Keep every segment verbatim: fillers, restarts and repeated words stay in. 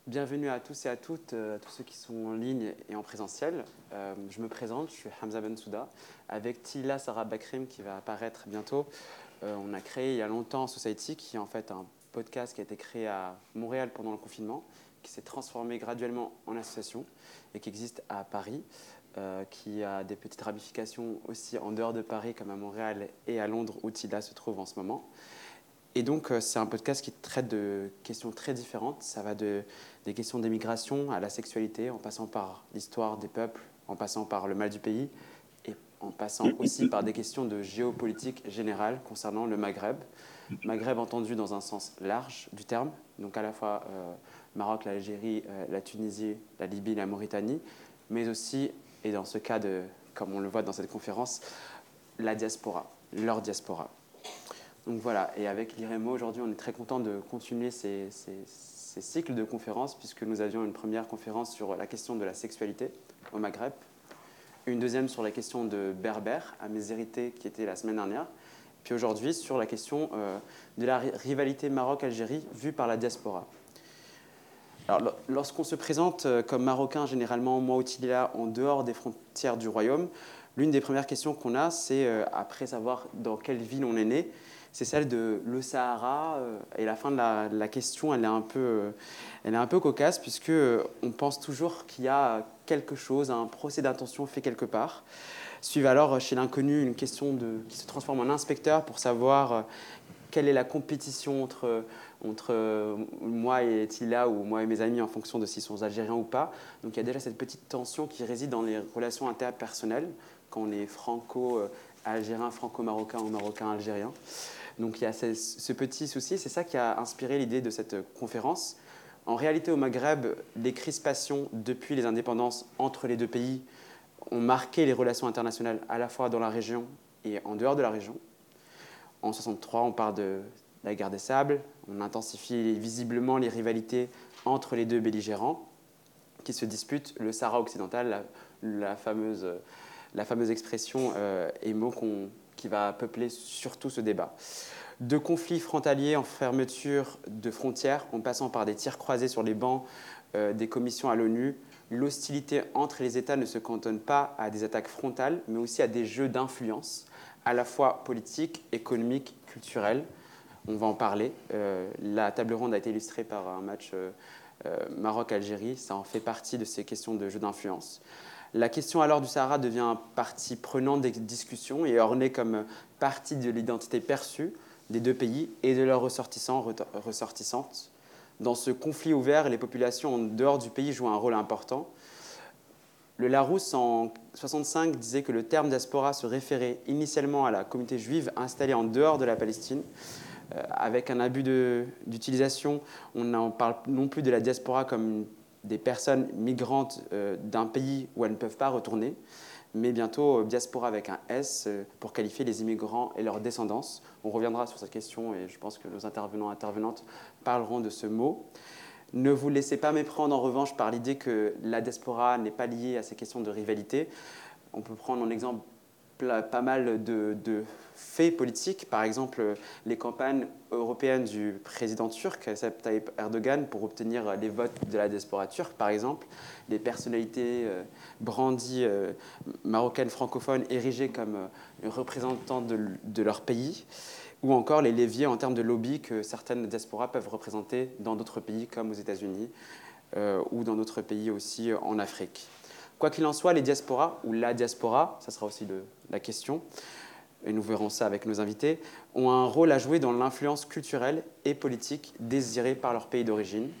Bienvenue à tous et à toutes, euh, à tous ceux qui sont en ligne et en présentiel. Euh, je me présente, je suis Hamza Bensouda, avec Tilla Sarah Bakrim qui va apparaître bientôt. Euh, on a créé il y a longtemps Society, qui est en fait un podcast qui a été créé à Montréal pendant le confinement, qui s'est transformé graduellement en association et qui existe à Paris, euh, qui a des petites ramifications aussi en dehors de Paris, comme à Montréal et à Londres, où Tilla se trouve en ce moment. Et donc, euh, c'est un podcast qui traite de questions très différentes. Ça va de, des questions d'émigration à la sexualité, en passant par l'histoire des peuples, en passant par le mal du pays, et en passant aussi par des questions de géopolitique générale concernant le Maghreb. Maghreb entendu dans un sens large du terme, donc à la fois euh, Maroc, l'Algérie, euh, la Tunisie, la Libye, la Mauritanie, mais aussi, et dans ce cas, de, comme on le voit dans cette conférence, la diaspora, leur diaspora. Donc voilà, et avec l'IREMO, aujourd'hui, on est très content de continuer ces, ces, ces cycles de conférences, puisque nous avions une première conférence sur la question de la sexualité au Maghreb, une deuxième sur la question de Berbère à Mézérité, qui était la semaine dernière, puis aujourd'hui sur la question euh, de la rivalité Maroc-Algérie vue par la diaspora. Alors, lorsqu'on se présente comme Marocain, généralement, moi, Ottilia, en dehors des frontières du royaume, l'une des premières questions qu'on a, c'est, euh, après savoir dans quelle ville on est né, c'est celle de le Sahara. Euh, et la fin de la, la question, elle est un peu, euh, elle est un peu cocasse, puisque euh, on pense toujours qu'il y a quelque chose, un procès d'intention fait quelque part. Suivent alors chez l'inconnu une question de, qui se transforme en inspecteur pour savoir euh, quelle est la compétition entre, entre moi et Tilla ou moi et mes amis en fonction de s'ils sont algériens ou pas. Donc il y a déjà cette petite tension qui réside dans les relations interpersonnelles quand on est franco-algérien, franco-marocain ou marocain-algérien. Donc il y a ce, ce petit souci, c'est ça qui a inspiré l'idée de cette conférence. En réalité, au Maghreb, les crispations depuis les indépendances entre les deux pays ont marqué les relations internationales à la fois dans la région et en dehors de la région. En soixante-trois, on parle de la guerre des sables. On intensifie visiblement les rivalités entre les deux belligérants qui se disputent le Sahara occidental, la, la, fameuse, la fameuse expression euh, et mot qu'on, qui va peupler surtout ce débat. De conflits frontaliers en fermeture de frontières, en passant par des tirs croisés sur les bancs euh, des commissions à l'ONU, l'hostilité entre les États ne se cantonne pas à des attaques frontales, mais aussi à des jeux d'influence, à la fois politiques, économiques, culturels. On va en parler. Euh, la table ronde a été illustrée par un match euh, euh, Maroc-Algérie. Ça en fait partie de ces questions de jeux d'influence. La question alors du Sahara devient partie prenante des discussions et ornée comme partie de l'identité perçue des deux pays et de leurs ressortissants, ressortissantes. Dans ce conflit ouvert, les populations en dehors du pays jouent un rôle important. Le Larousse, en soixante-cinq, disait que le terme diaspora se référait initialement à la communauté juive installée en dehors de la Palestine. Euh, avec un abus de, d'utilisation, on n'en parle non plus de la diaspora comme des personnes migrantes euh, d'un pays où elles ne peuvent pas retourner, mais bientôt euh, diaspora avec un S euh, pour qualifier les immigrants et leurs descendance. On reviendra sur cette question et je pense que nos intervenants et intervenantes parleront de ce mot. Ne vous laissez pas méprendre en revanche par l'idée que la diaspora n'est pas liée à ces questions de rivalité. On peut prendre en exemple pas mal de, de faits politiques, par exemple les campagnes européennes du président turc, Recep Tayyip Erdogan, pour obtenir les votes de la diaspora turque, par exemple, les personnalités euh, brandies euh, marocaines francophones érigées comme euh, représentants de, de leur pays, ou encore les leviers en termes de lobby que certaines diasporas peuvent représenter dans d'autres pays comme aux États-Unis euh, ou dans d'autres pays aussi en Afrique. Quoi qu'il en soit, les diasporas, ou la diaspora, ça sera aussi le, la question, et nous verrons ça avec nos invités, ont un rôle à jouer dans l'influence culturelle et politique désirée par leur pays d'origine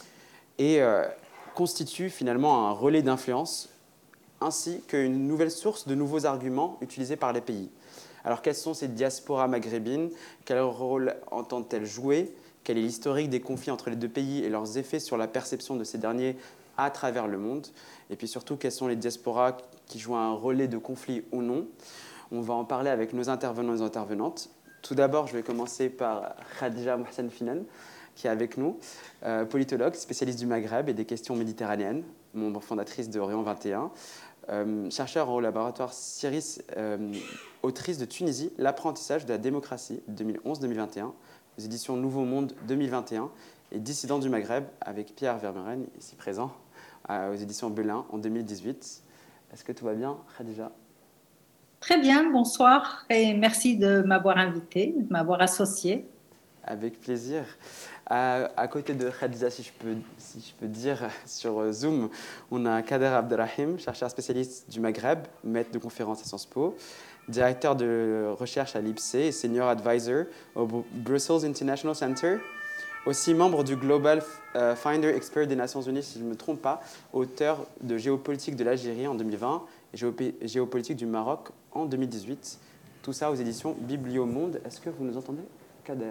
et euh, constituent finalement un relais d'influence ainsi qu'une nouvelle source de nouveaux arguments utilisés par les pays. Alors, quelles sont ces diasporas maghrébines? Quel rôle entendent-elles jouer? Quel est l'historique des conflits entre les deux pays et leurs effets sur la perception de ces derniers à travers le monde? Et puis surtout, quelles sont les diasporas qui jouent un relais de conflit ou non? On va en parler avec nos intervenants et intervenantes. Tout d'abord, je vais commencer par Khadija Mohsen Finan, qui est avec nous, euh, politologue, spécialiste du Maghreb et des questions méditerranéennes, membre fondatrice de Orient vingt et un. Euh, chercheur au laboratoire CIRIS, euh, autrice de Tunisie, l'apprentissage de la démocratie deux mille onze deux mille vingt et un, aux éditions Nouveau Monde deux mille vingt et un, et Dissidents du Maghreb avec Pierre Vermeuren, ici présent, aux éditions Belin en deux mille dix-huit. Est-ce que tout va bien, Khadija? Très bien, bonsoir et merci de m'avoir invité, de m'avoir associé. Avec plaisir. À, à côté de Khadija, si je peux, si je peux dire, sur Zoom, on a Kader Abdelrahim, chercheur spécialiste du Maghreb, maître de conférence à Sciences Po, directeur de recherche à l'I P S E et senior advisor au Brussels International Center, aussi membre du Global Finder Expert des Nations Unies, si je ne me trompe pas, auteur de Géopolitique de l'Algérie en deux mille vingt et Géopolitique du Maroc en deux mille dix-huit. Tout ça aux éditions Bibliomonde. Est-ce que vous nous entendez, Kader?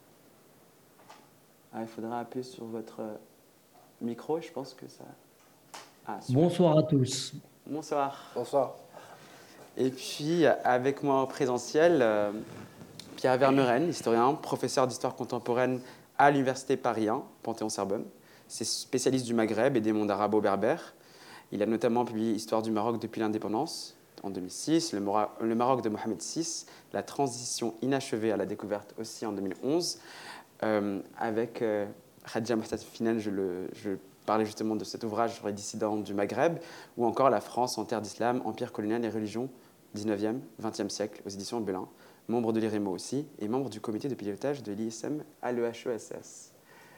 Ah, il faudra appuyer sur votre micro, je pense que ça... Ah, super. Bonsoir à tous. Bonsoir. Bonsoir. Et puis, avec moi en présentiel, euh, Pierre Vermeuren, historien, professeur d'histoire contemporaine à l'Université Paris un, Panthéon-Sorbonne. C'est spécialiste du Maghreb et des mondes arabo-berbères. Il a notamment publié Histoire du Maroc depuis l'indépendance en deux mille six, le, Mora- le Maroc de Mohamed six, la transition inachevée à la découverte aussi en deux mille onze. Euh, avec euh, Khadija Mahtafinen, je, le, je parlais justement de cet ouvrage sur les dissidents du Maghreb, ou encore La France en terre d'islam, empire colonial et religion, dix-neuvième, vingtième siècle, aux éditions Belin, membre de l'I R E M O aussi, et membre du comité de pilotage de l'I S M à l'E H E S S.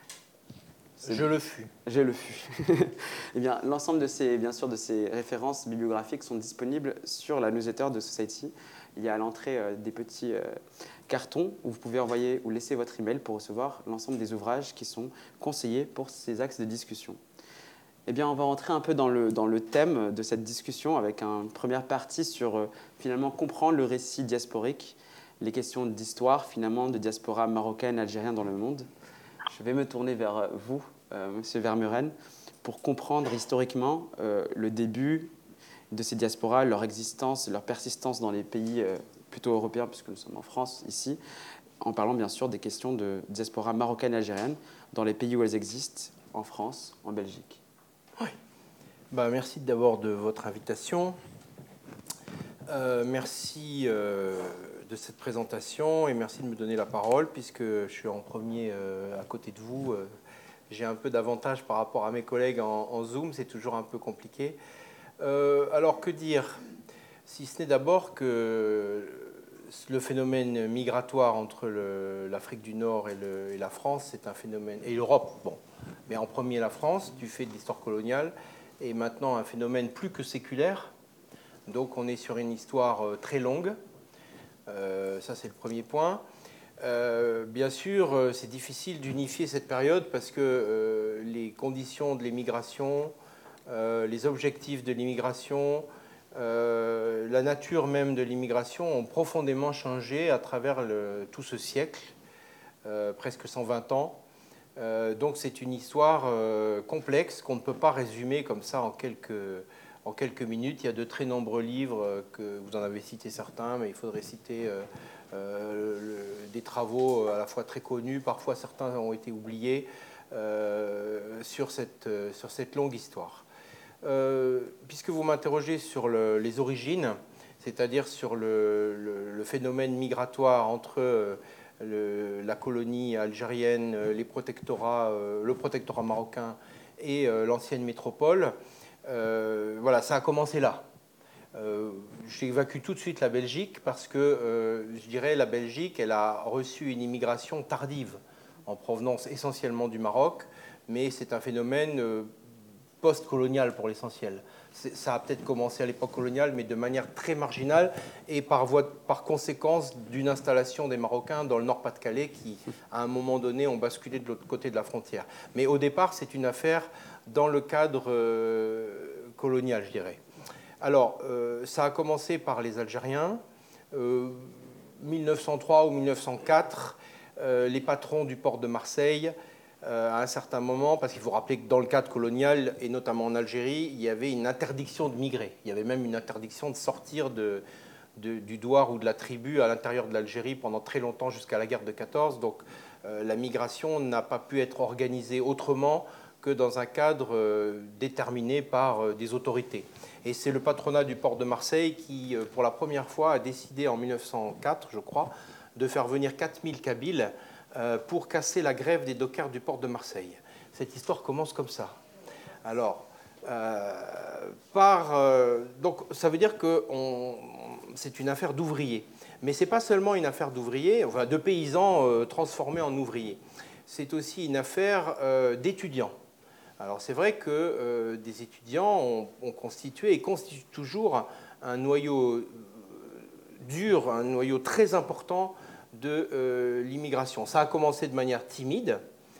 Je le fus. Je le fus. Eh bien, l'ensemble de ces, bien sûr, de ces références bibliographiques sont disponibles sur la newsletter de Society. Il y a à l'entrée euh, des petits euh, cartons où vous pouvez envoyer ou laisser votre email pour recevoir l'ensemble des ouvrages qui sont conseillés pour ces axes de discussion. Eh bien, on va entrer un peu dans le, dans le thème de cette discussion avec une première partie sur euh, finalement comprendre le récit diasporique, les questions d'histoire finalement de diaspora marocaine, algérienne dans le monde. Je vais me tourner vers vous, euh, Monsieur Vermeuren, pour comprendre historiquement euh, le début de ces diasporas, leur existence, leur persistance dans les pays euh, plutôt européens, puisque nous sommes en France ici, en parlant bien sûr des questions de diaspora marocaine et algérienne dans les pays où elles existent, en France, en Belgique. Oui. Bah, merci d'abord de votre invitation. Euh, merci euh, de cette présentation et merci de me donner la parole puisque je suis en premier euh, à côté de vous. Euh, j'ai un peu d'avantage par rapport à mes collègues en, en Zoom, c'est toujours un peu compliqué. Euh, alors que dire? Si ce n'est d'abord que le phénomène migratoire entre l'Afrique du Nord et, le, et la France, c'est un phénomène, et l'Europe, bon, mais en premier la France, du fait de l'histoire coloniale, est maintenant un phénomène plus que séculaire. Donc on est sur une histoire très longue. Euh, ça, c'est le premier point. Euh, bien sûr, c'est difficile d'unifier cette période parce que euh, les conditions de l'immigration, euh, les objectifs de l'immigration, euh, la nature même de l'immigration ont profondément changé à travers le, tout ce siècle, euh, presque cent vingt ans. Euh, donc c'est une histoire euh, complexe qu'on ne peut pas résumer comme ça en quelques, en quelques minutes. Il y a de très nombreux livres, que vous en avez cité certains, mais il faudrait citer euh, euh, le, des travaux à la fois très connus, parfois certains ont été oubliés, euh, sur, cette, sur cette longue histoire. Euh, puisque vous m'interrogez sur le, les origines, c'est-à-dire sur le, le, le phénomène migratoire entre euh, le, la colonie algérienne, les protectorats, euh, le protectorat marocain et euh, l'ancienne métropole, euh, voilà, ça a commencé là. Euh, J'évacue tout de suite la Belgique parce que, euh, je dirais, la Belgique, elle a reçu une immigration tardive en provenance essentiellement du Maroc, mais c'est un phénomène euh, post-colonial pour l'essentiel. Ça a peut-être commencé à l'époque coloniale, mais de manière très marginale et par, voie, par conséquence d'une installation des Marocains dans le Nord-Pas-de-Calais qui, à un moment donné, ont basculé de l'autre côté de la frontière. Mais au départ, c'est une affaire dans le cadre euh, colonial, je dirais. Alors, euh, ça a commencé par les Algériens. Euh, mille neuf cent trois ou mille neuf cent quatre, euh, les patrons du port de Marseille, Euh, à un certain moment, parce qu'il faut rappeler que dans le cadre colonial, et notamment en Algérie, il y avait une interdiction de migrer. Il y avait même une interdiction de sortir de, de, du douar ou de la tribu à l'intérieur de l'Algérie pendant très longtemps, jusqu'à la guerre de quatorze. Donc euh, la migration n'a pas pu être organisée autrement que dans un cadre euh, déterminé par euh, des autorités. Et c'est le patronat du port de Marseille qui, euh, pour la première fois, a décidé en mille neuf cent quatre, je crois, de faire venir quatre mille Kabyles euh, pour casser la grève des dockers du port de Marseille. Cette histoire commence comme ça. Alors, euh, par, euh, donc ça veut dire que on, c'est une affaire d'ouvriers. Mais ce n'est pas seulement une affaire d'ouvriers, enfin de paysans euh, transformés en ouvriers. C'est aussi une affaire euh, d'étudiants. Alors c'est vrai que euh, des étudiants ont, ont constitué et constituent toujours un noyau dur, un noyau très important de euh, l'immigration. Ça a commencé de manière timide,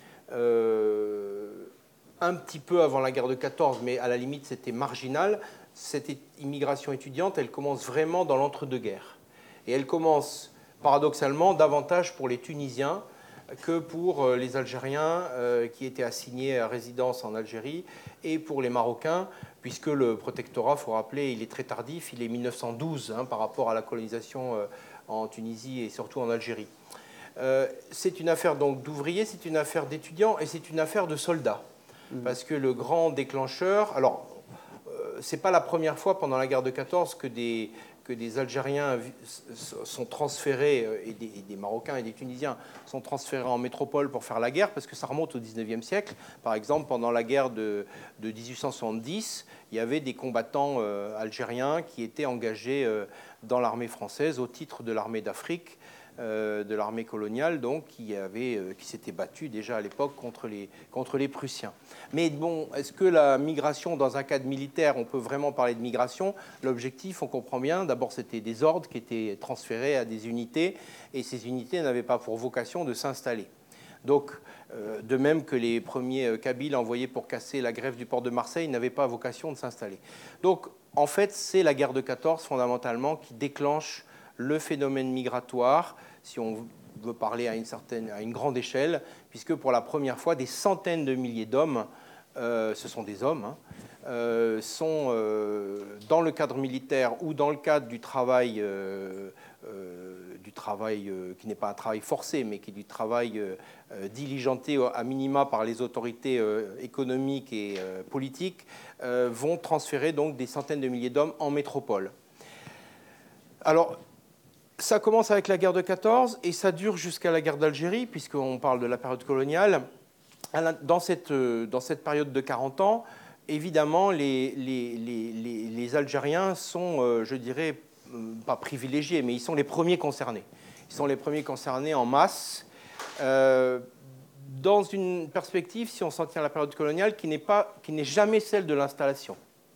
euh, un petit peu avant la guerre de quatorze, mais à la limite c'était marginal. Cette immigration étudiante, elle commence vraiment dans l'entre-deux-guerres. Et elle commence paradoxalement davantage pour les Tunisiens que pour les Algériens euh, qui étaient assignés à résidence en Algérie et pour les Marocains, puisque le protectorat, il faut rappeler, il est très tardif, il est mille neuf cent douze hein, par rapport à la colonisation euh, en Tunisie et surtout en Algérie. Euh, c'est une affaire donc d'ouvriers, c'est une affaire d'étudiants et c'est une affaire de soldats. Mmh. Parce que le grand déclencheur... Alors, euh, ce n'est pas la première fois pendant la guerre de quatorze que des... que des Algériens sont transférés, et des, et des Marocains et des Tunisiens sont transférés en métropole pour faire la guerre, parce que ça remonte au dix-neuvième siècle. Par exemple, pendant la guerre de, de mille huit cent soixante-dix, il y avait des combattants euh, algériens qui étaient engagés euh, dans l'armée française au titre de l'armée d'Afrique, euh, de l'armée coloniale, donc, qui, avait, euh, qui s'était battue déjà à l'époque contre les, contre les Prussiens. Mais bon, est-ce que la migration, dans un cadre militaire, on peut vraiment parler de migration? L'objectif, on comprend bien, d'abord c'était des ordres qui étaient transférés à des unités, et ces unités n'avaient pas pour vocation de s'installer. Donc, euh, de même que les premiers Kabyles envoyés pour casser la grève du port de Marseille n'avaient pas vocation de s'installer. Donc, en fait, c'est la guerre de quatorze, fondamentalement, qui déclenche le phénomène migratoire, si on veut parler à une, certaine, à une grande échelle, puisque pour la première fois, des centaines de milliers d'hommes, euh, ce sont des hommes, hein, euh, sont euh, dans le cadre militaire ou dans le cadre du travail, euh, euh, du travail euh, qui n'est pas un travail forcé, mais qui est du travail euh, diligenté à minima par les autorités euh, économiques et euh, politiques, euh, vont transférer donc des centaines de milliers d'hommes en métropole. Alors, ça commence avec la guerre de quatorze et ça dure jusqu'à la guerre d'Algérie, puisqu'on parle de la période coloniale. Dans cette, dans cette période de quarante ans, évidemment, les, les, les, les Algériens sont, euh, je dirais, pas privilégiés, mais ils sont les premiers concernés. Ils sont les premiers concernés en masse, euh, dans une perspective, si on s'en tient à la période coloniale, qui n'est pas, qui n'est jamais celle de l'installation.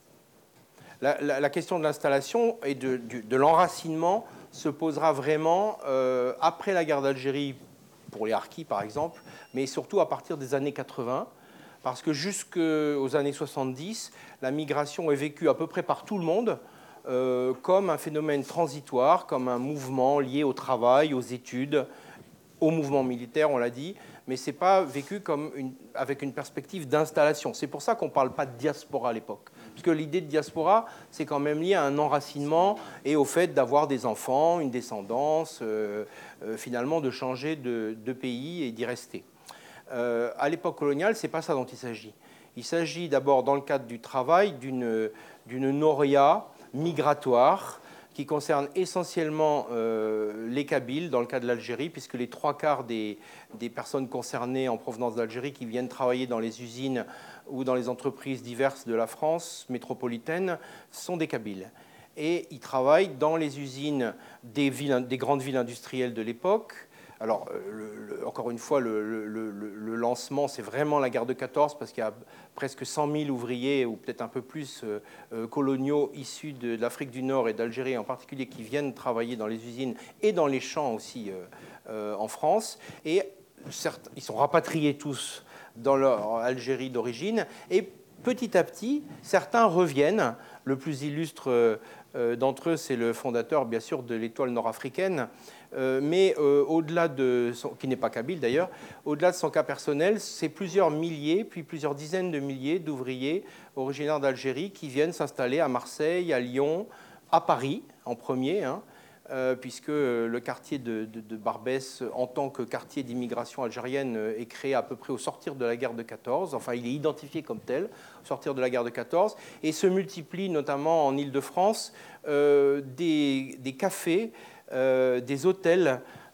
La, la, la question de l'installation et de, de, de l'enracinement se posera vraiment euh, après la guerre d'Algérie, pour les harkis par exemple, mais surtout à partir des années quatre-vingts, parce que jusqu'aux années soixante-dix, la migration est vécue à peu près par tout le monde euh, comme un phénomène transitoire, comme un mouvement lié au travail, aux études, au mouvement militaire, on l'a dit, mais ce n'est pas vécu comme une, avec une perspective d'installation. C'est pour ça qu'on ne parle pas de diaspora à l'époque. Parce que l'idée de diaspora, c'est quand même lié à un enracinement et au fait d'avoir des enfants, une descendance, euh, euh, finalement de changer de, de pays et d'y rester. Euh, à l'époque coloniale, ce n'est pas ça dont il s'agit. Il s'agit d'abord, dans le cadre du travail, d'une d'une noria migratoire qui concerne essentiellement euh, les Kabyles, dans le cas de l'Algérie, puisque les trois quarts des, des personnes concernées en provenance d'Algérie qui viennent travailler dans les usines ou dans les entreprises diverses de la France métropolitaine sont des Kabyles. Et ils travaillent dans les usines des, villes, des grandes villes industrielles de l'époque. Alors, le, le, encore une fois, le, le, le, le lancement, c'est vraiment la guerre de quatorze, parce qu'il y a presque cent mille ouvriers, ou peut-être un peu plus, euh, coloniaux issus de, de l'Afrique du Nord et d'Algérie en particulier, qui viennent travailler dans les usines et dans les champs aussi euh, euh, en France. Et certes, ils sont rapatriés tous dans leur Algérie d'origine. Et petit à petit, certains reviennent. Le plus illustre euh, d'entre eux, c'est le fondateur, bien sûr, de l'Étoile nord-africaine, euh, mais euh, au-delà de son, qui n'est pas kabyle d'ailleurs, au-delà de son cas personnel, c'est plusieurs milliers, puis plusieurs dizaines de milliers d'ouvriers originaires d'Algérie qui viennent s'installer à Marseille, à Lyon, à Paris en premier, hein, euh, puisque le quartier de, de, de Barbès, en tant que quartier d'immigration algérienne, est créé à peu près au sortir de la guerre de quatorze. Enfin, il est identifié comme tel au sortir de la guerre de quatorze, et se multiplient notamment en Île-de-France euh, des, des cafés, euh, des hôtels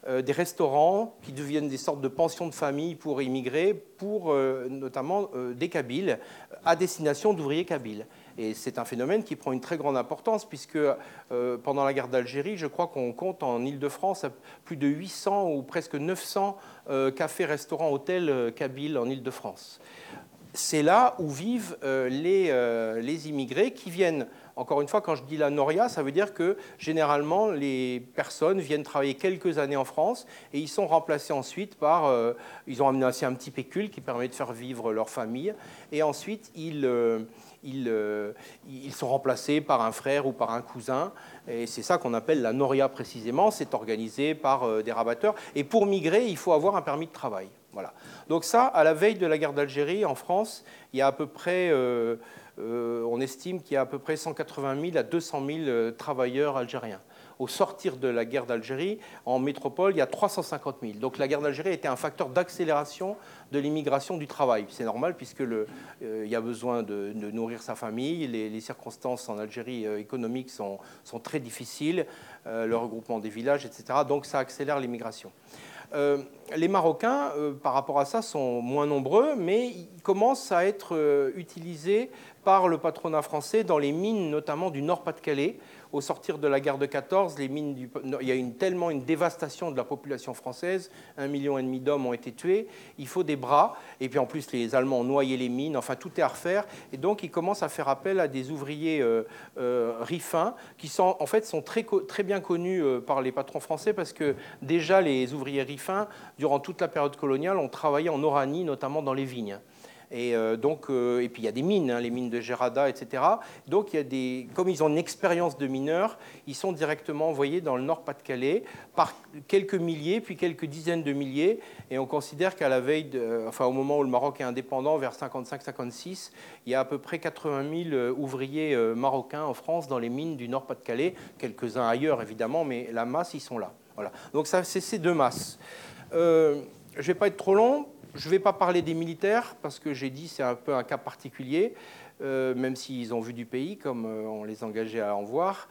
euh, des restaurants qui deviennent des sortes de pensions de famille pour immigrés, pour euh, notamment euh, des Kabyles, à destination d'ouvriers kabyles. Et c'est un phénomène qui prend une très grande importance puisque euh, pendant la guerre d'Algérie, je crois qu'on compte en Île-de-France plus de huit cents ou presque neuf cents euh, cafés, restaurants, hôtels euh, kabyles en Île-de-France. C'est là où vivent euh, les, euh, les immigrés qui viennent, encore une fois, quand je dis la Noria, ça veut dire que généralement les personnes viennent travailler quelques années en France et ils sont remplacés ensuite par, euh, ils ont amené aussi un petit pécule qui permet de faire vivre leur famille et ensuite ils, euh, ils, euh, ils sont remplacés par un frère ou par un cousin et c'est ça qu'on appelle la Noria précisément, c'est organisé par euh, des rabatteurs et pour migrer il faut avoir un permis de travail. Voilà. Donc ça, à la veille de la guerre d'Algérie, en France, il y a à peu près, euh, euh, on estime qu'il y a à peu près cent quatre-vingt mille à deux cent mille euh, travailleurs algériens. Au sortir de la guerre d'Algérie, en métropole, il y a trois cent cinquante mille. Donc la guerre d'Algérie était un facteur d'accélération de l'immigration du travail. C'est normal puisque le, euh, il y a besoin de, de nourrir sa famille. Les, les circonstances en Algérie euh, économiques sont, sont très difficiles, euh, le regroupement des villages, et cetera. Donc ça accélère l'immigration. Euh, les Marocains, euh, par rapport à ça, sont moins nombreux, mais ils commencent à être euh, utilisés par le patronat français dans les mines, notamment du Nord-Pas-de-Calais. Au sortir de la guerre de quatorze, les mines du... il y a une, tellement une dévastation de la population française, un million et demi d'hommes ont été tués, il faut des bras, et puis en plus les Allemands ont noyé les mines, enfin tout est à refaire, et donc ils commencent à faire appel à des ouvriers euh, euh, rifins, qui sont, en fait sont très, très bien connus euh, par les patrons français, parce que déjà les ouvriers rifins, durant toute la période coloniale, ont travaillé en Oranie, notamment dans les vignes. Et, euh, donc, euh, et puis il y a des mines, hein, les mines de Gerada, et cetera. Donc il y a des, comme ils ont une expérience de mineurs, ils sont directement envoyés dans le Nord-Pas-de-Calais par quelques milliers, puis quelques dizaines de milliers. Et on considère qu'à la veille, de, enfin au moment où le Maroc est indépendant, vers cinquante-cinq cinquante-six, il y a à peu près quatre-vingt mille ouvriers marocains en France dans les mines du Nord-Pas-de-Calais, quelques-uns ailleurs évidemment, mais la masse, ils sont là. Voilà. Donc ça, c'est ces deux masses. Euh, je ne vais pas être trop long. Je ne vais pas parler des militaires, parce que j'ai dit c'est un peu un cas particulier, euh, même s'ils ont vu du pays, comme euh, on les engageait à en voir.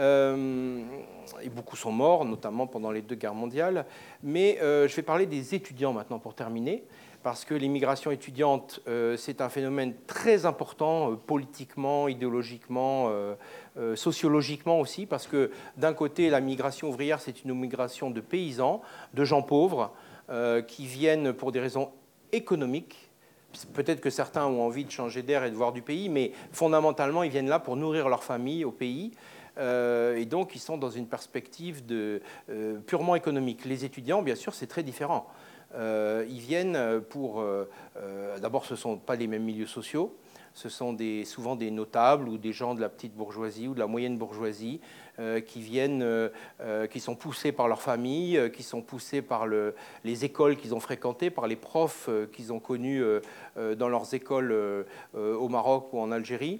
Euh, et beaucoup sont morts, notamment pendant les deux guerres mondiales. Mais euh, je vais parler des étudiants maintenant, pour terminer, parce que l'immigration étudiante, euh, c'est un phénomène très important, euh, politiquement, idéologiquement, euh, euh, sociologiquement aussi, parce que d'un côté, la migration ouvrière, c'est une migration de paysans, de gens pauvres, Euh, qui viennent pour des raisons économiques. Peut-être que certains ont envie de changer d'air et de voir du pays, mais fondamentalement, ils viennent là pour nourrir leur famille au pays. Euh, et donc, ils sont dans une perspective de, euh, purement économique. Les étudiants, bien sûr, c'est très différent. Euh, ils viennent pour... Euh, euh, d'abord, ce ne sont pas les mêmes milieux sociaux. Ce sont des, souvent des notables ou des gens de la petite bourgeoisie ou de la moyenne bourgeoisie euh, qui viennent, euh, qui sont poussés par leur famille, euh, qui sont poussés par le, les écoles qu'ils ont fréquentées, par les profs euh, qu'ils ont connus euh, euh, dans leurs écoles euh, euh, au Maroc ou en Algérie.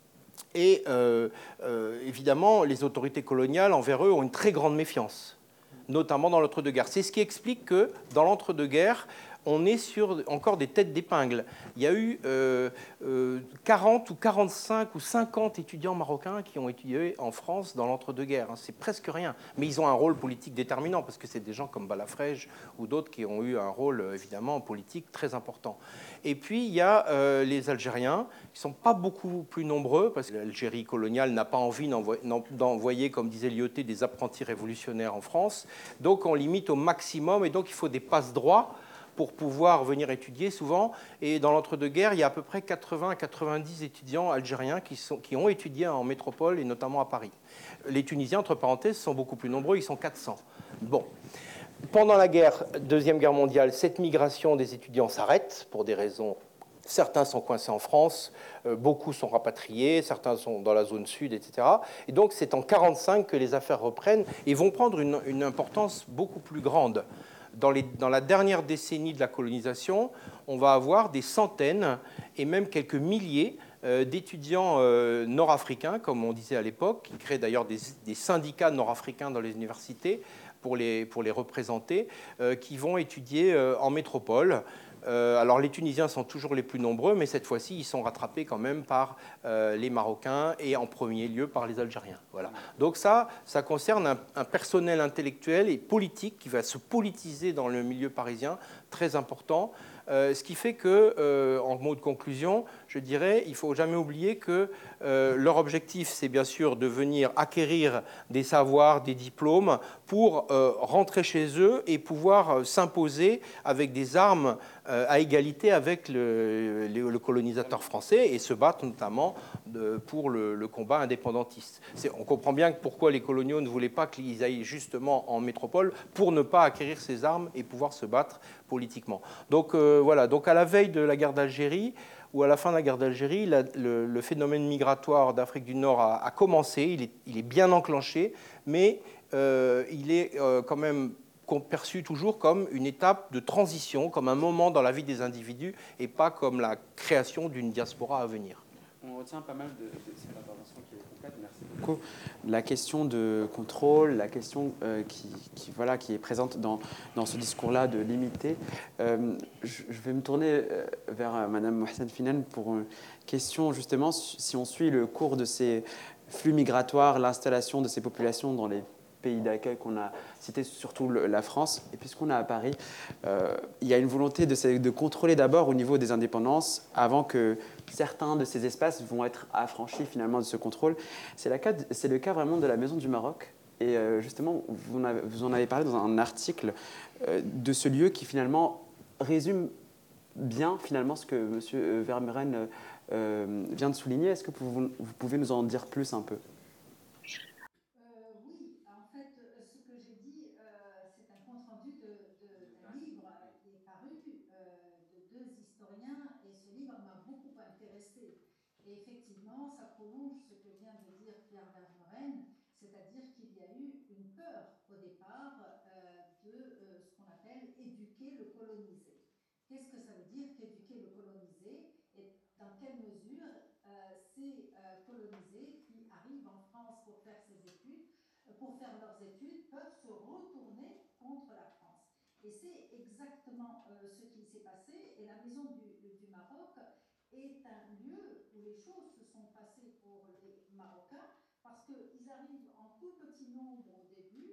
Et euh, euh, évidemment, les autorités coloniales envers eux ont une très grande méfiance, notamment dans l'entre-deux-guerres. C'est ce qui explique que dans l'entre-deux-guerres, on est sur encore des têtes d'épingle. Il y a eu euh, euh, quarante ou quarante-cinq ou cinquante étudiants marocains qui ont étudié en France dans l'entre-deux-guerres. C'est presque rien. Mais ils ont un rôle politique déterminant parce que c'est des gens comme Balafrège ou d'autres qui ont eu un rôle évidemment politique très important. Et puis il y a euh, les Algériens qui ne sont pas beaucoup plus nombreux parce que l'Algérie coloniale n'a pas envie d'envoyer, comme disait Lyautey, des apprentis révolutionnaires en France. Donc on limite au maximum et donc il faut des passe-droits pour pouvoir venir étudier souvent. Et dans l'entre-deux-guerres, il y a à peu près quatre-vingts à quatre-vingt-dix étudiants algériens qui, sont, qui ont étudié en métropole et notamment à Paris. Les Tunisiens, entre parenthèses, sont beaucoup plus nombreux, ils sont quatre cents. Bon. Pendant la guerre, Deuxième Guerre mondiale, cette migration des étudiants s'arrête pour des raisons... Certains sont coincés en France, euh, beaucoup sont rapatriés, certains sont dans la zone sud, et cetera. Et donc c'est en mille neuf cent quarante-cinq que les affaires reprennent et vont prendre une, une importance beaucoup plus grande. Dans, les, dans la dernière décennie de la colonisation, on va avoir des centaines et même quelques milliers euh, d'étudiants euh, nord-africains, comme on disait à l'époque, qui créent d'ailleurs des, des syndicats nord-africains dans les universités pour les, pour les représenter, euh, qui vont étudier euh, en métropole. Euh, alors les Tunisiens sont toujours les plus nombreux, mais cette fois-ci, ils sont rattrapés quand même par euh, les Marocains et en premier lieu par les Algériens. Voilà. Donc ça, ça concerne un, un personnel intellectuel et politique qui va se politiser dans le milieu parisien, très important. Euh, ce qui fait que, euh, en mot de conclusion, je dirais, il ne faut jamais oublier que euh, leur objectif, c'est bien sûr de venir acquérir des savoirs, des diplômes, pour euh, rentrer chez eux et pouvoir euh, s'imposer avec des armes euh, à égalité avec le, le, le colonisateur français et se battre notamment de, pour le, le combat indépendantiste. On comprend bien pourquoi les coloniaux ne voulaient pas qu'ils aillent justement en métropole pour ne pas acquérir ces armes et pouvoir se battre politiquement. Donc euh, voilà, donc à la veille de la guerre d'Algérie, ou à la fin de la guerre d'Algérie, le, le phénomène migratoire d'Afrique du Nord a, a commencé, il est, il est bien enclenché, mais euh, il est euh, quand même perçu toujours comme une étape de transition, comme un moment dans la vie des individus, et pas comme la création d'une diaspora à venir. On retient pas mal de, de cette intervention qui est complète, merci beaucoup. La question de contrôle, la question euh, qui, qui, voilà, qui est présente dans, dans ce discours-là de limiter. Euh, je, je vais me tourner euh, vers euh, Madame Mohsen Finan pour une question, justement, si on suit le cours de ces flux migratoires, l'installation de ces populations dans les pays d'accueil qu'on a cité, surtout le, la France, et puisqu'on est à Paris, euh, il y a une volonté de, de contrôler d'abord au niveau des indépendances avant que certains de ces espaces vont être affranchis finalement de ce contrôle. C'est le cas vraiment de la Maison du Maroc. Et euh, justement, vous en, avez, vous en avez parlé dans un article euh, de ce lieu qui finalement résume bien finalement ce que M. Vermeuren euh, vient de souligner. Est-ce que vous, vous pouvez nous en dire plus un peu ? Rendu d'un livre qui est paru euh, de deux historiens, et ce livre m'a beaucoup intéressée. Et effectivement, ça prolonge ce que vient de dire Pierre Vermeuren, c'est-à-dire qu'il y a eu une peur au départ euh, de euh, ce qu'on appelle éduquer le colonisé. Qu'est-ce que ça veut dire qu'éduquer le colonisé, et dans quelle mesure euh, ces euh, colonisés qui arrivent en France pour faire ces études, pour faire leurs études, peuvent se retourner contre la France. Et c'est exactement euh, ce qui s'est passé. Et la Maison du, du Maroc est un lieu où les choses se sont passées pour les Marocains, parce qu'ils arrivent en tout petit nombre au début,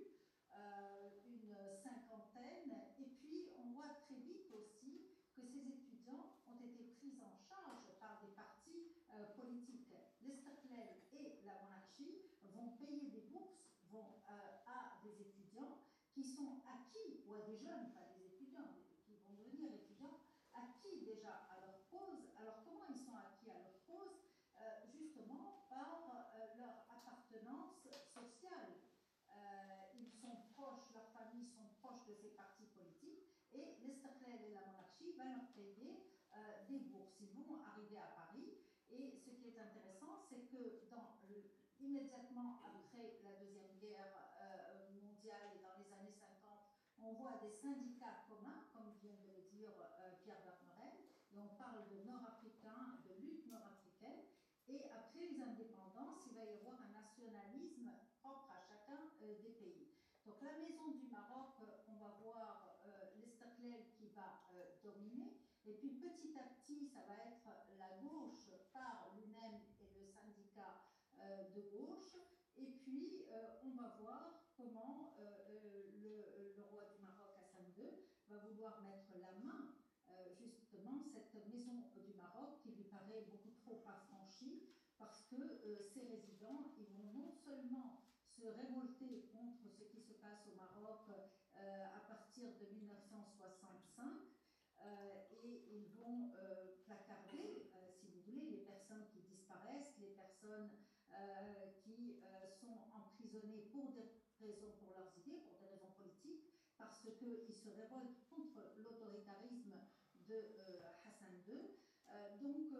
euh, une cinquantaine, et puis on voit très vite aussi que ces étudiants ont été pris en charge par des partis euh, politiques. L'Istiqlal et la monarchie vont payer des bourses vont, euh, à des étudiants qui sont acquis, ou à des jeunes, pas des étudiants, qui vont devenir étudiants, acquis déjà à leur cause. Alors comment ils sont acquis à leur cause? euh, Justement par euh, leur appartenance sociale. Euh, ils sont proches, leurs familles sont proches de ces partis politiques, et l'Istiqlal et la monarchie vont leur payer euh, des bourses. Ils vont arriver à Paris, et ce qui est intéressant, c'est que dans le, immédiatement après la Deuxième Guerre euh, mondiale et dans les années cinquante, on voit des syndicats communs, comme vient de le dire euh, Pierre Vermeuren, et on parle de nord-africains, de lutte nord-africaine. Et après les indépendances, il va y avoir un nationalisme propre à chacun euh, des pays. Donc la Maison du Maroc, euh, on va voir euh, l'Istiqlal qui va euh, dominer, et puis petit à petit, ça va être la gauche par l'U N E M et le syndicat euh, de gauche, et puis euh, on va voir comment euh, euh, le, le roi du Maroc, Hassan deux, va vouloir mettre la main euh, justement cette Maison du Maroc qui lui paraît beaucoup trop affranchie, parce que euh, ces résidents, ils vont non seulement se révolter contre ce qui se passe au Maroc euh, à partir de mille neuf cent soixante-cinq, euh, et ils vont euh, placarder, euh, si vous voulez, les personnes qui disparaissent, les personnes euh, qui euh, sont emprisonnées pour des raisons, pour leurs idées, pour des raisons politiques, parce qu'ils se révoltent contre l'autoritarisme de euh, Hassan deux. Euh, donc,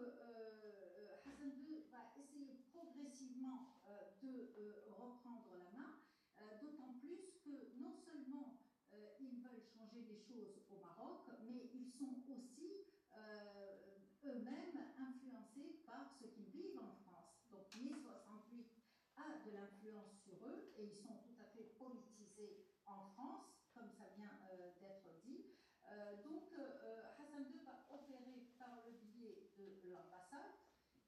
euh, Hassan deux va essayer progressivement euh, de euh, reprendre la main, euh, d'autant plus que non seulement euh, ils veulent changer les choses au Maroc, mais ils sont aussi euh, eux-mêmes influencés par ce qu'ils vivent en France. Donc, mai soixante-huit a de l'influence sur eux, et ils sont tout à fait politisés en France, comme ça vient euh, d'être dit. Euh, donc, euh, Hassan deux va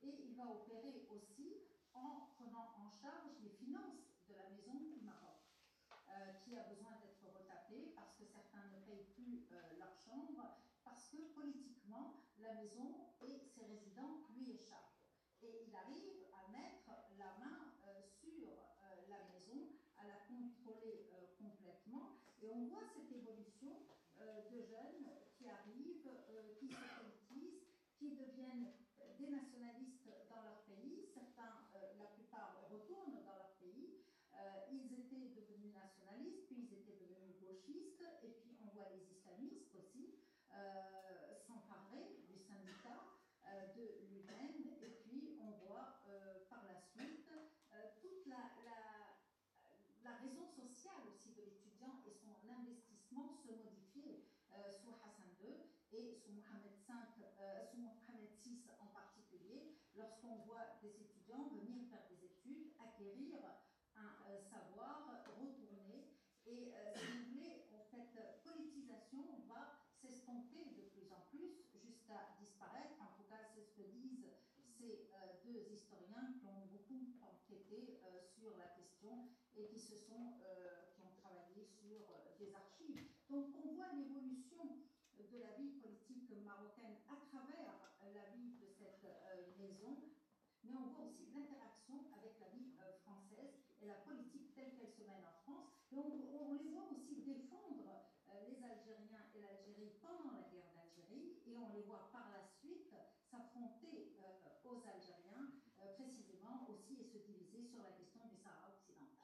Et il va opérer aussi en prenant en charge les finances de la Maison du Maroc, euh, qui a besoin d'être retapée parce que certains ne payent plus euh, leur chambre, parce que politiquement, la maison et ses résidents lui échappent. Et il arrive à mettre la main euh, sur euh, la maison, à la contrôler euh, complètement. Et on voit cette évolution euh, de jeunes qui arrivent, euh, qui se politisent, qui deviennent des nationalistes dans leur pays. Certains, euh, la plupart, retournent dans leur pays. Euh, ils étaient devenus nationalistes, puis ils étaient devenus gauchistes, et puis on voit les islamistes aussi euh, s'emparer du syndicat, euh, de l'U N, et puis on voit euh, par la suite euh, toute la, la, la raison sociale aussi de l'étudiant et son investissement se modifier euh, sous Hassan deux et sous Mohamed cinq, euh, sous Mohamed six en particulier, lorsqu'on voit des étudiants venir faire des études, acquérir un euh, savoir, retourner. Et euh, si vous voulez, cette politisation va s'estomper de plus en plus jusqu'à disparaître. En tout cas, c'est ce que disent ces euh, deux historiens qui ont beaucoup enquêté euh, sur la question et qui se sont, euh, qui ont travaillé sur euh, des archives. Donc, on voit l'évolution de la vie politique marocaine à travers la vie de cette euh, maison, mais on voit aussi l'interaction avec la vie euh, française et la politique telle qu'elle se mène en France. Et on, on les voit aussi défendre euh, les Algériens et l'Algérie pendant la guerre d'Algérie, et on les voit par la suite s'affronter euh, aux Algériens, euh, précisément aussi, et se diviser sur la question du Sahara occidental.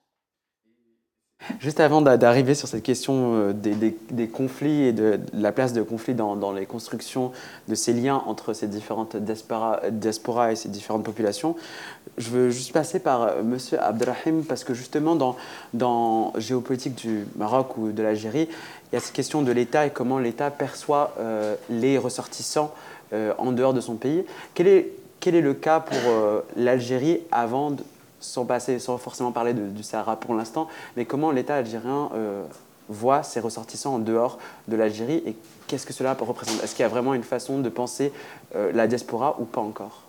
Juste avant d'arriver sur cette question des, des, des conflits et de, de la place de conflits dans, dans les constructions de ces liens entre ces différentes diasporas, diaspora et ces différentes populations, je veux juste passer par M. Abdelrahim parce que justement dans, dans géopolitique du Maroc ou de l'Algérie, il y a cette question de l'État et comment l'État perçoit euh, les ressortissants euh, en dehors de son pays. Quel est, quel est le cas pour euh, l'Algérie avant de, sans, passer, sans forcément parler de, du Sahara pour l'instant, mais comment l'État algérien euh, voit ses ressortissants en dehors de l'Algérie et qu'est-ce que cela représente? Est-ce qu'il y a vraiment une façon de penser euh, la diaspora ou pas encore?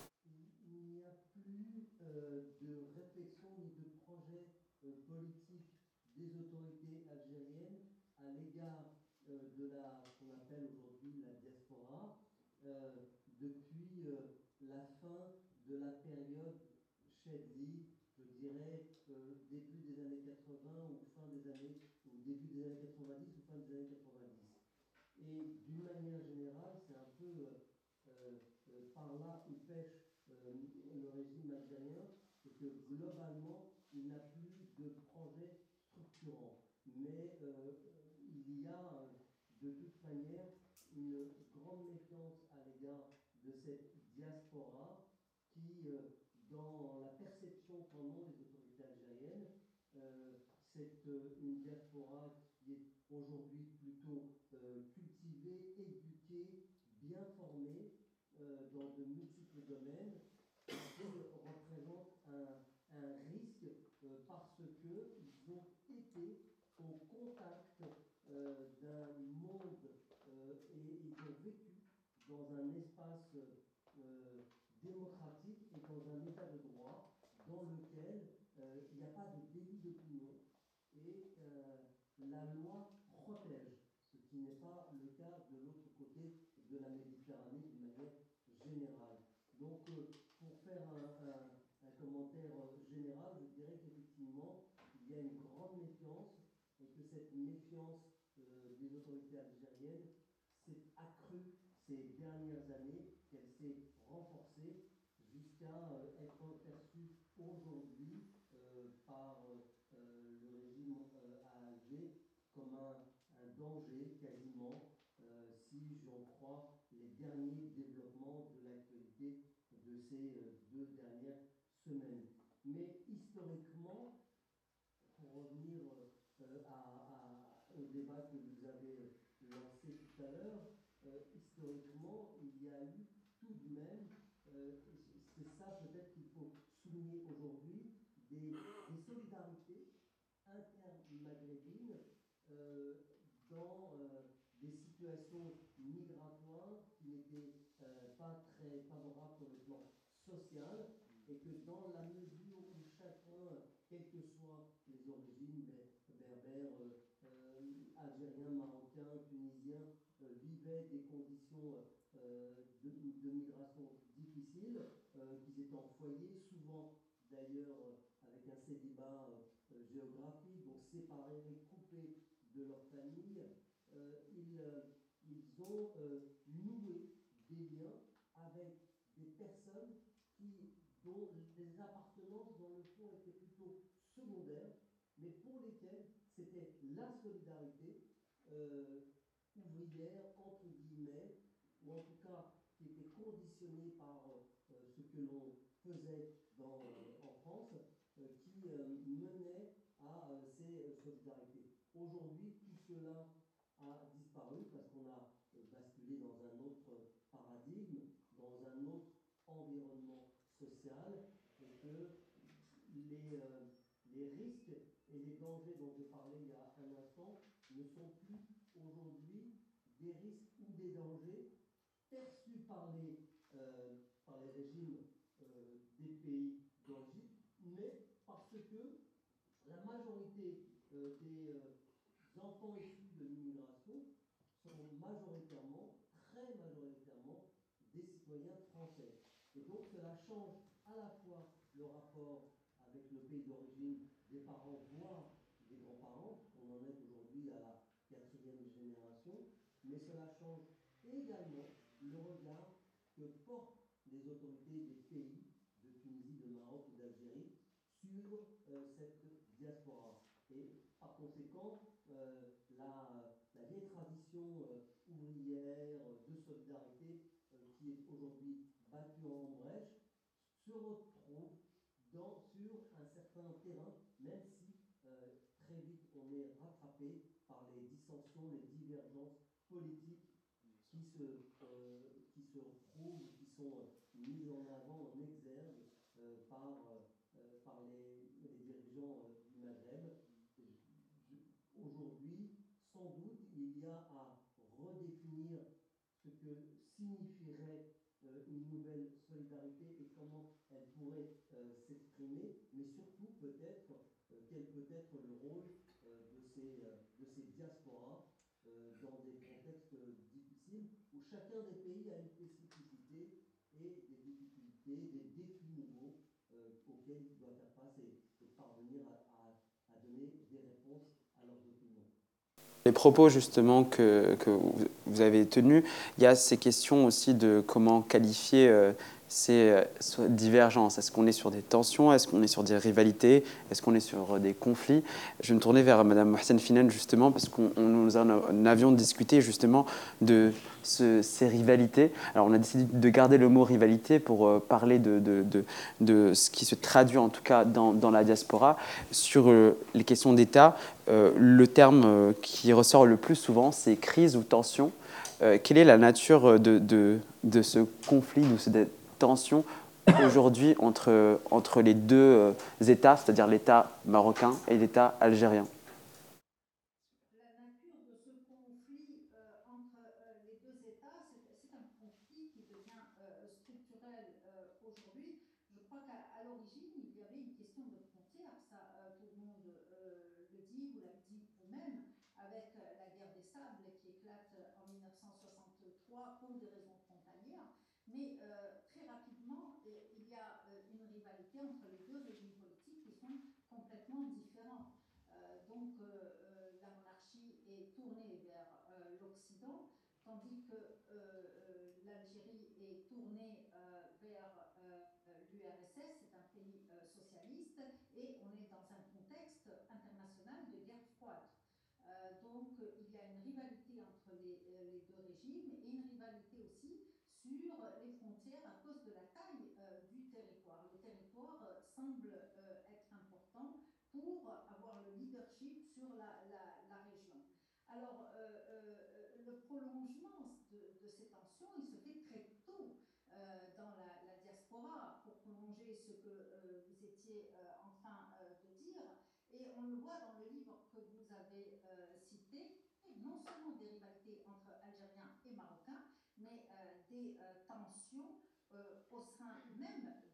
Il n'y a plus euh, de réflexion ni de projet euh, politique des autorités algériennes à l'égard euh, de la, ce qu'on appelle aujourd'hui la diaspora, euh, depuis euh, la fin de la période Chedli, je dirais euh, début des années quatre-vingts ou fin des années, ou début des années quatre-vingt-dix ou fin des années quatre-vingt-dix. Et d'une manière générale, c'est un peu euh, euh, par là où pêche euh, le régime algérien, c'est que globalement, il n'a plus de projet structurant. Mais euh, il y a euh, de toute manière une grande méfiance à l'égard de cette diaspora qui, euh, dans la perception qu'en ont les autorités algériennes, euh, c'est euh, une diaspora qui est aujourd'hui plutôt euh, cultivée, éduquée, bien formée euh, dans de multiples domaines, qu'ils représentent un, un risque euh, parce qu'ils ont été au contact euh, d'un monde euh, et ils ont vécu dans un espace euh, démocratique et dans un état de droit dans lequel euh, il n'y a pas de délit d'opinion et euh, la loi protège, ce qui n'est pas le cas de l'autre côté de la Méditerranée d'une manière générale. Donc, euh, pour faire un, un, un commentaire général, je dirais qu'effectivement, il y a une grande méfiance et que cette méfiance euh, des autorités algériennes s'est accrue ces dernières années, qu'elle s'est renforcée jusqu'à euh, être perçue aujourd'hui euh, par euh, le régime euh, à Alger comme un, un danger quasiment, euh, si j'en crois les derniers développements de l'actualité de ces euh, deux dernières semaines. Mais historiquement, pour revenir euh, à, à, au débat que vous avez lancé tout à l'heure, euh, historiquement, il y a eu tout de même, euh, c'est ça peut-être qu'il faut souligner aujourd'hui, des, des solidarités intermaghrébines euh, dans euh, des situations migratoires qui n'étaient euh, pas très favorables sur le plan sociale, et que dans la mesure où chacun, quelles que soient les origines, berbères, euh, euh, algériens, marocains, tunisiens, euh, vivaient des conditions euh, de, de migration difficiles, euh, qu'ils étaient en foyer, souvent d'ailleurs euh, avec un célibat euh, géographique, donc séparés, coupés de leur famille, euh, ils, euh, ils ont euh, noué des liens avec des personnes qui, dont les appartenances dans le fond étaient plutôt secondaires, mais pour lesquelles c'était la solidarité euh, ouvrière, entre guillemets, ou en tout cas qui était conditionnée par euh, ce que l'on faisait dans, euh, en France, euh, qui euh, menait à euh, ces euh, solidarités. Aujourd'hui, tout cela a disparu parce qu'on a euh, basculé dans un autre paradigme, dans un autre environnement social, et que les, euh, les risques et les dangers dont je parlais il y a un instant ne sont plus aujourd'hui des risques ou des dangers perçus par les, euh, par les régimes euh, des pays d'origine, mais parce que la majorité euh, des euh, enfants issus de l'immigration sont majoritairement, très majoritairement, des citoyens français. Et donc cela change à la fois le rapport avec le pays d'origine des parents, voire des grands-parents, puisqu'on en est aujourd'hui à la quatrième génération, mais cela change également le regard que portent les autorités des pays de Tunisie, de Maroc ou d'Algérie sur euh, cette diaspora. Et par conséquent, euh, la, la vieille tradition euh, ouvrière de solidarité euh, qui est aujourd'hui battue en brèche se retrouve dans, sur un certain terrain, même si euh, très vite on est rattrapé par les dissensions, les divergences politiques qui se, euh, qui se retrouvent, qui sont mises en avant, en exergue euh, par, euh, par les, les dirigeants euh, du Maghreb. Aujourd'hui, sans doute, il y a à redéfinir ce que signifierait euh, une nouvelle solidarité et comment elle pourrait euh, s'exprimer, mais surtout peut-être euh, quel peut être le rôle euh, de, ces, euh, de ces diasporas euh, dans des contextes difficiles où chacun des pays a une spécificité et des difficultés, des défis nouveaux euh, auxquels il doit faire face et, et parvenir à, à, à donner des réponses à leurs opinions. Les propos justement que, que vous avez tenus, il y a ces questions aussi de comment qualifier euh, ces euh, divergences. Est-ce qu'on est sur des tensions? Est-ce qu'on est sur des rivalités? Est-ce qu'on est sur euh, des conflits? Je vais me tourner vers Mme Mohsen Finan justement parce qu'on nous en avions discuté justement de ce, ces rivalités. Alors on a décidé de garder le mot rivalité pour euh, parler de, de, de, de ce qui se traduit en tout cas dans, dans la diaspora. Sur euh, les questions d'État, euh, le terme euh, qui ressort le plus souvent, c'est crise ou tension. Euh, quelle est la nature de, de, de ce conflit, de cette tension aujourd'hui entre, entre les deux euh, États, c'est-à-dire l'État marocain et l'État algérien? La nature de ce conflit euh, entre euh, les deux États, c'est un conflit qui devient euh, structurel euh, aujourd'hui. Je crois qu'à l'origine, il y avait une question de frontières, ça euh, tout le monde euh, le dit, vous l'avez dit vous-même, avec la guerre des sables qui éclate en mille neuf cent soixante-trois pour des raisons frontalières. Mais euh, très rapidement, il y a euh, une rivalité entre les deux régimes politiques qui sont complètement différents. Euh, donc euh, euh, la monarchie est tournée vers euh, l'Occident, tandis que euh, euh, l'Algérie est tournée euh, vers euh, l'U R S S, c'est un pays euh, socialiste, et on est dans un contexte international de guerre froide. Euh, donc euh, il y a une rivalité entre les, euh, les, deux régimes et une rivalité aussi sur les frontières à cause de la taille euh, du territoire. Le territoire euh, semble euh, être important pour avoir le leadership sur la, la, la région. Alors, euh, euh, le prolongement de, de, ces tensions, il se fait très tôt euh, dans la, la, diaspora, pour prolonger ce que euh, vous étiez euh, en train euh, de dire. Et on le voit dans le livre que vous avez euh, cité, non seulement des rivalités entre Algériens et Marocains, mais euh, des euh, tensions euh, au sein même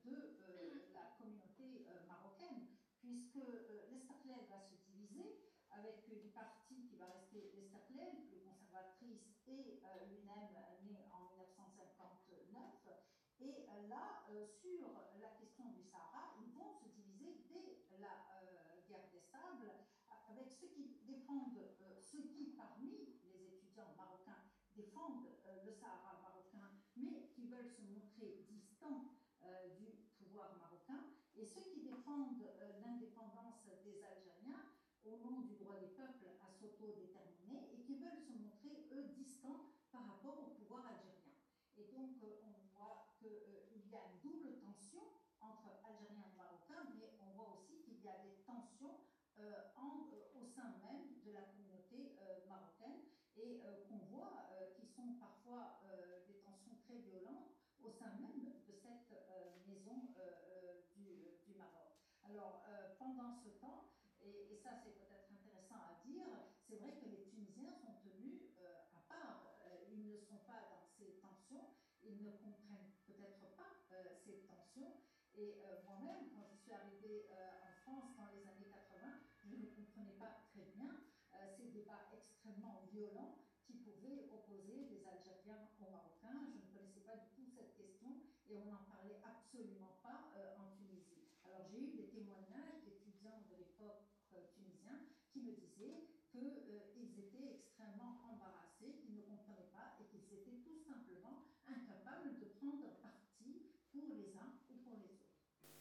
puisque euh, l'Istiqlal va se diviser avec une partie qui va rester l'Istiqlal, plus conservatrice, et euh, l'U N E M née en mille neuf cent cinquante-neuf. Et euh, là, euh, sur la question du Sahara, ils vont se diviser dès la euh, guerre des sables, avec ceux qui défendent, euh, ceux qui parmi les étudiants marocains défendent euh, le Sahara marocain, mais qui veulent se montrer distants euh, du pouvoir marocain, et ceux qui défendent euh, l'indépendance des Algériens au nom du droit des peuples à s'autodéterminer et qui veulent se montrer, eux, distants par rapport au pouvoir algérien. Et donc, euh, on voit qu'il euh, y a une double tension entre Algériens et Marocains, mais on voit aussi qu'il y a des tensions euh, en, euh, au sein même de la communauté euh, marocaine et euh, qu'on voit euh, qui sont parfois euh, des tensions très violentes au sein même de cette euh, maison euh, euh, du, du Maroc. Alors, euh, pendant ce temps, et, et ça c'est peut-être intéressant à dire, c'est vrai que les Tunisiens sont tenus euh, à part. Euh, ils ne sont pas dans ces tensions, ils ne comprennent peut-être pas euh, ces tensions. Et euh, moi-même, quand je suis arrivée euh, en France dans les années quatre-vingts, je ne comprenais pas très bien euh, ces débats extrêmement violents qui pouvaient opposer les Algériens aux Marocains. Je ne connaissais pas du tout cette question et on n'en parlait absolument pas euh, en Tunisie. Alors j'ai eu des témoignages d'étudiants de l'époque euh, tunisiens qui me disaient qu'ils euh, étaient extrêmement embarrassés, qu'ils ne comprenaient pas et qu'ils étaient tout simplement incapables de prendre parti pour les uns ou pour les autres.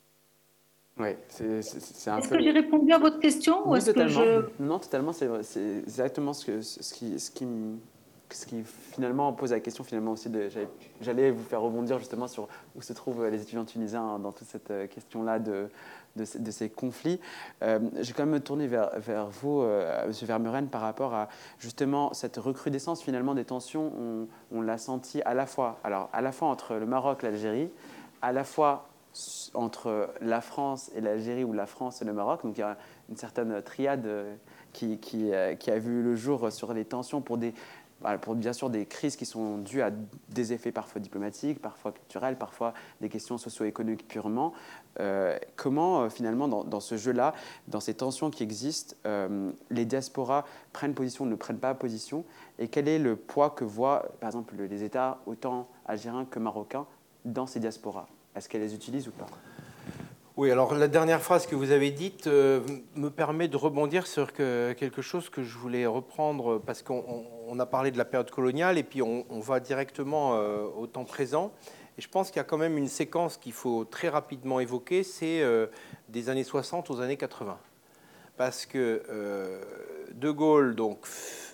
Oui, c'est un est-ce peu... que j'ai répondu à votre question? Oui, ou est-ce totalement. Que je... Non, totalement, c'est exactement ce, que, ce, qui, ce, qui, ce qui finalement pose la question finalement aussi. J'allais vous faire rebondir justement sur où se trouvent les étudiants tunisiens dans toute cette question-là de, de, de ces conflits. Euh, je vais quand même me tourner vers, vers vous, euh, M. Vermeuren, par rapport à justement cette recrudescence finalement des tensions. On, on l'a senti à la fois, alors, à la fois entre le Maroc et l'Algérie, à la fois entre la France et l'Algérie ou la France et le Maroc. Donc il y a une certaine triade qui, qui, qui a vu le jour sur les tensions pour, des, pour bien sûr des crises qui sont dues à des effets parfois diplomatiques, parfois culturels, parfois des questions socio-économiques purement. Euh, comment finalement dans, dans ce jeu-là, dans ces tensions qui existent, euh, les diasporas prennent position ou ne prennent pas position, et quel est le poids que voient par exemple les États autant algériens que marocains dans ces diasporas? Est-ce qu'elle les utilise ou pas? Oui, alors la dernière phrase que vous avez dite euh, me permet de rebondir sur que, quelque chose que je voulais reprendre, parce qu'on on a parlé de la période coloniale et puis on, on va directement euh, au temps présent. Et je pense qu'il y a quand même une séquence qu'il faut très rapidement évoquer, c'est euh, des années soixante aux années quatre-vingts. Parce que euh, De Gaulle donc,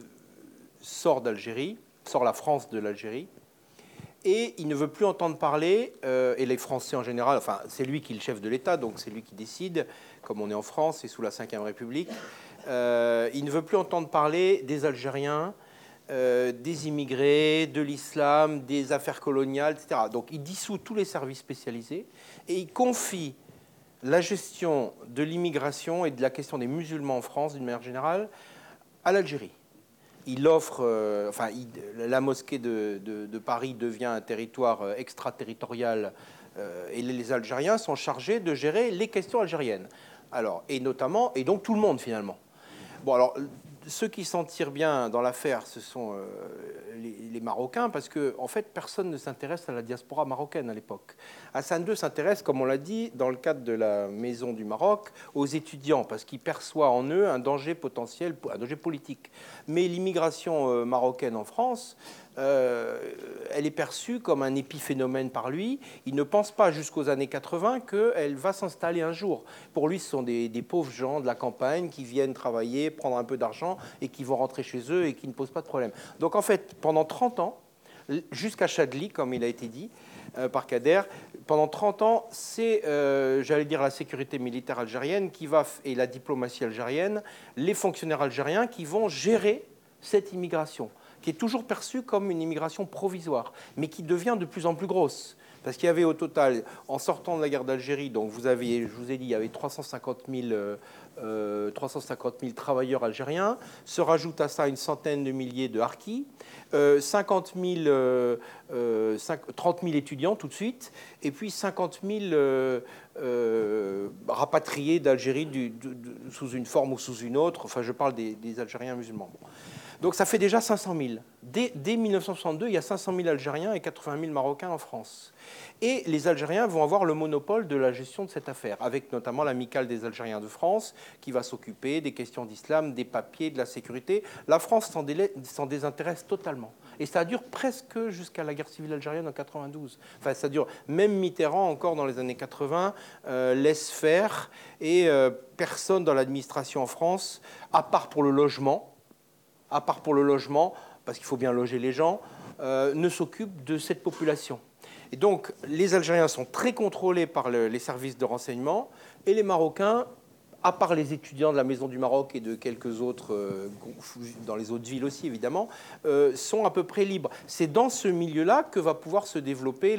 sort d'Algérie, sort la France de l'Algérie, et il ne veut plus entendre parler, euh, et les Français en général, enfin c'est lui qui est le chef de l'État, donc c'est lui qui décide, comme on est en France et sous la cinquième République, euh, il ne veut plus entendre parler des Algériens, euh, des immigrés, de l'islam, des affaires coloniales, et cetera. Donc il dissout tous les services spécialisés et il confie la gestion de l'immigration et de la question des musulmans en France, d'une manière générale, à l'Algérie. Il offre, euh, enfin, il, la mosquée de, de, de Paris devient un territoire extraterritorial euh, et les Algériens sont chargés de gérer les questions algériennes. Alors, et notamment, et donc tout le monde finalement. Bon, alors, ceux qui s'en tirent bien dans l'affaire, ce sont euh, les, les Marocains, parce que en fait, personne ne s'intéresse à la diaspora marocaine à l'époque. Hassan deux s'intéresse, comme on l'a dit, dans le cadre de la Maison du Maroc, aux étudiants, parce qu'il perçoit en eux un danger potentiel, un danger politique. Mais l'immigration euh, marocaine en France, euh, elle est perçue comme un épiphénomène par lui. Il ne pense pas jusqu'aux années quatre-vingts qu'elle va s'installer un jour. Pour lui, ce sont des, des pauvres gens de la campagne qui viennent travailler, prendre un peu d'argent et qui vont rentrer chez eux et qui ne posent pas de problème. Donc en fait, pendant trente ans, jusqu'à Chadli, comme il a été dit euh, par Kader, pendant trente ans, c'est, euh, j'allais dire, la sécurité militaire algérienne qui va, et la diplomatie algérienne, les fonctionnaires algériens qui vont gérer cette immigration, qui est toujours perçue comme une immigration provisoire, mais qui devient de plus en plus grosse. Parce qu'il y avait au total, en sortant de la guerre d'Algérie, donc vous avez, je vous ai dit, il y avait trois cent cinquante mille euh, euh, trois cent cinquante mille travailleurs algériens. Se rajoute à ça une centaine de milliers de harkis, euh, cinquante mille, euh, euh, trente mille étudiants tout de suite, et puis cinquante mille euh, euh, rapatriés d'Algérie sous une forme ou sous une autre. Enfin, je parle des, des Algériens musulmans. Bon. Donc ça fait déjà cinq cent mille. Dès, dès mille neuf cent soixante-deux, il y a cinq cent mille Algériens et quatre-vingt mille Marocains en France. Et les Algériens vont avoir le monopole de la gestion de cette affaire, avec notamment l'Amicale des Algériens de France, qui va s'occuper des questions d'islam, des papiers, de la sécurité. La France s'en désintéresse totalement. Et ça dure presque jusqu'à la guerre civile algérienne en quatre-vingt-douze. Enfin, ça dure. Même Mitterrand, encore dans les années quatre-vingts, euh, laisse faire. Et euh, personne dans l'administration en France, à part pour le logement, à part pour le logement, parce qu'il faut bien loger les gens, euh, ne s'occupe de cette population. Et donc, les Algériens sont très contrôlés par le, les services de renseignement, et les Marocains, à part les étudiants de la Maison du Maroc et de quelques autres, euh, dans les autres villes aussi évidemment, euh, sont à peu près libres. C'est dans ce milieu-là que va pouvoir se développer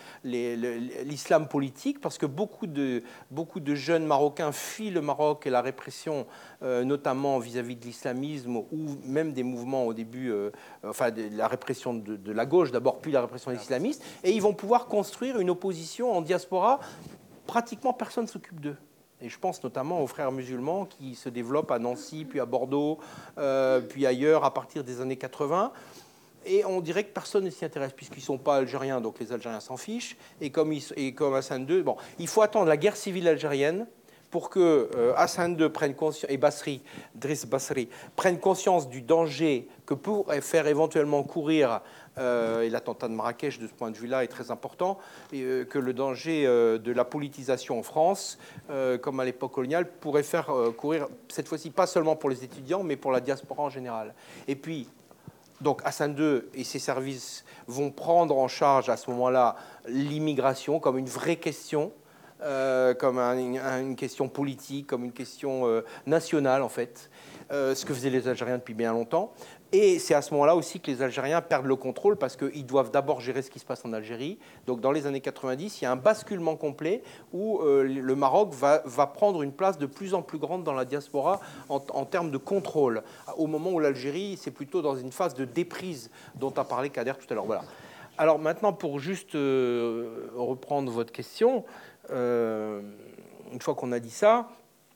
l'islam politique, parce que beaucoup de, beaucoup de jeunes Marocains fuient le Maroc et la répression, euh, notamment vis-à-vis de l'islamisme, ou même des mouvements au début, euh, enfin de la répression de, de la gauche d'abord, puis la répression des islamistes, et ils vont pouvoir construire une opposition en diaspora. Pratiquement personne ne s'occupe d'eux. Et je pense notamment aux frères musulmans qui se développent à Nancy, puis à Bordeaux, euh, puis ailleurs à partir des années quatre-vingts. Et on dirait que personne ne s'y intéresse, puisqu'ils ne sont pas algériens, donc les Algériens s'en fichent. Et comme, ils, et comme Hassan deux, bon, il faut attendre la guerre civile algérienne pour que euh, Hassan deux prenne conscience, et Basri, Driss Basri, prenne conscience du danger que pourrait faire éventuellement courir, euh, et l'attentat de Marrakech de ce point de vue-là est très important, et, euh, que le danger euh, de la politisation en France, euh, comme à l'époque coloniale, pourrait faire euh, courir, cette fois-ci pas seulement pour les étudiants, mais pour la diaspora en général. Et puis, donc Hassan deux et ses services vont prendre en charge à ce moment-là l'immigration comme une vraie question, Euh, comme un, une question politique, comme une question euh, nationale en fait, euh, ce que faisaient les Algériens depuis bien longtemps. Et c'est à ce moment-là aussi que les Algériens perdent le contrôle, parce qu'ils doivent d'abord gérer ce qui se passe en Algérie. Donc dans les années quatre-vingt-dix, il y a un basculement complet où euh, le Maroc va, va prendre une place de plus en plus grande dans la diaspora en, en termes de contrôle, au moment où l'Algérie, c'est plutôt dans une phase de déprise dont a parlé Kader tout à l'heure. Voilà. Alors maintenant, pour juste euh, reprendre votre question, Euh, une fois qu'on a dit ça,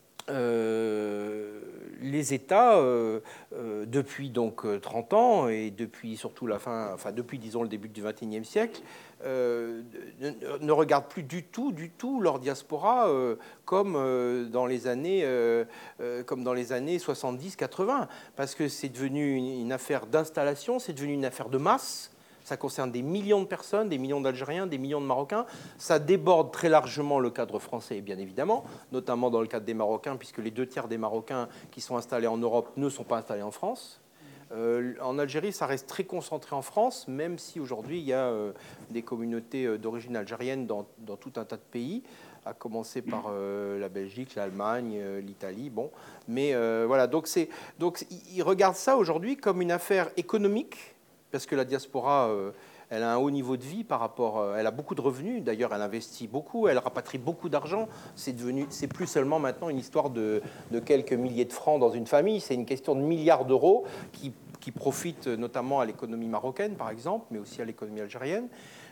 euh, les États, euh, euh, depuis donc trente ans et depuis surtout la fin, enfin depuis disons le début du vingt et unième siècle, euh, ne, ne regardent plus du tout, du tout leur diaspora euh, comme euh, dans les années, euh, euh, comme dans les années soixante-dix quatre-vingts, parce que c'est devenu une, une affaire d'installation, c'est devenu une affaire de masse. Ça concerne des millions de personnes, des millions d'Algériens, des millions de Marocains. Ça déborde très largement le cadre français, bien évidemment, notamment dans le cadre des Marocains, puisque les deux tiers des Marocains qui sont installés en Europe ne sont pas installés en France. Euh, en Algérie, ça reste très concentré en France, même si aujourd'hui, il y a euh, des communautés d'origine algérienne dans, dans tout un tas de pays, à commencer par euh, la Belgique, l'Allemagne, euh, l'Italie. Bon. Mais euh, voilà, donc, donc ils regardent ça aujourd'hui comme une affaire économique, parce que la diaspora, euh, elle a un haut niveau de vie par rapport... Euh, elle a beaucoup de revenus, d'ailleurs, elle investit beaucoup, elle rapatrie beaucoup d'argent. C'est devenu, c'est plus seulement maintenant une histoire de, de quelques milliers de francs dans une famille, c'est une question de milliards d'euros qui, qui profitent notamment à l'économie marocaine, par exemple, mais aussi à l'économie algérienne.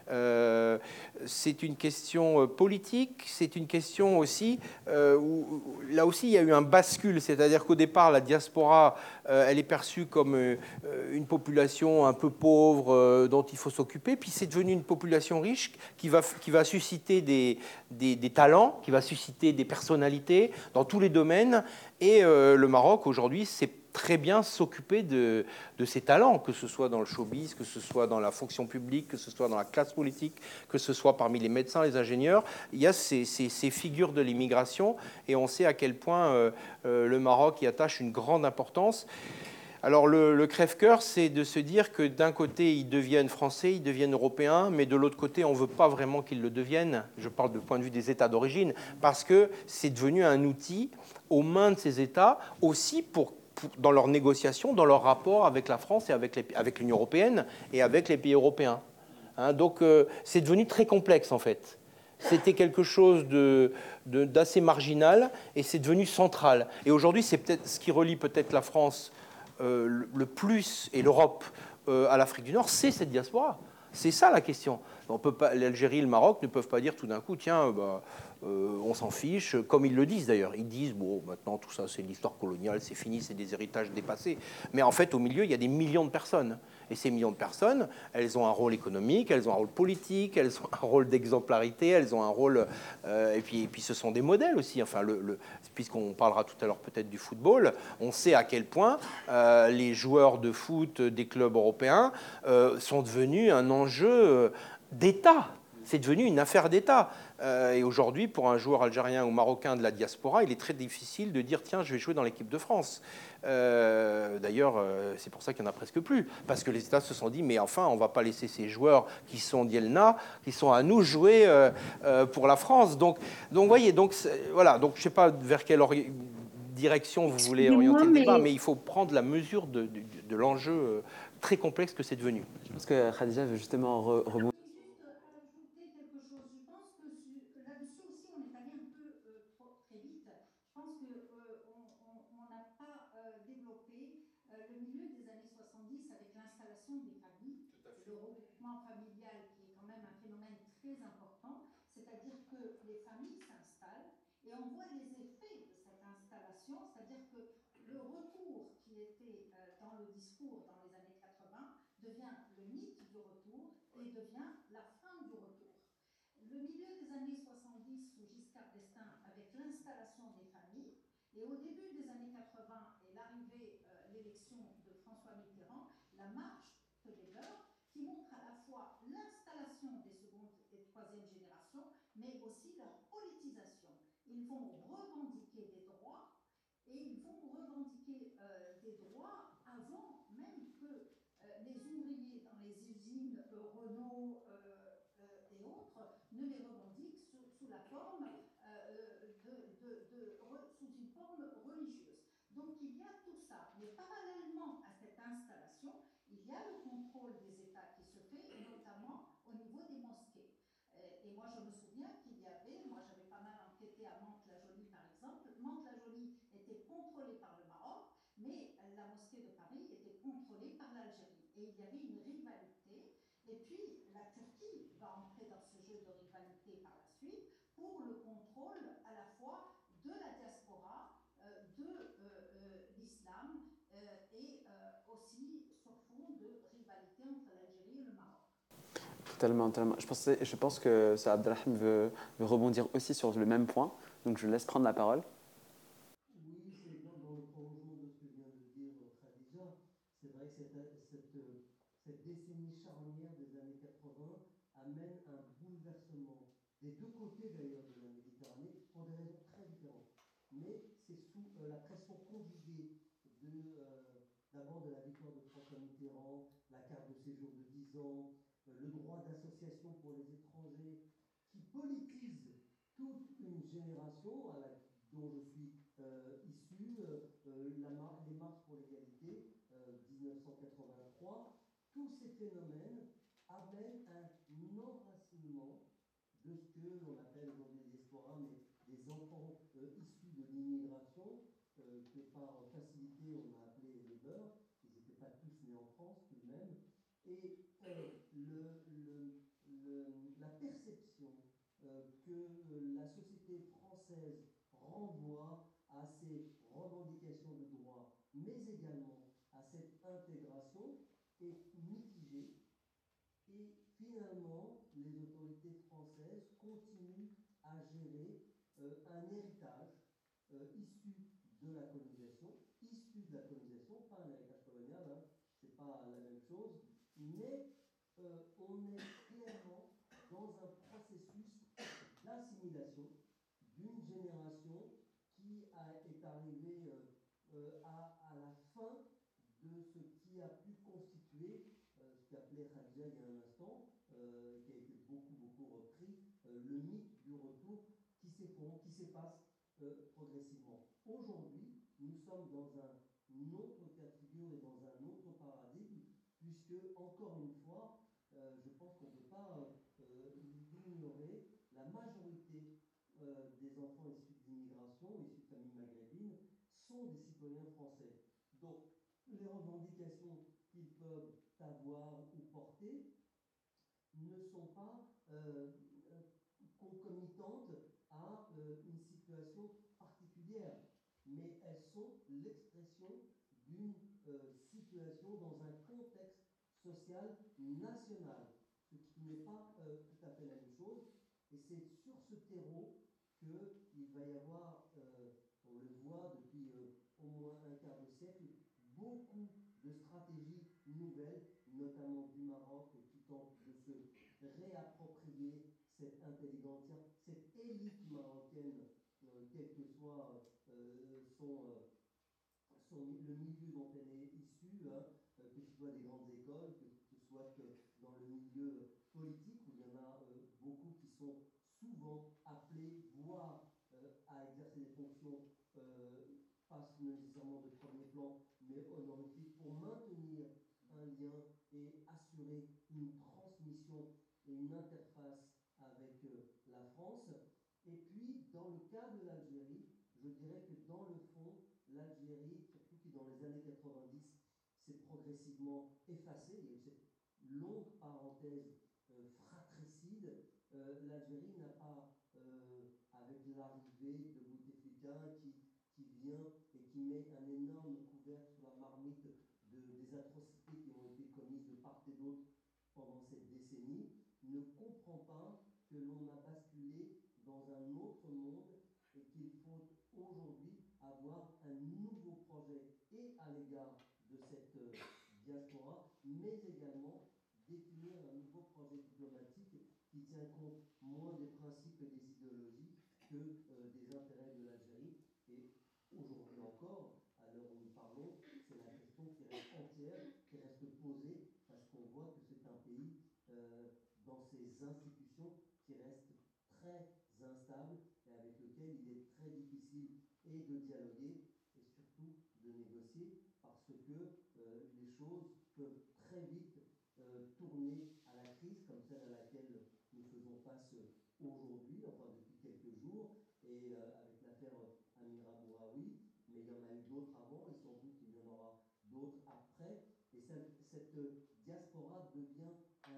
Euh, c'est une question politique, c'est une question aussi euh, où, là aussi il y a eu un bascule, c'est-à-dire qu'au départ la diaspora euh, elle est perçue comme euh, une population un peu pauvre euh, dont il faut s'occuper, puis c'est devenu une population riche qui va, qui va susciter des, des, des talents, qui va susciter des personnalités dans tous les domaines, et euh, le Maroc aujourd'hui c'est très bien s'occuper de, de ces talents, que ce soit dans le showbiz, que ce soit dans la fonction publique, que ce soit dans la classe politique, que ce soit parmi les médecins, les ingénieurs. Il y a ces, ces, ces figures de l'immigration, et on sait à quel point euh, euh, le Maroc y attache une grande importance. Alors le, le crève-cœur, c'est de se dire que d'un côté, ils deviennent français, ils deviennent européens, mais de l'autre côté, on ne veut pas vraiment qu'ils le deviennent. Je parle du point de vue des États d'origine, parce que c'est devenu un outil aux mains de ces États, aussi pour dans leurs négociations, dans leurs rapports avec la France et avec, les, avec l'Union européenne et avec les pays européens. Hein, donc euh, c'est devenu très complexe en fait. c'était quelque chose de, de, d'assez marginal et c'est devenu central. Et aujourd'hui, c'est peut-être ce qui relie peut-être la France euh, le, le plus et l'Europe euh, à l'Afrique du Nord, c'est cette diaspora. C'est ça la question. On peut pas, l'Algérie et le Maroc ne peuvent pas dire tout d'un coup, tiens, bah, euh, on s'en fiche, comme ils le disent d'ailleurs. Ils disent, bon, maintenant tout ça c'est l'histoire coloniale, c'est fini, c'est des héritages dépassés. Mais en fait, au milieu, il y a des millions de personnes. Et ces millions de personnes, elles ont un rôle économique, elles ont un rôle politique, elles ont un rôle d'exemplarité, elles ont un rôle... Euh, et, puis, et puis ce sont des modèles aussi. Enfin, le, le, puisqu'on parlera tout à l'heure peut-être du football, on sait à quel point euh, les joueurs de foot des clubs européens euh, sont devenus un enjeu d'État. C'est devenu une affaire d'État. Euh, et aujourd'hui, pour un joueur algérien ou marocain de la diaspora, il est très difficile de dire « tiens, je vais jouer dans l'équipe de France euh, ». D'ailleurs, euh, c'est pour ça qu'il n'y en a presque plus. Parce que les États se sont dit « mais enfin, on ne va pas laisser ces joueurs qui sont d'Ielna, qui sont à nous jouer euh, euh, pour la France ». Donc, donc, voyez, donc, voilà. Donc, je ne sais pas vers quelle direction vous voulez orienter le débat, mais... mais il faut prendre la mesure de, de, de l'enjeu très complexe que c'est devenu. Je pense que Khadija veut justement re rebondir. Là-dessus aussi, on est allé un peu euh, trop, très vite. Je pense qu'on euh, n'a pas euh, développé euh, le milieu des années soixante-dix avec l'installation des familles, le regroupement familial qui est quand même un phénomène très important, c'est-à-dire que les familles s'installent et on voit les effets de cette installation, c'est-à-dire que le retour qui était euh, dans le discours dans les années quatre-vingts devient le mythe du retour et devient la fin du retour. Le milieu des années soixante-dix sous Giscard d'Estaing avec l'installation des familles et au début des années quatre-vingts et l'arrivée, euh, l'élection de François Mitterrand, la marche des beurs qui montre à la fois l'installation des secondes et troisième générations, mais aussi leur politisation. Ils vont revendiquer des droits et ils vont revendiquer euh, des droits avant même que euh, les ouvriers dans les usines euh, Renault euh, euh, et autres ne les revendiquent sous, sous la forme euh, de, de, de, de, sous une forme religieuse. Donc il y a tout ça, mais parallèlement à cette installation, il y a le contrôle des États qui se fait, notamment au niveau des mosquées. Et moi, je me souviens qu'il y avait, moi j'avais pas mal enquêté à Mantes-la-Jolie par exemple, Mantes-la-Jolie était contrôlée par le Maroc, mais la mosquée de Paris était contrôlée par l'Algérie. Et il y avait une rivalité. Et puis, la Turquie va entrer dans ce jeu de rivalité par la suite pour le contrôle à la fois de la diaspora, euh, de euh, euh, l'islam euh, et euh, aussi sur fond de rivalité entre l'Algérie et le Maroc. Totalement, totalement. Je pense, je pense que ça, Abdelrahim veut, veut rebondir aussi sur le même point, donc je laisse prendre la parole. Oui, c'est dans, dans le prolongement de ce que vient de dire Khadija. C'est vrai que cette, cette, cette décennie charnière des années quatre-vingts amène un bouleversement des deux côtés d'ailleurs de la Méditerranée pour des raisons très différentes. Mais c'est sous euh, la pression conjuguée de, euh, d'abord de la victoire de François Mitterrand, la carte de séjour de dix ans, euh, le droit d'association pour les étrangers, qui politise toute une génération à la, dont je suis euh, issu, euh, la mar les marches pour l'égalité, euh, mille neuf cent quatre-vingt-trois, tous ces phénomènes amènent un enracinement de ce que l'on appelle aujourd'hui les diasporas, mais des enfants euh, issus de l'immigration, euh, que par facilité on a appelé les beurs. Ils n'étaient pas tous nés en France tout de même. Et euh, le, le, le, la perception euh, que euh, la société française renvoie à ces revendications de droits, mais également à cette intégration est mitigée. Et finalement, les autorités françaises continuent à gérer euh, un héritage euh, issu de la colonisation, issu de la colonisation, pas un héritage colonial, hein, c'est pas la même chose, mais euh, on est clairement dans un processus d'assimilation d'une génération qui a, est arrivée euh, euh, à, à la fin de ce qui a pu constituer euh, ce qu'appelait Khadija il y a un instant, euh, qui a été beaucoup beaucoup repris, euh, le mythe du retour qui s'effondre, qui s'efface euh, progressivement. Aujourd'hui, nous sommes dans un autre cas de figure et dans un autre paradigme, puisque, encore une fois, euh, je pense qu'on ne peut pas euh, l'ignorer, la majorité euh, des enfants issus d'immigration, issus de familles maghrébines, sont des citoyens français. Donc, les revendications qu'ils peuvent avoir ou porter ne sont pas euh, euh, concomitantes à euh, une situation particulière, mais elles sont l'expression d'une euh, situation dans un contexte social national, ce qui n'est pas euh, tout à fait la même chose. Et c'est sur ce terreau qu'il va y avoir, euh, on le voit depuis euh, au moins un quart de siècle, beaucoup de stratégies nouvelles, notamment du Maroc, qui tentent de se réapproprier cette intelligentsia, cette élite marocaine, euh, quel que soit euh, son, euh, son, le milieu dont elle est issue, hein, euh, que ce soit des grandes écoles, que ce soit que dans le milieu politique, où il y en a euh, beaucoup qui sont souvent appelés, voire euh, à exercer des fonctions euh, pas nécessairement de premier plan, mais honorifiques, pour maintenir un lien et assurer une transmission et une interface avec euh, la France. Et puis, dans le cas de l'Algérie, je dirais que dans le fond, l'Algérie, surtout qui dans les années quatre-vingt-dix s'est progressivement effacée, il y a eu cette longue parenthèse euh, fratricide, euh, l'Algérie n'a pas, euh, avec l'arrivée de Bouteflika qui, qui vient et qui met un énorme couvercle sur la marmite de, des atrocités qui ont été commises de part et d'autre pendant cette décennie, ne comprend pas que l'on a basculé dans un autre monde et qu'il faut aujourd'hui avoir un nouveau projet et à l'égard de cette euh, diaspora, mais également définir un nouveau projet diplomatique qui tient compte moins des principes et des idéologies que euh, des intérêts de l'Algérie. Et aujourd'hui encore, à l'heure où nous parlons, c'est la question qui reste entière, qui reste posée, parce qu'on voit que c'est un pays euh, dans ses institutions qui reste très instable et avec lequel il est très difficile et de dialoguer et surtout de négocier, parce que euh, les choses peuvent très vite euh, tourner à la crise comme celle à laquelle nous faisons face aujourd'hui, enfin depuis quelques jours, et euh, avec l'affaire Amira Mouraoui, mais il y en a eu d'autres avant et sans doute il y en aura d'autres après. Et cette, cette diaspora devient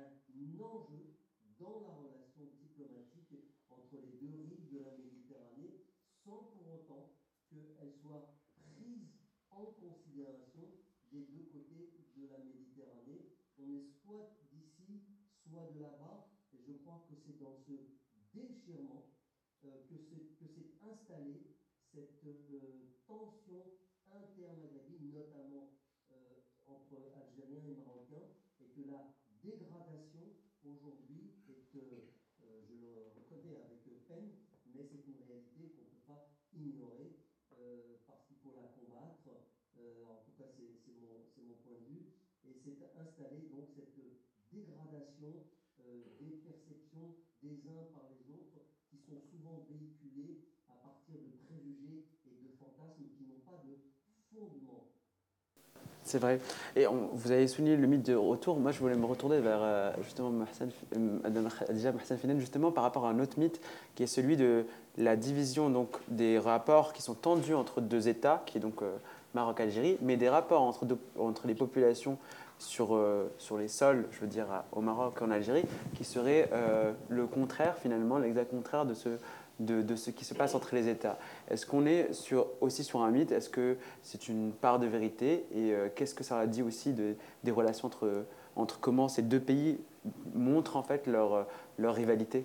un enjeu dans la relation diplomatique entre les deux rives de la Méditerranée, sans pour autant qu'elle soit prise en considération des deux côtés de la Méditerranée. On est soit d'ici, soit de là-bas, et je crois que c'est dans ce déchirement euh, que s'est installée cette euh, tension intermaghrébine, notamment euh, entre Algériens et Marocains, et que la dégradation aujourd'hui est, euh, euh, je le reconnais avec peine, mais c'est une réalité qu'on ne peut pas ignorer euh, parce qu'il faut la combattre. Euh, en tout cas, c'est mon, mon point de vue. Et c'est installé donc cette dégradation euh, des perceptions des uns par les autres qui sont souvent véhiculées à partir de préjugés et de fantasmes qui n'ont pas de fondement. C'est vrai. Et on, vous avez souligné le mythe de retour. Moi, je voulais me retourner vers euh, justement Mohsen, euh, Madame Khadija Mohsen Finen, justement par rapport à un autre mythe qui est celui de la division donc, des rapports qui sont tendus entre deux États, qui est donc euh, Maroc-Algérie, mais des rapports entre, deux, entre les populations sur, euh, sur les sols, je veux dire, au Maroc et en Algérie, qui serait euh, le contraire, finalement, l'exact contraire de ce, de, de ce qui se passe entre les États. Est-ce qu'on est sur, aussi sur un mythe? Est-ce que c'est une part de vérité? Et euh, qu'est-ce que ça dit aussi de, des relations entre, entre comment ces deux pays montrent en fait leur, leur rivalité?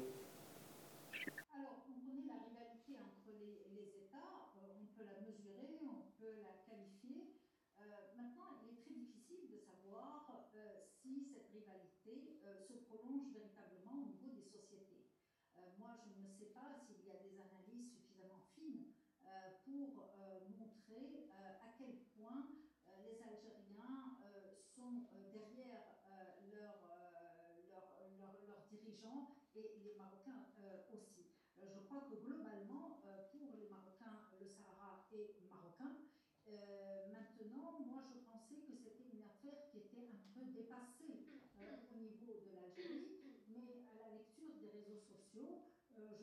Alors, on connaît la rivalité entre les, les États, euh, on peut la mesurer, on peut la qualifier. Euh, maintenant, il est très difficile de savoir euh, si cette rivalité euh, se prolonge véritablement au niveau des sociétés. Euh, moi, je ne sais pas s'il y a des analyses suffisamment fines euh, pour euh, montrer euh, à quel point euh, les Algériens euh, sont euh, derrière euh, leurs leur, leur, leur dirigeants et les Marocains euh, aussi. Euh, je crois que globalement, euh, pour les Marocains, le Sahara est marocain. Euh, maintenant, moi, je pensais que c'était une affaire qui était un peu dépassée euh, au niveau de l'Algérie, mais à la lecture des réseaux sociaux, euh,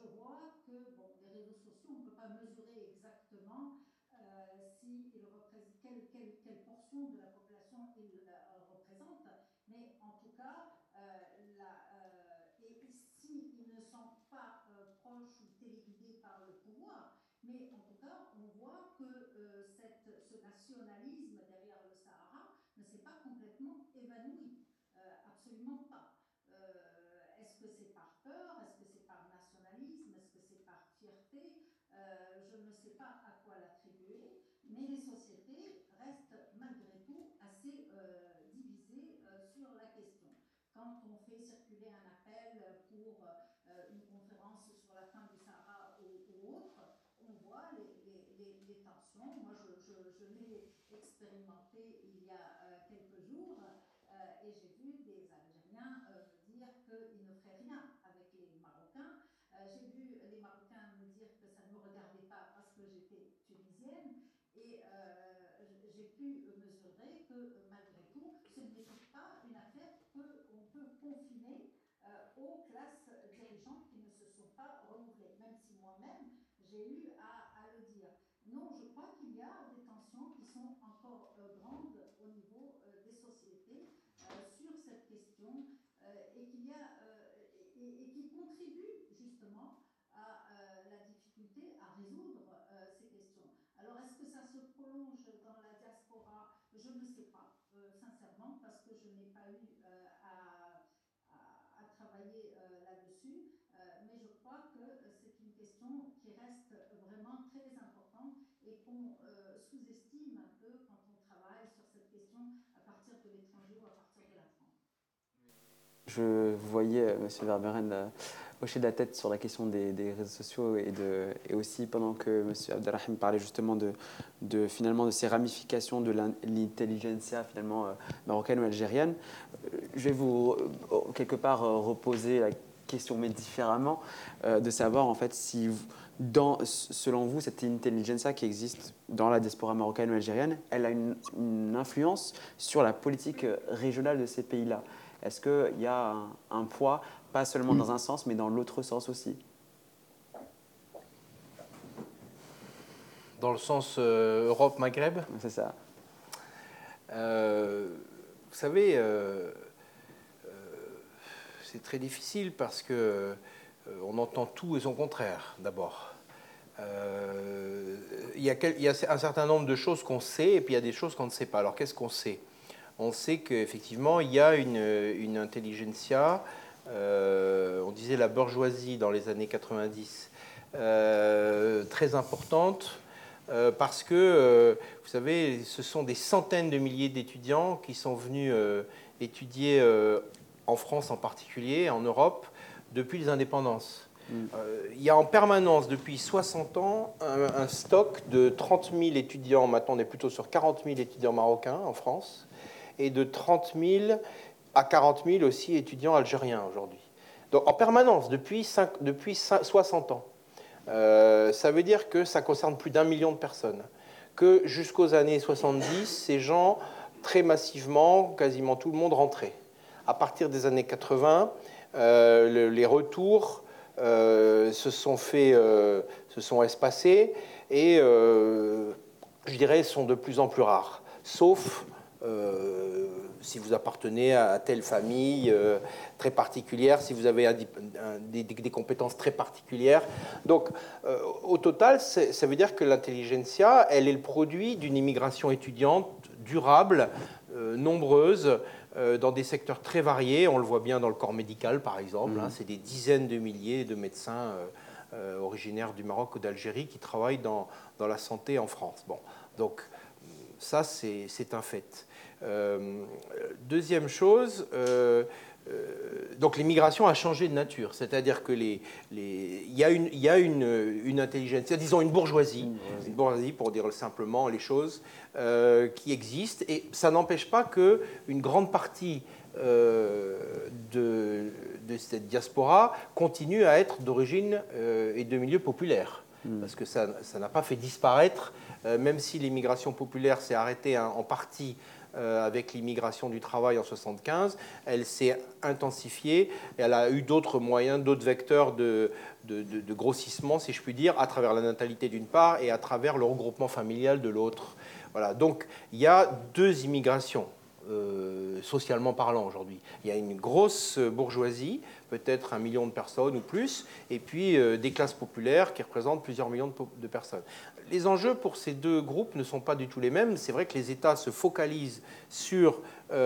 Mais en tout cas, on voit que euh, cette, ce nationalisme derrière le Sahara ne s'est pas complètement évanoui. Euh, absolument pas. Euh, est-ce que c'est par peur? Est-ce que c'est par nationalisme? Est-ce que c'est par fierté? euh, Je ne sais pas à quoi l'attribuer, mais les sociétés restent malgré tout assez euh, divisées euh, sur la question. Quand on fait circuler un appel pour euh, une conférence sur la fin du Sahara ou, ou autre, on voit les, les, les, les tensions. Moi, je, je, je l'ai expérimenté il y a euh, quelques jours euh, et j'ai vu des Algériens euh, me dire qu'ils ne feraient rien avec les Marocains. Euh, j'ai vu les Marocains me dire que ça ne me regardait pas parce que j'étais tunisienne. Et euh, j'ai pu mesurer que euh, malgré tout, ce n'était pas une affaire qu'on peut confiner euh, aux classes dirigeantes qui ne se sont pas renouvelées, même si moi-même j'ai eu à, à le dire. Non, je crois qu'il y a des tensions qui sont encore euh, grandes au niveau euh, des sociétés euh, sur cette question euh, et, qu'il y a, euh, et, et qui contribuent justement à euh, la difficulté à résoudre euh, ces questions. Alors, est-ce que ça se prolonge dans la diaspora? Je ne sais pas, euh, sincèrement, parce que je n'ai pas eu euh, à, à, à, travailler euh, là-dessus, euh, mais je crois que c'est une question qui reste vraiment très importante et qu'on euh, sous-estime un peu quand on travaille sur cette question à partir de l'étranger ou à partir de la France. Je voyais M. Verberen euh, hocher de la tête sur la question des, des réseaux sociaux et, de, et aussi pendant que M. Abdelrahim parlait justement de, de, finalement, de ces ramifications de l'intelligentsia finalement euh, marocaine ou algérienne. Je vais vous euh, quelque part euh, reposer la question, mais différemment, euh, de savoir en fait si, vous, dans, selon vous, cette intelligentsia qui existe dans la diaspora marocaine ou algérienne, elle a une, une influence sur la politique régionale de ces pays-là. Est-ce qu'il y a un, un poids, pas seulement dans un sens, mais dans l'autre sens aussi? Dans le sens euh, Europe-Maghreb? C'est ça. Euh, vous savez, euh, euh, c'est très difficile parce que euh, on entend tout et son contraire, d'abord. Euh, il y a quel, il y a un certain nombre de choses qu'on sait et puis il y a des choses qu'on ne sait pas. Alors, qu'est-ce qu'on sait? On sait qu'effectivement, il y a une, une intelligentsia, euh, on disait la bourgeoisie dans les années quatre-vingt-dix, euh, très importante, euh, parce que, euh, vous savez, ce sont des centaines de milliers d'étudiants qui sont venus euh, étudier euh, en France en particulier, en Europe, depuis les indépendances. Mm. Euh, il y a en permanence, depuis soixante ans, un, un stock de trente mille étudiants, maintenant on est plutôt sur quarante mille étudiants marocains en France, et de trente mille à quarante mille aussi étudiants algériens aujourd'hui. Donc en permanence, depuis, cinq, depuis soixante ans. Euh, ça veut dire que ça concerne plus d'un million de personnes. Que jusqu'aux années soixante-dix, ces gens, très massivement, quasiment tout le monde rentrait. À partir des années quatre-vingts, euh, le, les retours euh, se sont fait, euh, se sont espacés et, euh, je dirais, sont de plus en plus rares. Sauf Euh, si vous appartenez à telle famille euh, très particulière, si vous avez un, un, des, des compétences très particulières. Donc, euh, au total, ça veut dire que l'intelligentsia, elle est le produit d'une immigration étudiante durable, euh, nombreuse, euh, dans des secteurs très variés. On le voit bien dans le corps médical, par exemple. Mmh. Hein, c'est des dizaines de milliers de médecins euh, euh, originaires du Maroc ou d'Algérie qui travaillent dans, dans la santé en France. Bon, donc, ça, c'est un fait. Euh, deuxième chose, euh, euh, donc l'immigration a changé de nature, c'est-à-dire que les, les, il y a une, il y a une, une intelligence, disons une bourgeoisie, mmh, une bourgeoisie pour dire simplement les choses, euh, qui existe, et ça n'empêche pas qu'une grande partie euh, de, de cette diaspora continue à être d'origine euh, et de milieu populaire. Parce que ça n'a pas fait disparaître, euh, même si l'immigration populaire s'est arrêtée hein, en partie euh, avec l'immigration du travail en soixante-quinze, elle s'est intensifiée et elle a eu d'autres moyens, d'autres vecteurs de, de, de, de grossissement, si je puis dire, à travers la natalité d'une part et à travers le regroupement familial de l'autre. Voilà. Donc il y a deux immigrations. euh, socialement parlant aujourd'hui. Il y a une grosse bourgeoisie, peut-être un million de personnes ou plus, et puis euh, des classes populaires qui représentent plusieurs millions de, de personnes. Les enjeux pour ces deux groupes ne sont pas du tout les mêmes. C'est vrai que les États se focalisent sur,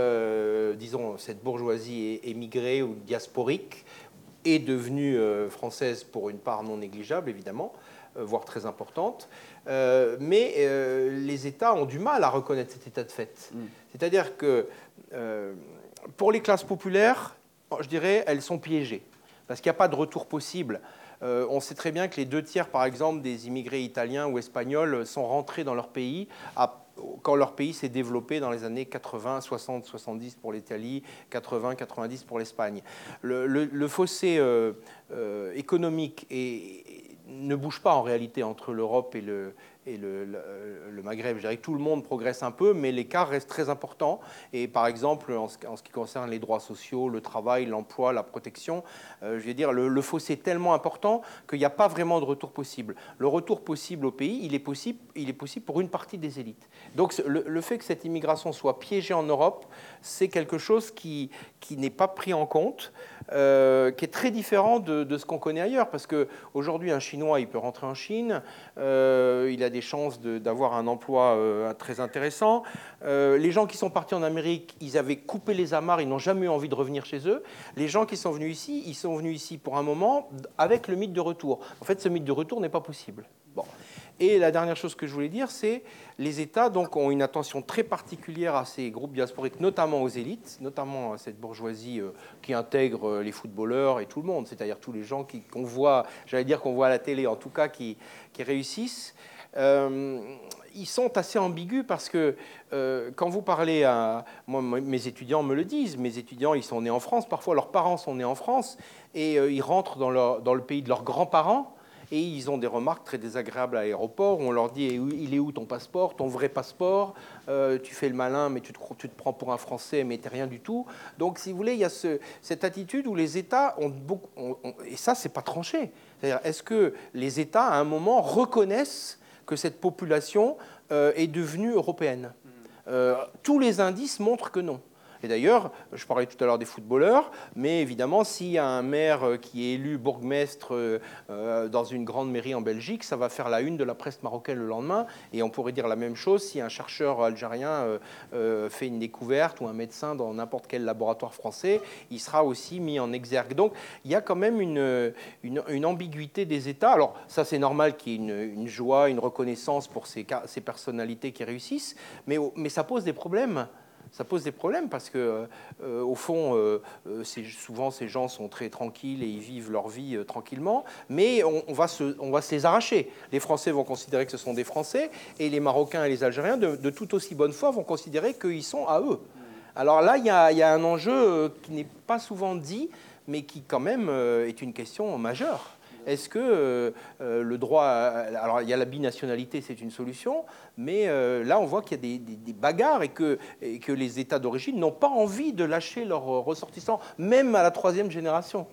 euh, disons, cette bourgeoisie émigrée ou diasporique, est devenue euh, française pour une part non négligeable, évidemment, euh, voire très importante. Euh, mais euh, les États ont du mal à reconnaître cet état de fait. Mm. C'est-à-dire que euh, pour les classes populaires, je dirais, elles sont piégées, parce qu'il n'y a pas de retour possible. Euh, on sait très bien que les deux tiers, par exemple, des immigrés italiens ou espagnols sont rentrés dans leur pays à quand leur pays s'est développé dans les années quatre-vingts, soixante, soixante-dix pour l'Italie, quatre-vingts, quatre-vingt-dix pour l'Espagne. Le, le, le fossé euh, euh, économique est, ne bouge pas en réalité entre l'Europe et le, et le, le, le Maghreb. Je dirais que tout le monde progresse un peu, mais l'écart reste très important. Et par exemple, en ce, en ce qui concerne les droits sociaux, le travail, l'emploi, la protection, euh, je vais dire, le, le fossé est tellement important qu'il n'y a pas vraiment de retour possible. Le retour possible au pays, il est possible, il est possible pour une partie des élites. Donc le, le fait que cette immigration soit piégée en Europe, c'est quelque chose qui, qui n'est pas pris en compte, euh, qui est très différent de, de ce qu'on connaît ailleurs. Parce qu'aujourd'hui, un Chinois, il peut rentrer en Chine, euh, il a des chances d'avoir un emploi euh, très intéressant. Euh, les gens qui sont partis en Amérique, ils avaient coupé les amarres, ils n'ont jamais eu envie de revenir chez eux. Les gens qui sont venus ici, ils sont venus ici pour un moment avec le mythe de retour. En fait, ce mythe de retour n'est pas possible. Bon. Et la dernière chose que je voulais dire, c'est les États donc, ont une attention très particulière à ces groupes diasporiques, notamment aux élites, notamment à cette bourgeoisie euh, qui intègre euh, les footballeurs et tout le monde, c'est-à-dire tous les gens qui, qu'on voit, j'allais dire qu'on voit à la télé, en tout cas qui, qui réussissent. Euh, ils sont assez ambigus parce que euh, quand vous parlez à... Moi, mes étudiants me le disent, mes étudiants, ils sont nés en France, parfois leurs parents sont nés en France, et euh, ils rentrent dans, leur, dans le pays de leurs grands-parents, et ils ont des remarques très désagréables à l'aéroport où on leur dit « il est où ton passeport, ton vrai passeport euh, tu fais le malin, mais tu te, tu te prends pour un Français, mais tu n'es rien du tout. » Donc, si vous voulez, il y a ce, cette attitude où les États ont beaucoup... Ont, ont, et ça, ce n'est pas tranché. C'est-à-dire, est-ce que les États, à un moment, reconnaissent que cette population euh, est devenue européenne? euh, Tous les indices montrent que non. Et d'ailleurs, je parlais tout à l'heure des footballeurs, mais évidemment, s'il y a un maire qui est élu bourgmestre euh, dans une grande mairie en Belgique, ça va faire la une de la presse marocaine le lendemain. Et on pourrait dire la même chose si un chercheur algérien euh, euh, fait une découverte ou un médecin dans n'importe quel laboratoire français, il sera aussi mis en exergue. Donc, il y a quand même une, une, une ambiguïté des États. Alors, ça, c'est normal qu'il y ait une, une joie, une reconnaissance pour ces, ces personnalités qui réussissent, mais, mais ça pose des problèmes. Ça pose des problèmes parce que, euh, au fond, euh, souvent ces gens sont très tranquilles et ils vivent leur vie euh, tranquillement, mais on, on, va se, on va se les arracher. Les Français vont considérer que ce sont des Français et les Marocains et les Algériens, de, de toute aussi bonne foi, vont considérer qu'ils sont à eux. Alors là, il y a, il y a un enjeu qui n'est pas souvent dit, mais qui quand même euh, est une question majeure. Est-ce que euh, le droit... Alors, il y a la binationalité, c'est une solution, mais euh, là, on voit qu'il y a des, des, des bagarres et que, et que les États d'origine n'ont pas envie de lâcher leurs ressortissants, même à la troisième génération.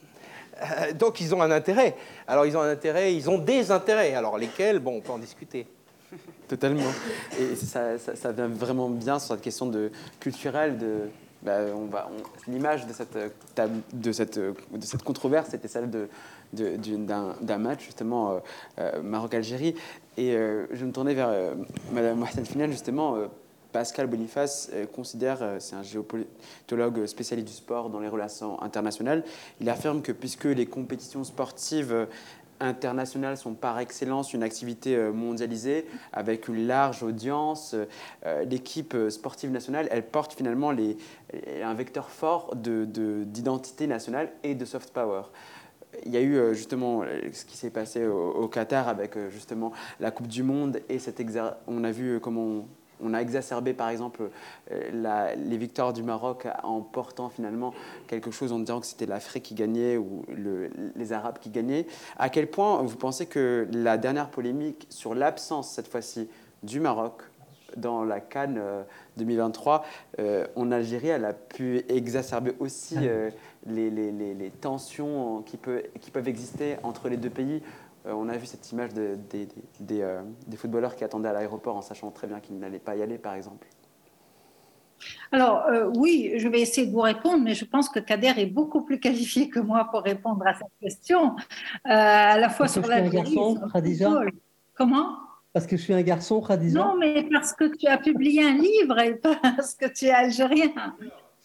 Euh, donc, ils ont un intérêt. Alors, ils ont un intérêt, ils ont des intérêts. Alors, lesquels, bon, on peut en discuter. Totalement. Et ça, ça, ça vient vraiment bien sur cette question de, culturelle de... Bah, on va, on, l'image de cette, de, cette, de cette controverse, c'était celle de, de, d'un match, justement, euh, euh, Maroc-Algérie. Et euh, je me tournais vers euh, Mme Mohsen Finan, justement. Euh, Pascal Boniface euh, considère, euh, c'est un géopolitologue spécialiste du sport dans les relations internationales, il affirme que puisque les compétitions sportives euh, internationales sont par excellence une activité mondialisée avec une large audience. L'équipe sportive nationale, elle porte finalement les, un vecteur fort de, de, d'identité nationale et de soft power. Il y a eu justement ce qui s'est passé au, au Qatar avec justement la Coupe du Monde et cet exer- on a vu comment on, on a exacerbé par exemple la, les victoires du Maroc en portant finalement quelque chose en disant que c'était l'Afrique qui gagnait ou le, les Arabes qui gagnaient. À quel point vous pensez que la dernière polémique sur l'absence cette fois-ci du Maroc dans la CAN deux mille vingt-trois euh, en Algérie, elle a pu exacerber aussi euh, les, les, les, les tensions qui, peut, qui peuvent exister entre les deux pays? On a vu cette image de, de, de, de, euh, des footballeurs qui attendaient à l'aéroport en sachant très bien qu'ils n'allaient pas y aller, par exemple. Alors, euh, oui, je vais essayer de vous répondre, mais je pense que Kader est beaucoup plus qualifié que moi pour répondre à cette question, euh, à la fois Parce que sur je suis un l'Algérie et sur garçon, le Khadija. football. Comment? Parce que je suis un garçon, Khadija. Non, mais parce que tu as publié un livre et parce que tu es algérien.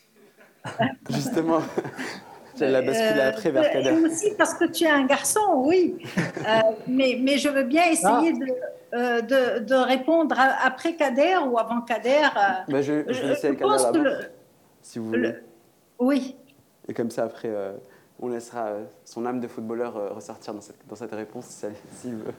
Justement, j'allais la basculer Euh, après vers et Kader. aussi parce que tu es un garçon, oui. Euh, mais, mais je veux bien essayer Ah, de, euh, de, de répondre à- après Kader ou avant Kader. euh, Bah, je, je, je vais laisser je Kader pense que d'abord, le, si vous voulez. le- oui. Et comme ça, après, euh, on laissera euh, son âme de footballeur euh, ressortir dans cette, dans cette réponse, si elle- s'il veut.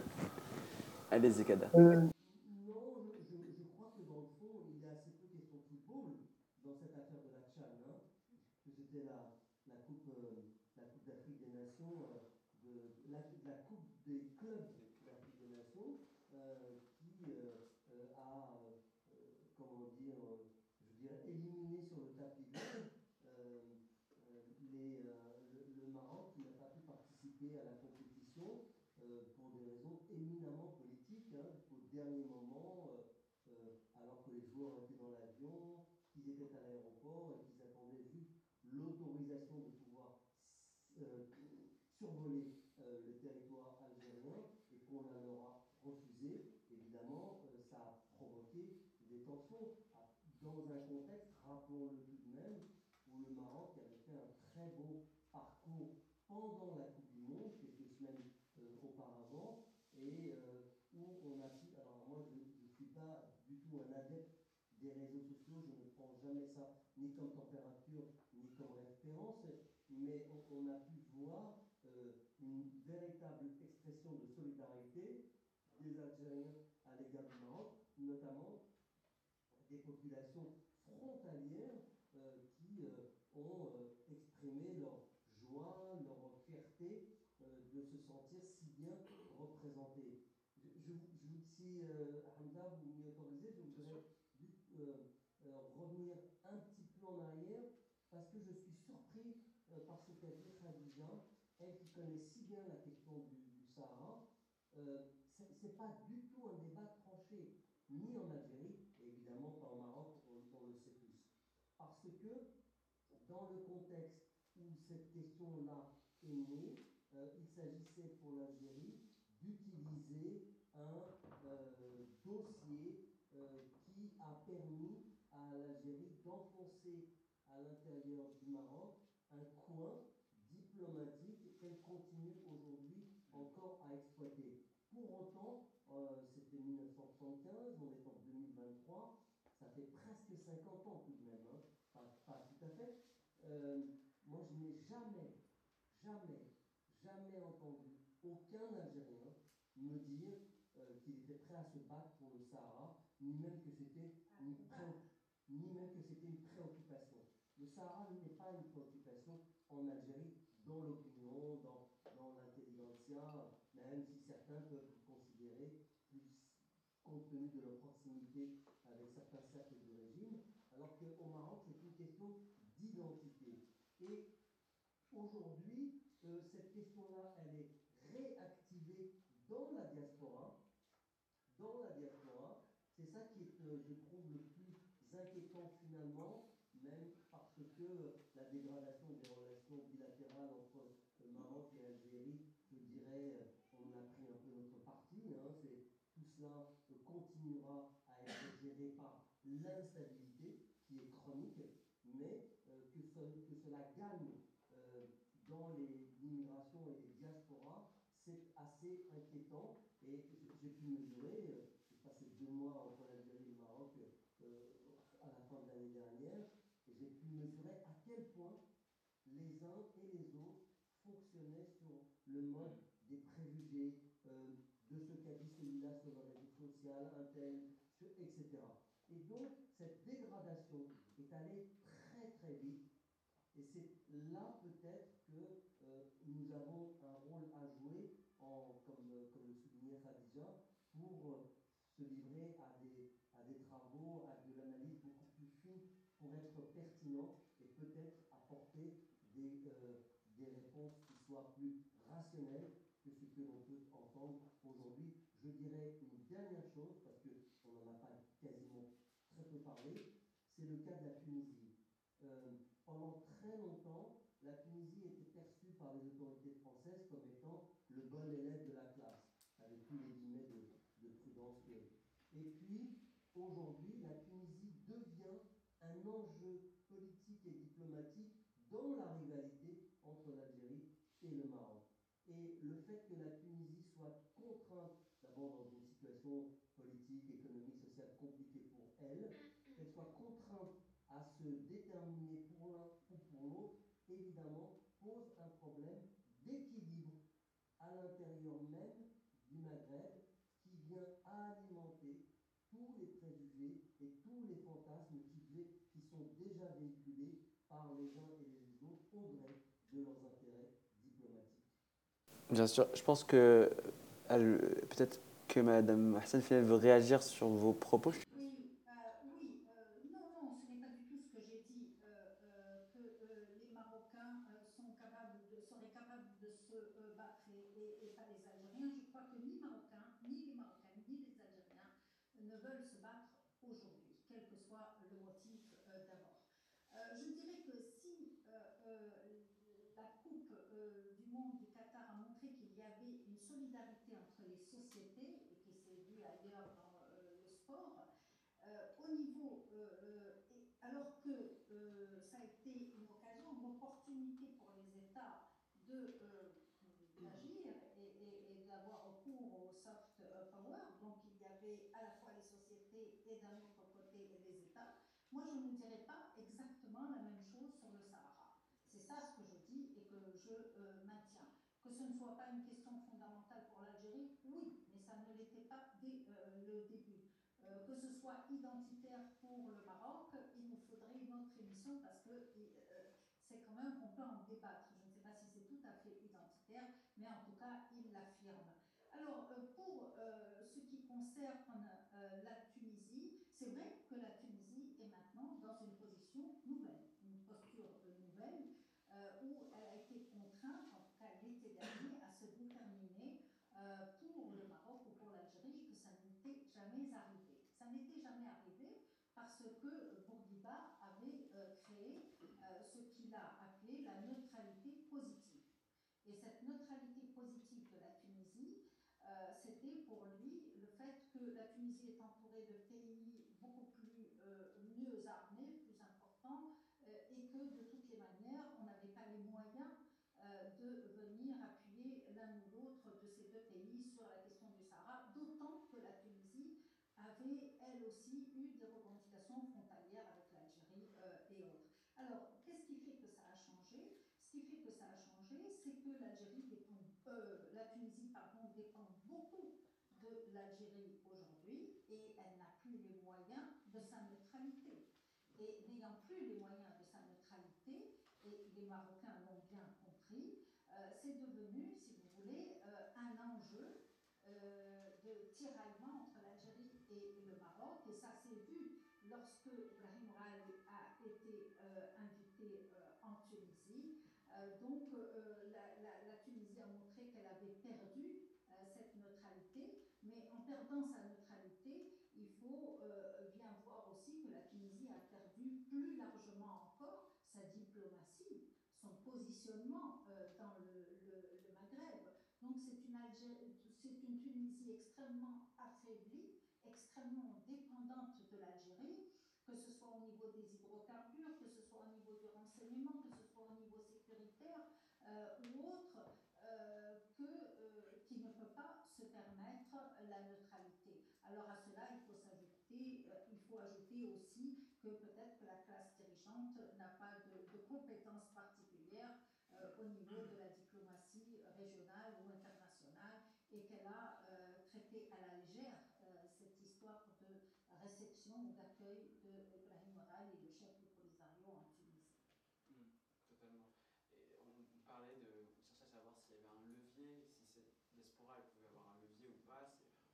Allez-y, Kader. euh, non, je, je- je crois que dans le fond, il y a assez peu question de football dans cette affaire de la Tchad, hein, que c'était la, la Coupe, euh, la Coupe d'Afrique des Nations, euh, de, la, la Coupe des clubs d'Afrique des Nations, euh, qui euh, euh, a, euh, euh, comment dire, euh, je dirais, éliminé sur le tapis vert euh, euh, les, euh, le, le Maroc qui n'a pas pu participer à la compétition euh, pour des raisons éminemment politiques, hein, qu'au dernier moment, euh, euh, alors que les joueurs étaient dans l'avion, qu'ils étaient à l'aéroport et qu'ils attendaient juste l'autorisation de pouvoir euh, survoler euh, le territoire algérien et qu'on la leur a refusé, évidemment, euh, ça a provoqué des tensions dans un contexte, rappelons-le tout de même, où le Maroc avait fait un très beau parcours pendant la Coupe du Monde, quelques semaines euh, auparavant, et euh, où on a pu... Alors moi, je ne suis pas du tout un adepte des réseaux sociaux, je ne prends jamais ça ni comme température, ni comme référence, mais on, on a pu voir euh, une véritable expression de solidarité des Algériens à l'égard du Maroc, notamment des populations frontalières euh, qui euh, ont euh, exprimé leur joie, leur fierté euh, de se sentir si bien représentés. Je, je, je vous, si euh, Hamza, vous m'y autorisez, je voudrais juste euh, euh, revenir un petit peu en arrière parce que je suis surpris euh, par ce qu'a dit Khadija, elle qui connaît si bien la question du, du Sahara. Euh, c'est pas du tout un débat tranché ni en Algérie, et évidemment pas au Maroc, on, on le sait tous. Parce que dans le contexte où cette question-là est née, euh, il s'agissait pour l'Algérie d'utiliser un euh, dossier euh, qui a permis à l'Algérie d'enfoncer à l'intérieur du Maroc un coin diplomatique qu'elle continue aujourd'hui encore à exploiter. Pour autant, euh, c'était mille neuf cent soixante-quinze, on est en deux mille vingt-trois, ça fait presque cinquante ans tout de même, hein, pas, pas tout à fait. Euh, moi, je n'ai jamais, jamais, jamais entendu aucun Algérien me dire euh, qu'il était prêt à se battre pour le Sahara, ni même que c'était une préoccupation ni même que c'était une préoccupation. Le Sahara n'est pas une préoccupation en Algérie, dans l'opinion, dans, dans l'intelligentsia, même si certains peuvent le considérer plus compte tenu de leur proximité avec certains cercles du régime, alors qu'au Maroc, c'est une question d'identité. Et aujourd'hui, euh, cette question-là, elle est réactivée dans la diaspora, dans la diaspora. C'est ça qui est, euh, je trouve, le plus inquiétant finalement, même parce que euh, la dégradation des relations bilatérales entre euh, Maroc et Algérie, je dirais, euh, on a pris un peu notre parti. Hein, c'est, tout cela euh, continuera à être géré par l'instabilité qui est chronique, mais euh, que, ce, que cela gagne euh, dans les, l'immigration et les diasporas, c'est assez inquiétant. Et j'ai pu mesurer, euh, j'ai passé deux mois entre l'Algérie et le Maroc euh, à la fin de l'année dernière, et j'ai pu mesurer à quel point les uns et les autres fonctionnaient sur le mode des préjugés, euh, de ce qu'a dit celui-là sur le réseau social, un tel, sur, et cetera. Et donc, cette dégradation est allée très très vite. Et c'est là peut-être que euh, nous avons un rôle à jouer, en, comme, euh, comme le soulignait Khadija, pour euh, se livrer à des, à des travaux, à de l'analyse beaucoup plus fine, pour être pertinent et peut-être apporter des, euh, des réponses qui soient plus rationnelles que ce que l'on peut entendre aujourd'hui. Je dirais une dernière chose, parce qu'on n'en a pas quasiment très peu parlé, c'est le cas de la Tunisie. Euh, pendant très longtemps, la Tunisie était perçue par les autorités françaises comme étant le bon élève de la classe, avec tous les guillemets de, de prudence que... Et puis, aujourd'hui, la Tunisie devient un enjeu politique et diplomatique dans la rivalité entre l'Algérie et le Maroc. Et le fait que la Tunisie soit contrainte, d'abord dans une situation politique, économique, sociale compliquée pour elle, qu'elle soit contrainte à se déterminer pour l'un ou pour l'autre, évidemment, pose un problème d'équilibre à l'intérieur même du Maghreb qui vient alimenter tous les préjugés et tous les fantasmes qui, qui sont déjà véhiculés par les uns et les autres au gré de leurs intérêts diplomatiques. Bien sûr, je pense que peut-être que Madame Hassan Finel veut réagir sur vos propos. Oui, euh, oui, euh, non, non, ce n'est pas du tout ce que j'ai dit, euh, euh, que euh, les Marocains euh, sont capables de, seraient capables de se euh, battre et, et, et pas les Algériens. Je crois que ni Marocains, ni les Marocains, ni les Algériens ne veulent se battre aujourd'hui, quel que soit le motif euh, d'abord. Euh, je dirais que si euh, euh, la Coupe euh, du Monde du Qatar a montré qu'il y avait une solidarité entre les sociétés et qui s'est vue ailleurs dans euh, le sport, euh, au niveau, euh, et, alors que euh, ça a été une occasion, une opportunité pour les États de euh, d'agir et, et, et d'avoir recours au soft power. Donc il y avait à la fois les sociétés et d'un autre côté les États. Moi, je ne dirais pas exactement la même chose sur le Sahara. C'est ça ce que je dis et que je euh, maintiens. Que ce ne soit pas une question fondamentale pour l'Algérie, oui, mais ça ne l'était pas dès euh, le début. Euh, que ce soit identitaire pour le Maroc, il nous faudrait une autre émission parce que euh, c'est quand même, on peut en débattre. Je ne sais pas si c'est tout à fait identitaire, mais en tout cas, il l'affirme. Alors, euh, pour euh, ce qui concerne euh, la Tunisie, c'est vrai que la Tunisie est maintenant dans une position nouvelle, une posture euh, nouvelle, euh, où elle a été contrainte, en tout cas l'été dernier, à se déterminer euh, pour le Maroc ou pour l'Algérie, que ça n'était jamais arrivé. Ça n'était jamais arrivé parce que Bourguiba avait euh, créé euh, ce qu'il a appelé la neutralité positive. Et cette neutralité positive de la Tunisie, euh, c'était pour lui le fait que la Tunisie est entourée de pays beaucoup plus euh, mieux armés, plus importants, euh, et que de toutes les manières, on n'avait pas les moyens euh, de venir appuyer l'un ou l'autre de ces deux pays sur la question du Sahara, d'autant que la Tunisie avait elle aussi eu des revendications frontalières avec l'Algérie euh, et autres. Alors, qu'est-ce qui fait que ça a changé? Ce qui fait que ça a changé, c'est que l'Algérie dépend, euh, la Tunisie pardon, dépend beaucoup de l'Algérie aujourd'hui et elle n'a plus les moyens de sa neutralité. Et n'ayant plus les moyens de sa neutralité, et les Marocains l'ont bien compris, euh, c'est devenu, si vous voulez, euh, un enjeu euh, de tiraillement entre l'Algérie et le Maroc. Et ça s'est vu lorsque Ibrahim Rali a été euh, invité euh, en Tunisie. Euh, donc euh, la, la, la Tunisie a montré qu'elle avait perdu euh, cette neutralité, mais en perdant sa neutralité, il faut euh, bien voir aussi que la Tunisie a perdu plus largement encore sa diplomatie, son positionnement euh, dans le, le, le Maghreb. Donc c'est une, c'est une Tunisie extrêmement affaiblie, extrêmement dépendante de l'Algérie, que ce soit au niveau des hydrocarbures, que ce soit au niveau du renseignement, que ce soit au niveau sécuritaire euh, ou autre, euh, que, euh, qui ne peut pas se permettre la neutralité. Alors à cela, il faut s'ajouter, euh, il faut ajouter aussi que peut-être que la classe dirigeante n'a pas de, de compétences particulières euh, au niveau de la diplomatie régionale ou internationale et qu'elle a euh, traité à la légère euh, cette histoire de réception ou d'accueil d'Ibrahim Rali, le chef du Polisario en Tunisie. Mmh, totalement. Et on parlait de, on cherchait à savoir s'il y avait un levier, si cette diaspora elle pouvait avoir un levier ou pas.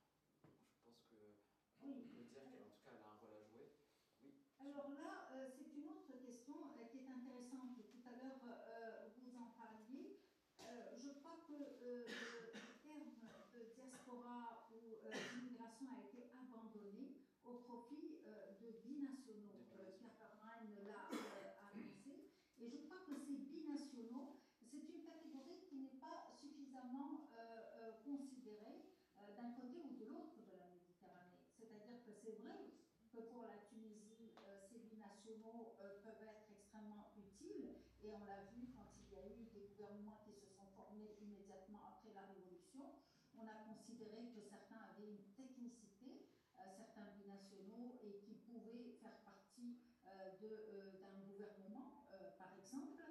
Je pense que oui. On peut dire qu'elle en tout cas elle a un rôle à jouer. Oui. Alors là, euh, c'est une autre question euh, qui est intéressante et tout à l'heure euh, vous en parliez. Euh, je crois que euh, le terme de diaspora ou euh, d'immigration a été abandonné au profit euh, de binationaux, euh, car binationaux euh, peuvent être extrêmement utiles, et on l'a vu quand il y a eu des gouvernements qui se sont formés immédiatement après la Révolution. On a considéré que certains avaient une technicité, euh, certains binationaux, et qui pouvaient faire partie euh, de, euh, d'un gouvernement, euh, par exemple.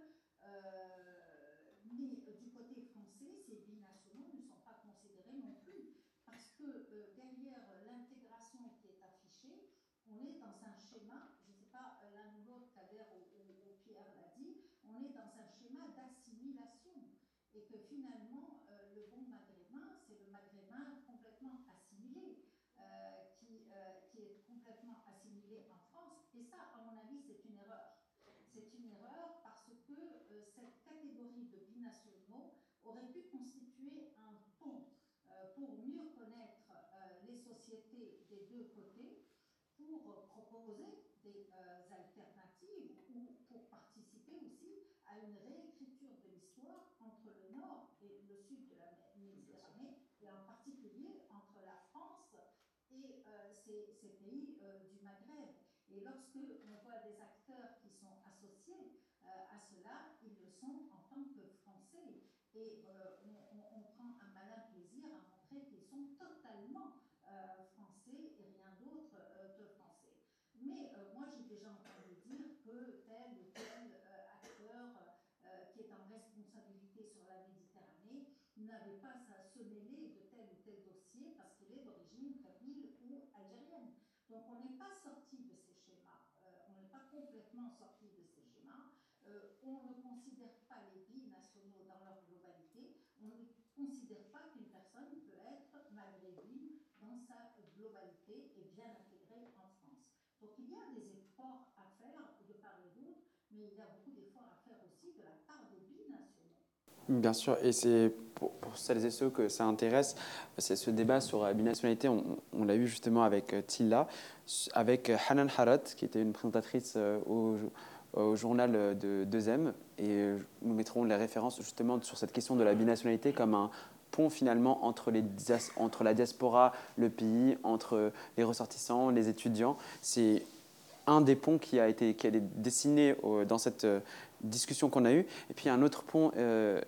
Euh, mais euh, du côté français, ces binationaux ne sont pas considérés non plus, parce que euh, derrière l'intégration qui est affichée, on est dans un schéma, je ne sais pas euh, l'un ou l'autre, Kader ou, ou, ou Pierre l'a dit, on est dans un schéma d'assimilation. Et que finalement, euh, le bon maghrébin, c'est le maghrébin complètement assimilé, euh, qui, euh, qui est complètement assimilé en France. Et ça, à mon avis, c'est une erreur. C'est une erreur parce que euh, cette catégorie de binationaux aurait pu constituer un pont euh, pour mieux connaître euh, les sociétés des deux côtés, pour proposer des euh, alternatives ou pour participer aussi à une réécriture de l'histoire entre le nord et le sud de la Méditerranée, et en particulier entre la France et euh, ces, ces pays euh, du Maghreb. Et lorsque on voit des acteurs qui sont associés euh, à cela, ils le sont en tant que Français. Et euh, on, on, on prend un malin plaisir à montrer qu'ils sont totalement euh, français et rien d'autre euh, que français. Mais euh, moi, j'ai déjà entendu dire que tel ou tel euh, acteur euh, qui est en responsabilité sur la Méditerranée n'avait pas à se mêler de tel ou tel dossier parce qu'il est d'origine kabyle ou algérienne. Donc, on n'est pas sorti de ces schémas. Euh, on n'est pas complètement sorti de ces schémas. Euh, on ne considère pas les binationaux dans leur globalité. On ne considère pas qu'une personne peut être maghrébine dans sa globalité et bien intégrée en France. Donc il y a des efforts à faire de part et d'autre, mais il y a beaucoup d'efforts à faire aussi de la part des binationaux. Bien sûr, et c'est pour, pour celles et ceux que ça intéresse, c'est ce débat sur la binationalité, on, on l'a eu justement avec Tilla, avec Hanan Harat, qui était une présentatrice au, au journal de deux M, et nous mettrons les références justement sur cette question de la binationalité comme un pont finalement entre, les, entre la diaspora, le pays, entre les ressortissants, les étudiants. C'est un des ponts qui a été, qui a été dessiné dans cette discussion qu'on a eue. Et puis un autre pont euh,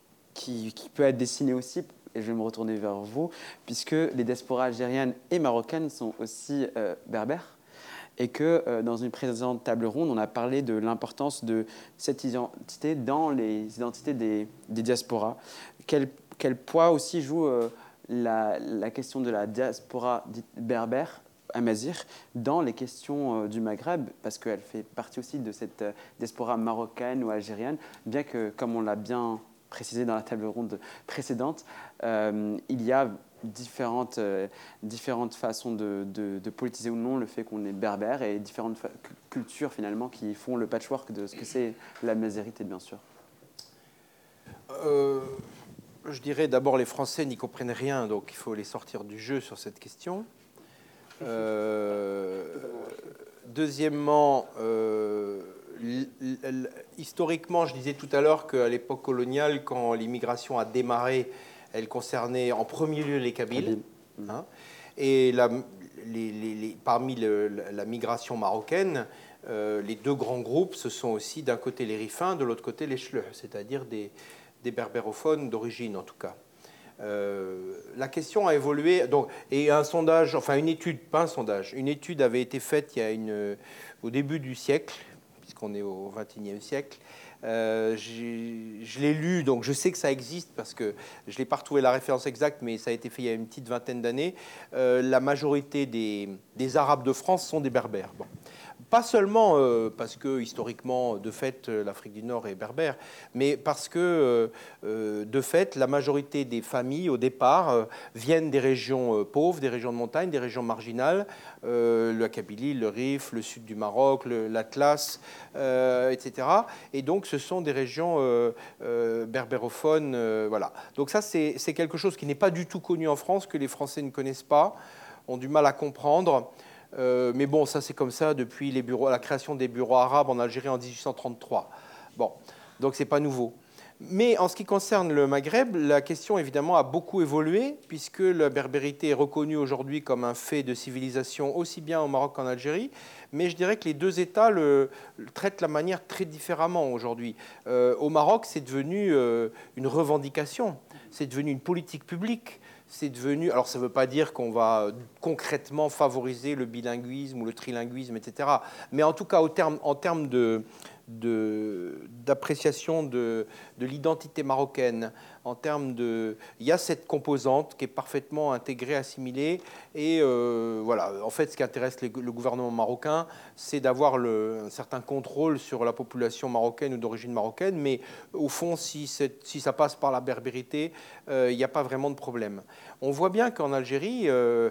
qui, qui peut être dessiné aussi, et je vais me retourner vers vous, puisque les diasporas algériennes et marocaines sont aussi euh, berbères, et que euh, dans une précédente table ronde, on a parlé de l'importance de cette identité dans les identités des, des diasporas. Quel, quel poids aussi joue euh, la, la question de la diaspora dite berbère, amazigh, dans les questions euh, du Maghreb, parce qu'elle fait partie aussi de cette euh, diaspora marocaine ou algérienne, bien que, comme on l'a bien précisé dans la table ronde précédente, euh, il y a différentes, euh, différentes façons de, de, de politiser ou non le fait qu'on est berbère, et différentes cultures finalement qui font le patchwork de ce que c'est la mazérité, bien sûr. Euh, je dirais d'abord, les Français n'y comprennent rien, donc il faut les sortir du jeu sur cette question. Euh, deuxièmement, euh, historiquement, je disais tout à l'heure qu'à l'époque coloniale, quand l'immigration a démarré, elle concernait en premier lieu les Kabyles. Hein, et la, les, les, les, parmi le, la migration marocaine, euh, les deux grands groupes, ce sont aussi d'un côté les Rifins, de l'autre côté les Chleuh, c'est-à-dire des, des berbérophones d'origine en tout cas. Euh, la question a évolué, donc, et un sondage, enfin une étude, pas un sondage, une étude avait été faite il y a une, au début du siècle, puisqu'on est au vingt et unième siècle. Euh, je l'ai lu, donc je sais que ça existe parce que je n'ai pas retrouvé la référence exacte, mais ça a été fait il y a une petite vingtaine d'années. Euh, la majorité des, des Arabes de France sont des Berbères. Bon. Pas seulement euh, parce que, historiquement, de fait, l'Afrique du Nord est berbère, mais parce que, euh, de fait, la majorité des familles, au départ, euh, viennent des régions euh, pauvres, des régions de montagne, des régions marginales, euh, la Kabylie, le Rif, le sud du Maroc, l'Atlas, euh, et cetera. Et donc, ce sont des régions euh, euh, berbérophones. Euh, voilà. Donc ça, c'est quelque chose qui n'est pas du tout connu en France, que les Français ne connaissent pas, ont du mal à comprendre. Euh, mais bon, ça c'est comme ça depuis les bureaux, la création des bureaux arabes en Algérie en mille huit cent trente-trois. Bon, donc c'est pas nouveau. Mais en ce qui concerne le Maghreb, la question évidemment a beaucoup évolué puisque la berbérité est reconnue aujourd'hui comme un fait de civilisation aussi bien au Maroc qu'en Algérie. Mais je dirais que les deux États le, le traitent la manière très différemment aujourd'hui. Euh, au Maroc, c'est devenu euh, une revendication, c'est devenu une politique publique. C'est devenu, alors ça ne veut pas dire qu'on va concrètement favoriser le bilinguisme ou le trilinguisme, et cetera. Mais en tout cas, au terme, en termes de, d'appréciation de, de, de l'identité marocaine, en termes de... Il y a cette composante qui est parfaitement intégrée, assimilée, et euh, voilà, en fait, ce qui intéresse les, le gouvernement marocain, c'est d'avoir un certain contrôle sur la population marocaine ou d'origine marocaine, mais au fond, si, si ça passe par la berbérité, euh, il n'y a pas vraiment de problème. On voit bien qu'en Algérie, euh,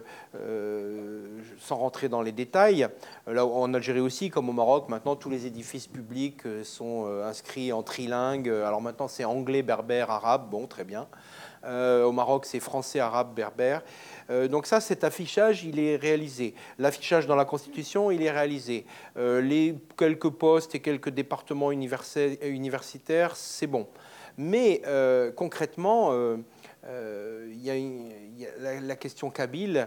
euh, sans rentrer dans les détails, là, en Algérie aussi, comme au Maroc, maintenant, tous les édifices publics sont inscrits en trilingue. Alors maintenant, c'est anglais, berbère, arabe. Bon, très bien. Euh, au Maroc, c'est français, arabe, berbère. Euh, donc ça, cet affichage, il est réalisé. L'affichage dans la Constitution, il est réalisé. Euh, les quelques postes et quelques départements universitaires, c'est bon. Mais euh, concrètement, euh, euh, il y a, une, il y a la, la question kabyle.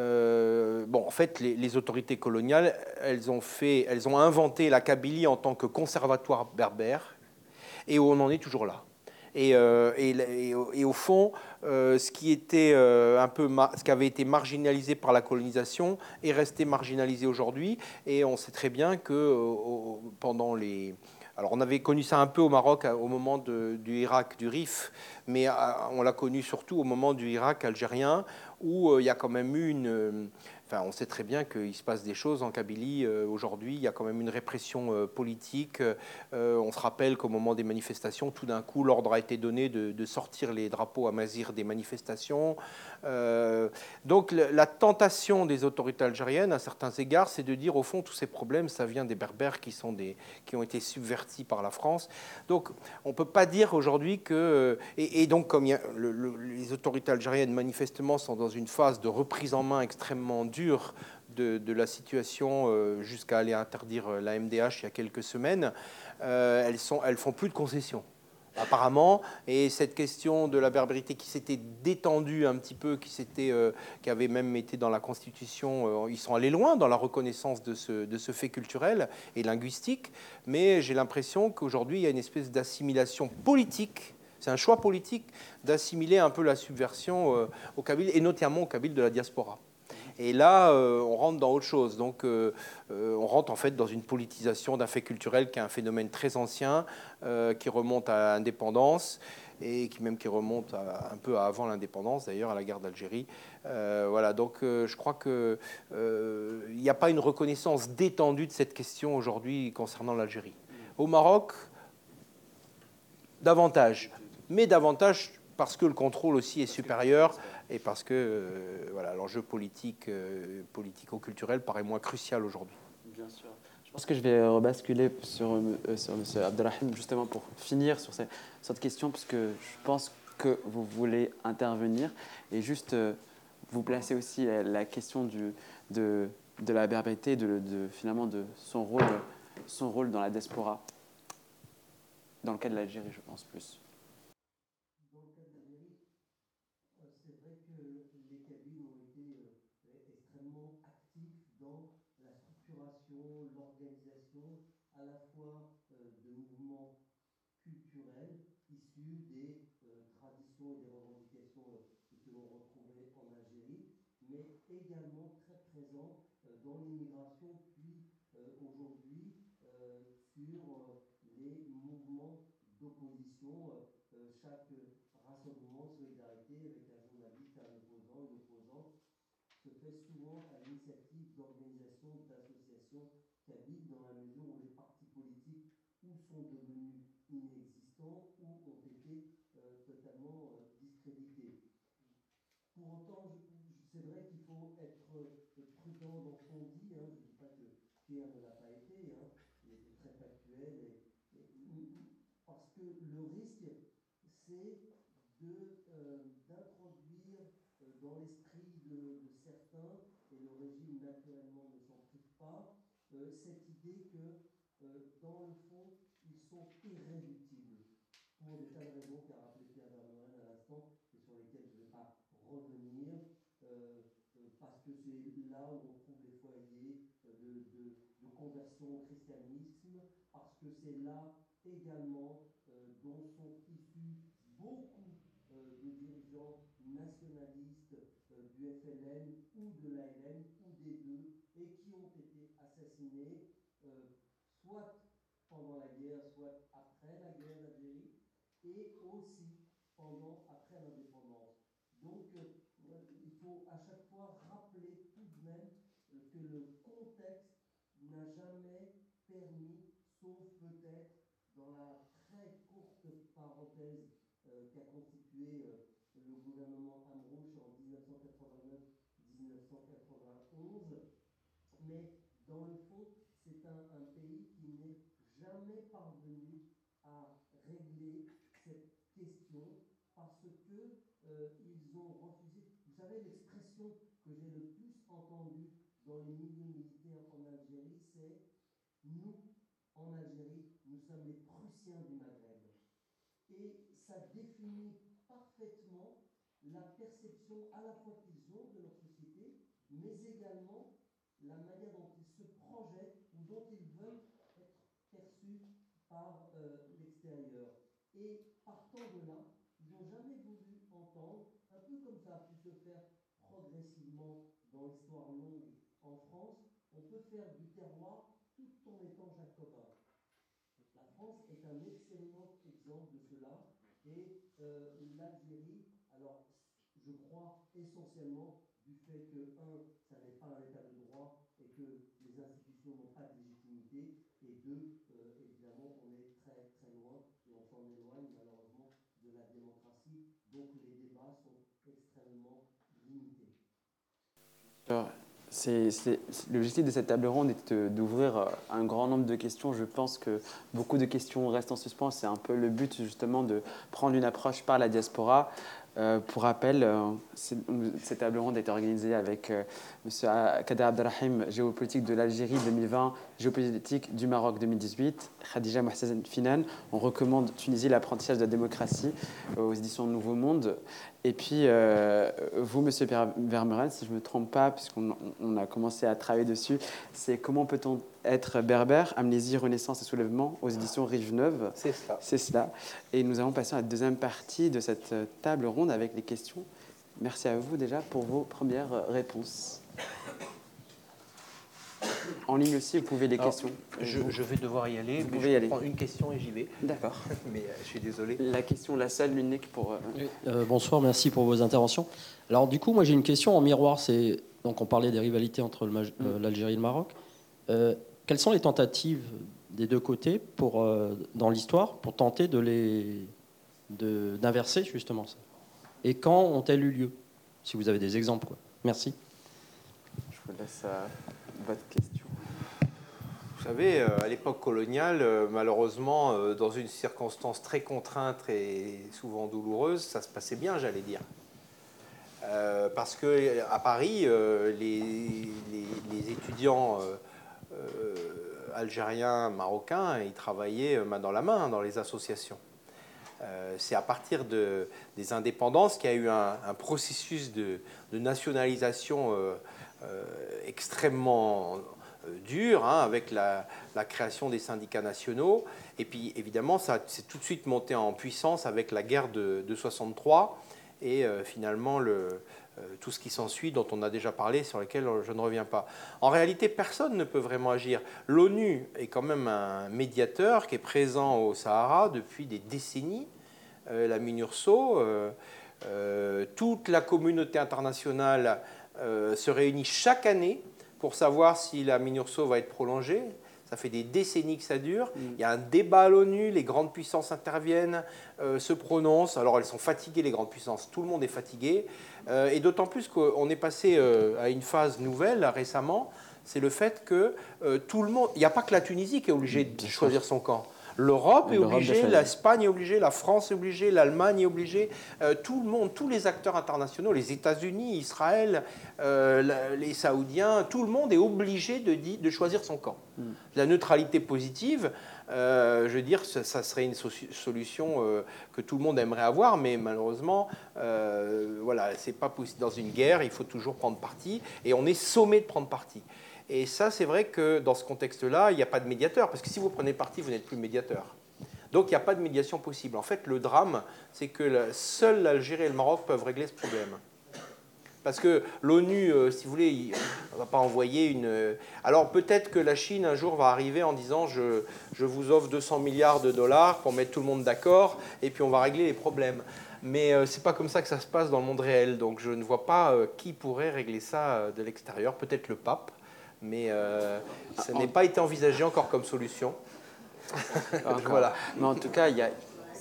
Euh, bon, en fait, les, les autorités coloniales, elles ont fait, elles ont inventé la Kabylie en tant que conservatoire berbère, et on en est toujours là. Et, euh, et, et, et au fond, euh, ce qui était euh, un peu, ce qui avait été marginalisé par la colonisation est resté marginalisé aujourd'hui. Et on sait très bien que euh, pendant les Alors on avait connu ça un peu au Maroc au moment de, du Irak, du Rif, mais on l'a connu surtout au moment du Irak algérien, où il y a quand même eu une... Enfin, on sait très bien qu'il se passe des choses en Kabylie euh, aujourd'hui. Il y a quand même une répression euh, politique. Euh, on se rappelle qu'au moment des manifestations, tout d'un coup, l'ordre a été donné de, de sortir les drapeaux amazigh des manifestations. Euh, donc la tentation des autorités algériennes, à certains égards, c'est de dire, au fond, tous ces problèmes, ça vient des Berbères qui, sont des, qui ont été subvertis par la France. Donc on ne peut pas dire aujourd'hui que... Et, et donc, comme il y a, le, le, les autorités algériennes, manifestement, sont dans une phase de reprise en main extrêmement dure De, de la situation euh, jusqu'à aller interdire la M D H il y a quelques semaines, euh, elles sont, elles font plus de concessions apparemment, et cette question de la berbérité qui s'était détendue un petit peu, qui, s'était, euh, qui avait même été dans la Constitution, euh, ils sont allés loin dans la reconnaissance de ce, de ce fait culturel et linguistique, mais j'ai l'impression qu'aujourd'hui il y a une espèce d'assimilation politique. C'est un choix politique d'assimiler un peu la subversion euh, au Kabyle, et notamment au Kabyle de la diaspora. Et là, euh, on rentre dans autre chose. Donc, euh, euh, on rentre en fait dans une politisation d'un fait culturel qui est un phénomène très ancien, euh, qui remonte à l'indépendance et qui même qui remonte à, un peu à avant l'indépendance, d'ailleurs, à la guerre d'Algérie. Euh, voilà. Donc, euh, je crois que euh, il n'y a pas une reconnaissance détendue de cette question aujourd'hui concernant l'Algérie. Au Maroc, davantage, mais davantage parce que le contrôle aussi est supérieur et parce que euh, voilà, l'enjeu politique, euh, politico-culturel paraît moins crucial aujourd'hui. Bien sûr. Je pense que je vais rebasculer sur, euh, sur M. Abdelrahim, justement pour finir sur cette, cette question, parce que je pense que vous voulez intervenir et juste euh, vous placer aussi la, la question du, de, de la berbérité, de, de, finalement de son rôle, son rôle dans la diaspora, dans le cas de l'Algérie, je pense plus. L'organisation à la fois euh, de mouvements culturels issus des euh, traditions et des revendications euh, que l'on retrouvait en Algérie, mais également très présents euh, dans l'immigration, puis euh, aujourd'hui euh, sur euh, les mouvements d'opposition. Euh, chaque rassemblement, solidarité avec un journaliste, un opposant, une opposante, se fait souvent à l'initiative d'organisations, d'associations kabyles, dans la mesure où les partis politiques ou sont devenus inexistants ou ont été euh, totalement euh, discrédités. Pour autant, je, je, c'est vrai qu'il faut être euh, prudent dans ce qu'on dit. Hein. Je ne dis pas que Pierre ne l'a pas été. Hein. Il était très factuel. Et, et, parce que le risque, c'est de, euh, d'introduire euh, dans l'esprit de, de certains, et le régime naturellement ne s'en prive pas, euh, cette idée que, euh, dans le fond, ils sont irréductibles. pour des tas de raisons qu'a rappelé Pierre Vermeuren à l'instant et sur lesquelles je ne vais pas revenir, euh, euh, parce que c'est là où on trouve les foyers de, de, de conversion au christianisme, parce que c'est là également euh, dont sont issus beaucoup euh, de dirigeants nationalistes euh, du F L N ou de l'A L N ou des deux, et qui ont été assassinés euh, soit pendant la guerre, soit après la guerre d'Algérie, et aussi pendant, après l'indépendance. Donc, euh, il faut à chaque fois rappeler tout de même euh, que le contexte n'a jamais permis, sauf peut-être dans la très courte parenthèse euh, qu'a constitué euh, le gouvernement Amrouche en dix-neuf cent quatre-vingt-neuf dix-neuf cent quatre-vingt-onze, mais dans le fond, c'est un, un pays qui n'est jamais parvenu à régler cette question parce que euh, ils ont refusé. Vous savez, l'expression que j'ai le plus entendue dans les milieux militaires en Algérie, c'est « nous, en Algérie, nous sommes les Prussiens du Maghreb ». Et ça définit parfaitement la perception à la fois qu'ils ont de leur société, mais également la manière dont ils se projettent ou dont ils veulent être perçus par euh, l'extérieur. Et partant de là, ils n'ont jamais voulu entendre, un peu comme ça a pu se faire progressivement dans l'histoire longue en France, on peut faire du terroir tout en étant jacobin. La France est un excellent exemple de cela. Et euh, l'Algérie, alors je crois essentiellement du fait que, un, ça n'est pas un état de droit et que les institutions n'ont pas de légitimité, et deux, euh, évidemment, on est très très loin, et on s'en éloigne malheureusement de la démocratie, donc les débats sont extrêmement limités. Alors, c'est, c'est, l'objectif de cette table ronde est de, d'ouvrir un grand nombre de questions. Je pense que beaucoup de questions restent en suspens. C'est un peu le but justement de prendre une approche par la diaspora. Euh, pour rappel, euh, cette table ronde a été organisée avec euh, M. Kader Abdelrahim, géopolitique de l'Algérie deux mille vingt, géopolitique du Maroc deux mille dix-huit, Khadija Mohsen Finan. On recommande Tunisie, l'apprentissage de la démocratie euh, aux éditions Nouveau Monde. Et puis, euh, vous, M. Vermeuren, si je ne me trompe pas, puisqu'on on a commencé à travailler dessus, c'est comment peut-on être berbère, amnésie, renaissance et soulèvement aux éditions Rive Neuve. C'est cela. C'est cela. Et nous allons passer à la deuxième partie de cette table ronde avec les questions. Merci à vous déjà pour vos premières réponses. En ligne aussi, vous pouvez les Alors, questions. Je, je vais devoir y aller, Vous mais pouvez je y aller. prends une question et j'y vais. D'accord. Mais euh, je suis désolé. La question, la seule, l'unique pour... Euh... Oui. Euh, bonsoir, merci pour vos interventions. Alors du coup, moi j'ai une question en miroir. C'est donc on parlait des rivalités entre le, euh, l'Algérie et le Maroc. Euh, quelles sont les tentatives des deux côtés pour, euh, dans l'histoire pour tenter de les, de, d'inverser justement ça? Et quand ont-elles eu lieu? Si vous avez des exemples, quoi. Merci. Je vous laisse euh, votre question. Vous savez, à l'époque coloniale, malheureusement, dans une circonstance très contrainte et souvent douloureuse, ça se passait bien, j'allais dire. Euh, parce qu'à Paris, euh, les, les, les étudiants euh, euh, algériens, marocains, ils travaillaient main dans la main dans les associations. Euh, c'est à partir de, des indépendances qu'il y a eu un, un processus de, de nationalisation euh, euh, extrêmement dur, hein, avec la, la création des syndicats nationaux. Et puis, évidemment, ça s'est tout de suite monté en puissance avec la guerre de, de soixante-trois et euh, finalement le, euh, tout ce qui s'ensuit, dont on a déjà parlé, sur lequel je ne reviens pas. En réalité, personne ne peut vraiment agir. L'ONU est quand même un médiateur qui est présent au Sahara depuis des décennies. Euh, la MINURSO, euh, euh, toute la communauté internationale euh, se réunit chaque année pour savoir si la MINURSO va être prolongée. Ça fait des décennies que ça dure. Mm. Il y a un débat à l'ONU, les grandes puissances interviennent, euh, se prononcent. Alors elles sont fatiguées, les grandes puissances, tout le monde est fatigué. Euh, et d'autant plus qu'on est passé euh, à une phase nouvelle là, récemment, c'est le fait que euh, tout le monde... Il n'y a pas que la Tunisie qui est obligée de choisir son camp. L'Europe est L'Europe obligée, défaillit. l'Espagne est obligée, la France est obligée, l'Allemagne est obligée, euh, tout le monde, tous les acteurs internationaux, les États-Unis, Israël, euh, la- les Saoudiens, tout le monde est obligé de, di- de choisir son camp. Mm. La neutralité positive, euh, je veux dire, ça, ça serait une so- solution euh, que tout le monde aimerait avoir, mais malheureusement, euh, voilà, c'est pas possible. Dans une guerre, il faut toujours prendre parti, et on est sommé de prendre parti. Et ça, c'est vrai que dans ce contexte-là, il n'y a pas de médiateur, parce que si vous prenez parti, vous n'êtes plus médiateur. Donc il n'y a pas de médiation possible. En fait, le drame, c'est que la- seuls l'Algérie et le Maroc peuvent régler ce problème. Parce que l'ONU, euh, si vous voulez, on ne va pas envoyer une... euh, Alors peut-être que la Chine, un jour, va arriver en disant je, je vous offre deux cents milliards de dollars pour mettre tout le monde d'accord, et puis on va régler les problèmes. Mais euh, ce n'est pas comme ça que ça se passe dans le monde réel. Donc je ne vois pas euh, qui pourrait régler ça euh, de l'extérieur. Peut-être le pape, mais euh, ça n'est pas été envisagé encore comme solution. Encore. Voilà. Mais en tout cas, il y a,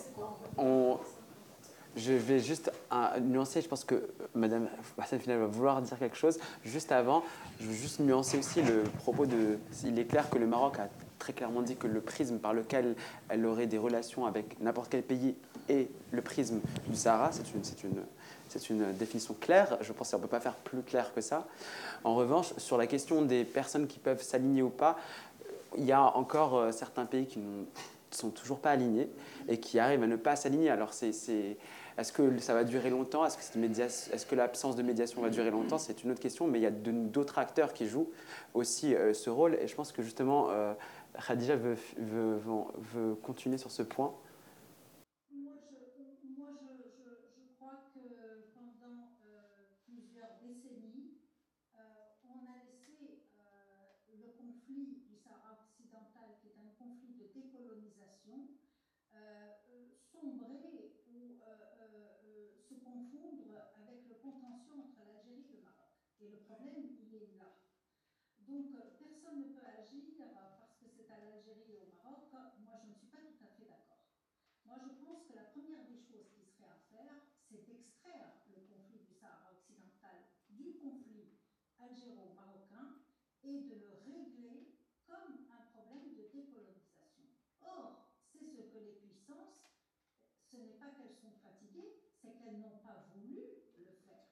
on, je vais juste euh, nuancer, je pense que Madame Hassan Final va vouloir dire quelque chose. Juste avant, je veux juste nuancer aussi le propos de... Il est clair que le Maroc a très clairement dit que le prisme par lequel elle aurait des relations avec n'importe quel pays est le prisme du Sahara. C'est une, c'est une, c'est une définition claire. Je pense qu'on ne peut pas faire plus clair que ça. En revanche, sur la question des personnes qui peuvent s'aligner ou pas, il y a encore euh, certains pays qui ne sont toujours pas alignés et qui arrivent à ne pas s'aligner. Alors, c'est, c'est, est-ce que ça va durer longtemps? Est-ce que, cette médiation, est-ce que l'absence de médiation va durer longtemps? C'est une autre question, mais il y a de, d'autres acteurs qui jouent aussi euh, ce rôle. Et je pense que justement, euh, Khadija veut, veut, veut, veut continuer sur ce point. Moi, je, moi je, je, je crois que pendant euh, plusieurs décennies, euh, on a laissé euh, le conflit du Sahara occidental, qui est un conflit de décolonisation, euh, euh, sombrer ou euh, euh, euh, se confondre avec le contentieux entre l'Algérie et le Maroc. Et le problème, il est là. Donc, euh, personne ne peut agir parce que c'est à l'Algérie et au Maroc. Moi, je ne suis pas tout à fait d'accord. Moi, je pense que la première des choses qui serait à faire, c'est d'extraire le conflit du Sahara occidental du conflit algéro-marocain et de le régler comme un problème de décolonisation. Or, c'est ce que les puissances, ce n'est pas qu'elles sont fatiguées, c'est qu'elles n'ont pas voulu le faire.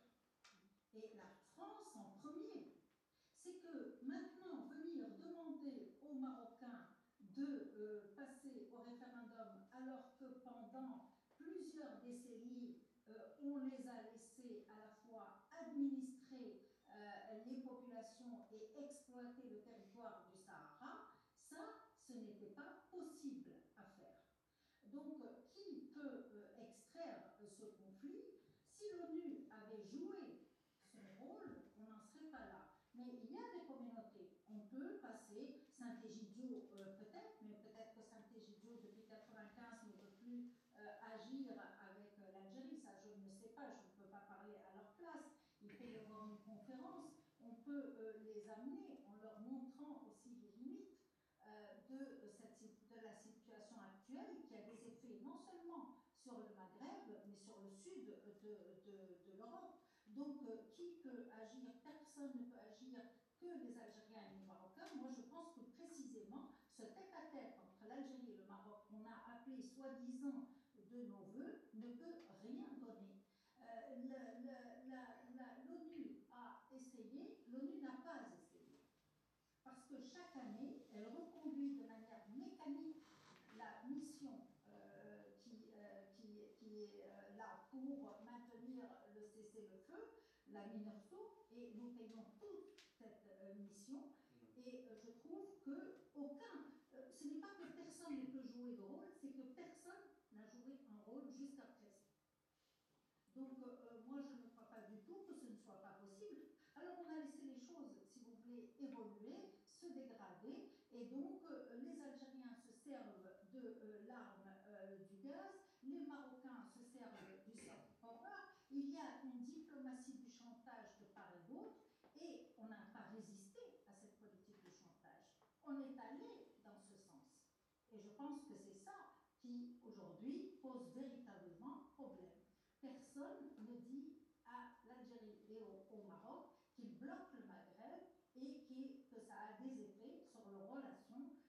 Et la France en premier. C'est que maintenant, venir demander aux Marocains de euh, passer au référendum alors que pendant plusieurs décennies, euh, on les a laissés à la fois administrer euh, les populations et exploiter le territoire du Sahara, ça, ce n'était pas possible à faire. Donc, qui peut euh, extraire euh, ce conflit? Si l'ONU avait joué son rôle, on n'en serait pas là. Mais il y a des communautés. On peut passer Saint-Égidio euh, peut-être, mais peut-être que Saint-Égidio depuis quatre-vingt-quinze ne veut plus euh, agir avec euh, l'Algérie. Ça, je ne sais pas. Je ne peux pas parler à leur place. Il peut y avoir une conférence. On peut euh, les amener en leur montrant aussi les limites euh, de, cette, de la situation actuelle qui a des effets non seulement sur le Maghreb, mais sur le sud de, de, de l'Europe. Donc, euh, qui peut agir? Personne ne peut agir que les Algériens et les Marocains. Moi, je pense que précisément, ce tête-à-tête entre l'Algérie et le Maroc, qu'on a appelé soi-disant de nos voeux, ne peut rien donner. Euh, L'ONU a essayé, l'ONU n'a pas essayé. Parce que chaque année, elle reconduit de manière mécanique la mission euh, qui, euh, qui, qui est euh, là pour maintenir le cessez-le-feu, la MINURSO, et nous payons toute cette euh, mission. Et euh, je trouve que aucun, euh, ce n'est pas que personne ne peut jouer de rôle, c'est que personne n'a joué un rôle jusqu'à présent. Donc, euh, moi, je ne crois pas du tout que ce ne soit pas possible. Alors, on a laissé les choses, si vous voulez, évoluer, se dégrader. Et donc, euh, les Algériens se servent de euh, l'arme euh, du gaz, les Marocains se servent du soft power. Il y a une diplomatie du chantage de part et d'autre. Et on n'a pas résisté à cette politique de chantage. On est allé dans ce sens. Et je pense que c'est ça qui, aujourd'hui, pose véritablement problème. Personne ne dit à l'Algérie et au, au Maroc qu'ils bloquent le Maghreb et qui, que ça a des effets sur leurs relations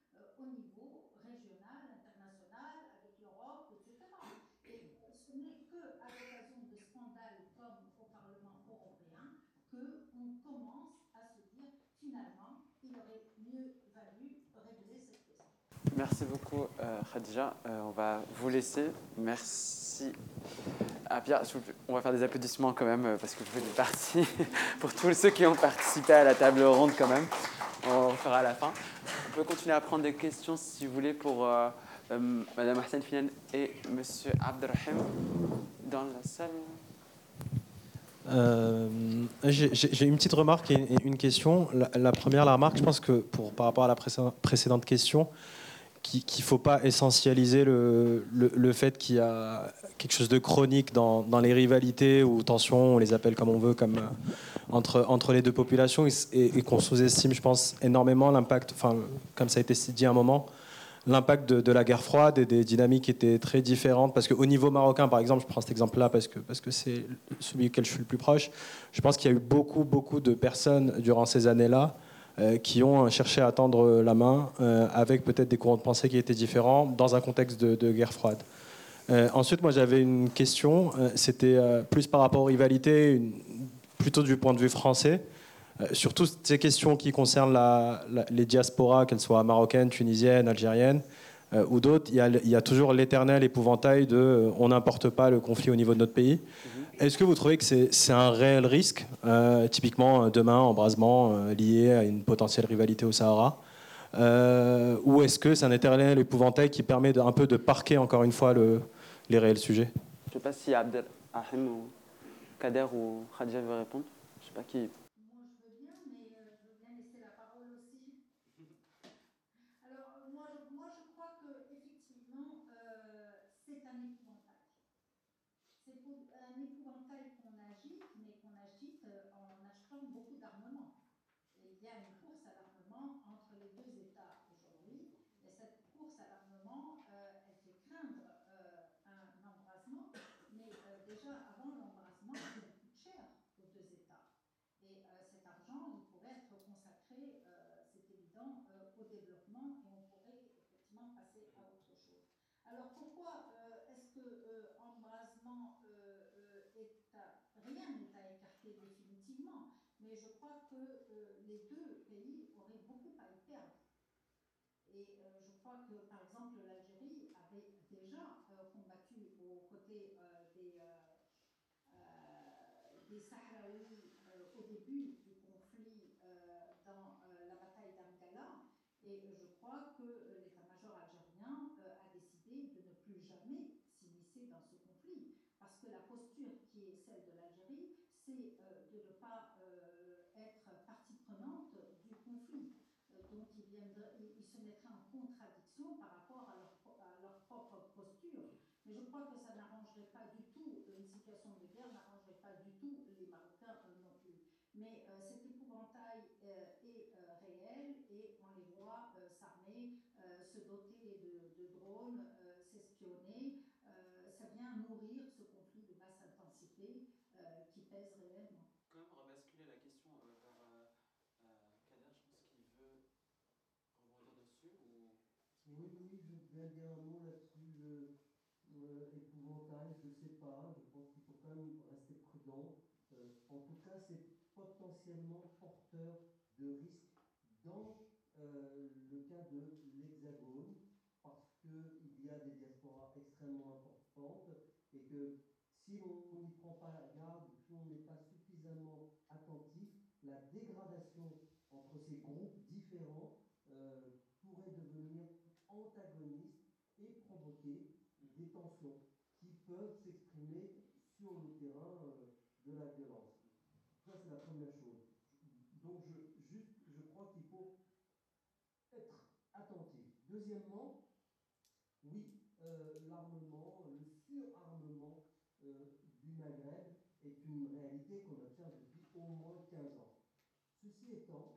Merci beaucoup, euh, Khadija. Euh, on va vous laisser. Merci. Ah, Pierre, s'il vous plaît, on va faire des applaudissements quand même, euh, parce que vous faites partie. Pour tous ceux qui ont participé à la table ronde quand même. On le fera à la fin. On peut continuer à prendre des questions si vous voulez pour euh, euh, Madame Hassan Finan et Monsieur Abdelrahim dans la salle. Euh, j'ai j'ai une petite remarque et une question. La, la première, la remarque, je pense que pour, par rapport à la précédente question, qu'il ne faut pas essentialiser le, le, le fait qu'il y a quelque chose de chronique dans, dans les rivalités ou tensions, on les appelle comme on veut, comme, euh, entre, entre les deux populations, et, et qu'on sous-estime, je pense, énormément l'impact, enfin, comme ça a été dit à un moment, l'impact de, de la guerre froide et des dynamiques étaient très différentes. Parce qu'au niveau marocain, par exemple, je prends cet exemple-là parce que parce que c'est celui auquel je suis le plus proche, je pense qu'il y a eu beaucoup, beaucoup de personnes durant ces années-là euh, qui ont cherché à tendre la main euh, avec peut-être des courants de pensée qui étaient différents dans un contexte de, de guerre froide. Euh, ensuite, moi, j'avais une question. Euh, C'était euh, plus par rapport aux rivalités, une, plutôt du point de vue français. Euh, sur toutes ces questions qui concernent la, la, les diasporas, qu'elles soient marocaines, tunisiennes, algériennes euh, ou d'autres, il y, a, il y a toujours l'éternel épouvantail de euh, on n'importe pas le conflit au niveau de notre pays. Mm-hmm. Est-ce que vous trouvez que c'est un réel risque, euh, typiquement demain, embrasement euh, lié à une potentielle rivalité au Sahara, euh, ou est-ce que c'est un éternel épouvantail qui permet de, un peu de parquer encore une fois le, les réels sujets? Je ne sais pas si Abdelrahim ou Kader ou Khadija veut répondre. Je ne sais pas qui. Moi, je veux bien, mais euh, je veux bien laisser la parole aussi. Alors, euh, moi, je, moi, je crois qu'effectivement, euh, c'est un épouvantail. C'est un épouvantail qu'on agite, mais qu'on agite en achetant beaucoup d'armement. Et il y a une course à l'armement entre les deux États aujourd'hui. Et cette course à l'armement, euh, elle fait craindre euh, un embrasement. Mais euh, déjà, avant l'embrasement, elle coûte cher aux deux États. Et euh, cet argent, il pourrait être consacré, euh, c'est évident, euh, au développement et on pourrait effectivement passer à autre chose. Alors pourquoi euh, est-ce que euh, embrasement euh, euh, est à, rien n'est à écarter définitivement, mais je crois que euh, les deux pays auraient beaucoup à y perdre. Et euh, je crois que, par exemple, l'Algérie avait déjà euh, combattu aux côtés euh, des, euh, euh, des Sahraouis euh, au début du conflit euh, dans euh, la bataille d'Amgala. Et je crois que l'état-major algérien euh, a décidé de ne plus jamais s'immiscer dans ce conflit. Parce que la posture qui est celle de l'Algérie, c'est euh, de ne pas euh, être partie prenante du conflit. Donc ils, viendraient, ils se mettraient en contradiction par rapport à leur, à leur propre posture. Mais je crois que ça n'arrangerait pas du tout, une situation de guerre n'arrangerait pas du tout les Marocains euh, non plus. Mais euh, cet épouvantail euh, est euh, réel et on les voit euh, s'armer, euh, se doter de, de drones, euh, s'espionner. Euh, ça vient nourrir ce conflit de basse intensité euh, qui pèse réellement. Quand même rebasculer la question euh, vers euh, euh, Kader, je pense qu'il veut rebondir dessus ou... Oui, oui, je veux bien dire un mot là-dessus. Le euh, épouvantail, je sais pas. Je pense qu'il faut quand même rester prudent. Euh, en tout cas, c'est potentiellement porteur de risques dans euh, le cas de l'Hexagone, parce qu'il y a des diasporas extrêmement importantes et que si on n'y prend pas garde ou si on n'est pas suffisamment attentif, la dégradation entre ces groupes différents euh, pourrait devenir antagoniste et provoquer des tensions qui peuvent s'exprimer sur le terrain euh, de la violence. Ça, c'est la première chose. Donc, je, juste, je crois qu'il faut être attentif. Deuxièmement, oui, euh, l'armement, le surarmement euh, du Maghreb est une réalité qu'on observe depuis au moins quinze ans. Ceci étant,